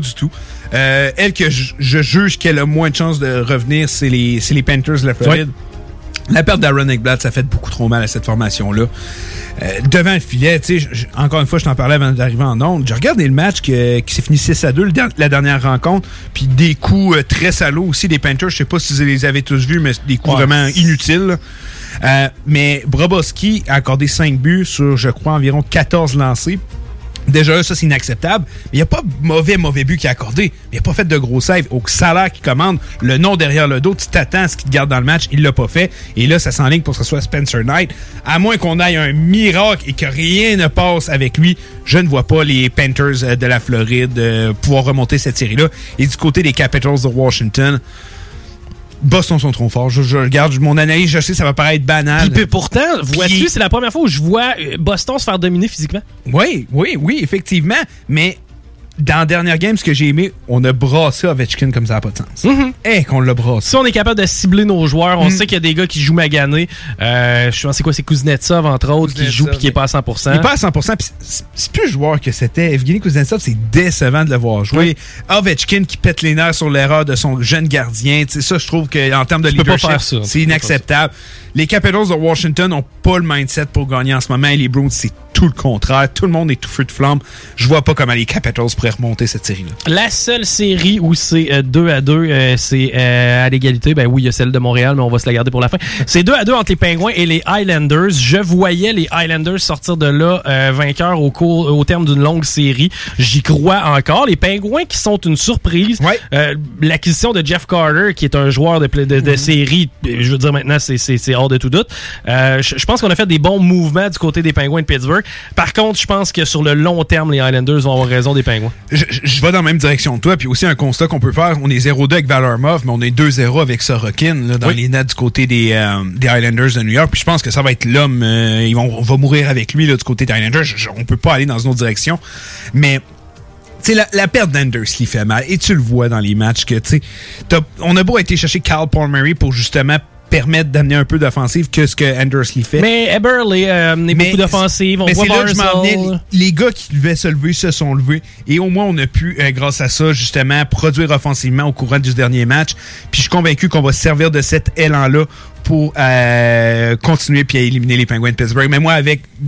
Elle que je juge qu'elle a moins de chances de revenir, c'est les Panthers de la Floride. Ouais. La perte d'Aaron Ekblad, ça fait beaucoup trop mal à cette formation-là. Devant le filet, tu sais, encore une fois, je t'en parlais avant d'arriver en ondes. J'ai regardé le match qui s'est fini 6-2, la dernière rencontre, puis des coups très salauds aussi des Panthers. Je sais pas si vous les avez tous vus, mais des coups vraiment inutiles. Mais Bobrovsky a accordé 5 buts sur, je crois, environ 14 lancés. Déjà, ça, c'est inacceptable. Mais il n'y a pas mauvais but qu'il a accordé. Il n'a pas fait de gros save. Au salaire qu'il commande, le nom derrière le dos, tu t'attends à ce qu'il te garde dans le match. Il l'a pas fait. Et là, ça s'enligne pour que ce soit Spencer Knight. À moins qu'on aille un miracle et que rien ne passe avec lui, je ne vois pas les Panthers de la Floride pouvoir remonter cette série-là. Et du côté des Capitals de Washington, Boston sont trop forts. Je regarde mon analyse, je sais, ça va paraître banal. Puis pourtant, vois-tu, c'est la première fois où je vois Boston se faire dominer physiquement. Oui, effectivement. Mais dans la dernière game, ce que j'ai aimé, on a brassé Ovechkin comme ça n'a pas de sens. Qu'on l'a brassé. Si on est capable de cibler nos joueurs, on sait qu'il y a des gars qui jouent maganés. Je pense c'est Kuznetsov, entre autres, qui joue et qui n'est pas à 100%. Il n'est pas à 100%. Puis c'est plus le joueur que c'était. Evgeny Kuznetsov, c'est décevant de le voir jouer. Ovechkin qui pète les nerfs sur l'erreur de son jeune gardien. T'sais, ça, je trouve qu'en termes de leadership, c'est inacceptable. Les Capitals de Washington n'ont pas le mindset pour gagner en ce moment. Et les Bruins, c'est tout le contraire. Tout le monde est tout feu de flamme. Je vois pas comment les Capitals pourraient remonter cette série-là. La seule série où c'est 2-2, c'est à l'égalité. Ben oui, il y a celle de Montréal, mais on va se la garder pour la fin. C'est 2-2 entre les Penguins et les Highlanders. Je voyais les Highlanders sortir de là vainqueurs au terme d'une longue série. J'y crois encore. Les Penguins qui sont une surprise. L'acquisition de Jeff Carter, qui est un joueur de série, je veux dire maintenant, c'est hors de tout doute. Je pense qu'on a fait des bons mouvements du côté des Penguins de Pittsburgh. Par contre, je pense que sur le long terme, les Highlanders vont avoir raison des Penguins. Je vais dans la même direction que toi, puis aussi un constat qu'on peut faire, on est 0-2 avec Varlamov, mais on est 2-0 avec Sorokin là, dans les nets du côté des Highlanders de New York, puis je pense que ça va être l'homme, on va mourir avec lui là, du côté des Highlanders. On peut pas aller dans une autre direction, mais t'sais, la perte d'Andersley fait mal, et tu le vois dans les matchs que on a beau été chercher Kyle Palmieri pour justement permettre d'amener un peu d'offensive que ce que Andersley fait. Mais Eberle, beaucoup d'offensive. On voit là que je m'en venais. Les gars qui devaient se lever se sont levés. Et au moins, on a pu, grâce à ça, justement, produire offensivement au courant du dernier match. Puis je suis convaincu qu'on va se servir de cet élan-là pour continuer puis à éliminer les Penguins de Pittsburgh. Mais moi,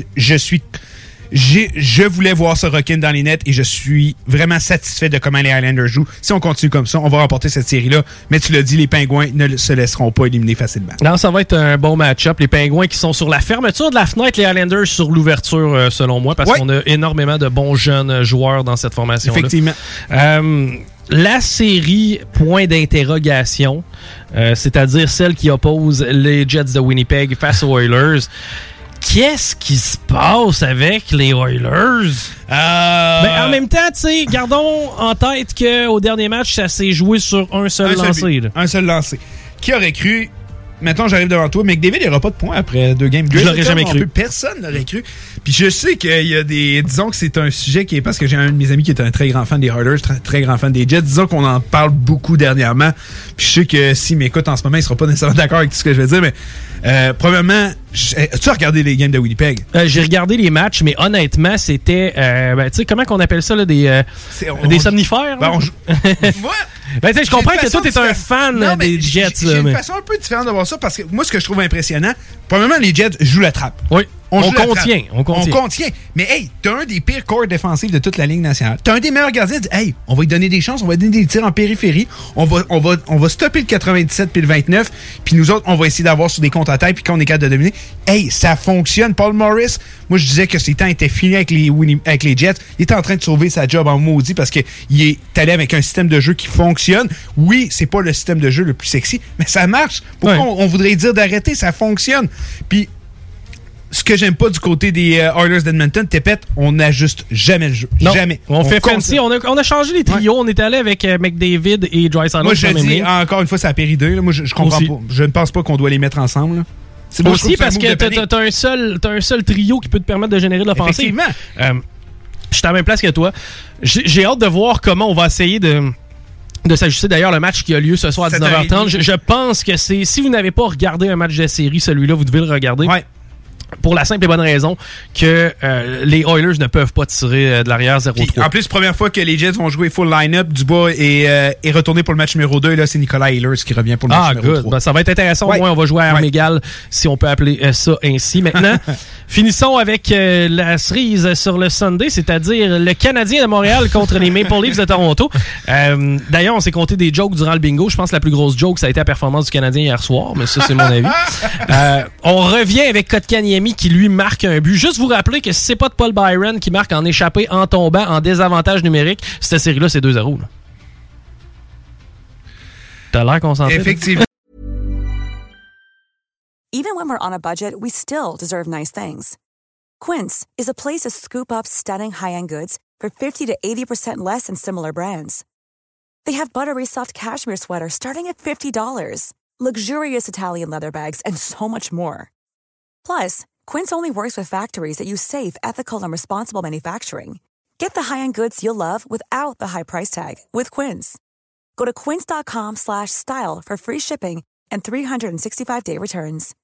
je voulais voir Sorokin dans les nets et je suis vraiment satisfait de comment les Highlanders jouent. Si on continue comme ça, on va remporter cette série-là. Mais tu l'as dit, les Pingouins ne se laisseront pas éliminer facilement. Non, ça va être un bon match-up. Les Pingouins qui sont sur la fermeture de la fenêtre, les Highlanders sur l'ouverture, selon moi, parce qu'on a énormément de bons jeunes joueurs dans cette formation-là. Effectivement. La série point d'interrogation, c'est-à-dire celle qui oppose les Jets de Winnipeg face aux Oilers. Qu'est-ce qui se passe avec les Oilers? En même temps, tu sais, gardons en tête qu'au dernier match, ça s'est joué sur un seul lancer. Un seul lancer. Qui aurait cru? mettons, j'arrive devant toi, McDavid, il n'y aura pas de points après 2 games. Je l'aurais jamais cru. Personne l'aurait cru. Puis je sais qu'il y a des... Disons que c'est un sujet qui est... Parce que j'ai un de mes amis qui est un très grand fan des Oilers, très grand fan des Jets. Disons qu'on en parle beaucoup dernièrement. Puis je sais que s'il m'écoute en ce moment, il sera pas nécessairement d'accord avec tout ce que je vais dire, mais probablement... As-tu regardé les games de Winnipeg? J'ai regardé les matchs, mais honnêtement, c'était... tu sais, comment qu'on appelle ça, là, des somnifères? Ben, Ben, je comprends que toi, t'es un fan des Jets. J'ai une façon un peu différente de voir ça, parce que moi, ce que je trouve impressionnant, probablement, les Jets jouent la trappe. Oui. On contient. Mais hey, t'as un des pires corps défensifs de toute la Ligue nationale. T'as un des meilleurs gardiens. Hey, on va lui donner des chances, on va lui donner des tirs en périphérie. On va stopper le 97 puis le 29. Puis nous autres, on va essayer d'avoir sur des contre-attaques. Puis quand on est capable de dominer, hey, ça fonctionne. Paul Morris, moi je disais que ses temps étaient finis avec les Jets. Il était en train de sauver sa job en maudit parce qu'il est allé avec un système de jeu qui fonctionne. Oui, c'est pas le système de jeu le plus sexy, mais ça marche. Pourquoi on voudrait dire d'arrêter? Ça fonctionne. Puis ce que j'aime pas du côté des Oilers d'Edmonton, Tépette, on n'ajuste jamais le jeu. Non. Jamais. On fait fancy. On a changé les trios. On est allé avec McDavid et Draisaitl. Moi, je dis, encore une fois, c'est la péridée. Moi, je comprends pas. Je ne pense pas qu'on doit les mettre ensemble. Là. C'est aussi parce que t'as un seul trio qui peut te permettre de générer de l'offensive. Effectivement. Je suis à la même place que toi. J'ai hâte de voir comment on va essayer de s'ajuster. D'ailleurs, le match qui a lieu ce soir à 19h30, je pense que c'est... Si vous n'avez pas regardé un match de série, celui-là, vous devez le regarder. Ouais. Pour la simple et bonne raison que les Oilers ne peuvent pas tirer de l'arrière 0-3. En plus, première fois que les Jets vont jouer full line-up, Dubois est retourné pour le match numéro 2. Et là, c'est Nicolas Ehlers qui revient pour le match numéro 3. Ben, ça va être intéressant. Au moins, on va jouer à armes égales, si on peut appeler ça ainsi. Maintenant, finissons avec la cerise sur le Sunday, c'est-à-dire le Canadien de Montréal contre les Maple Leafs de Toronto. D'ailleurs, on s'est compté des jokes durant le bingo. Je pense que la plus grosse joke, ça a été la performance du Canadien hier soir, mais ça, c'est mon avis. On revient avec Kotkaniemi qui lui marque un but. Juste vous rappeler que si c'est pas de Paul Byron qui marque en échappé, en tombant, en désavantage numérique, cette série-là, c'est 2-0. Là. T'as l'air concentré. Effectivement. Even when we're on a budget, we still deserve nice things. Quince is a place to scoop up stunning high-end goods for 50 to 80% less than similar brands. They have buttery soft cashmere sweaters starting at $50, luxurious Italian leather bags, and so much more. Plus, Quince only works with factories that use safe, ethical, and responsible manufacturing. Get the high-end goods you'll love without the high price tag with Quince. Go to quince.com/style for free shipping and 365-day returns.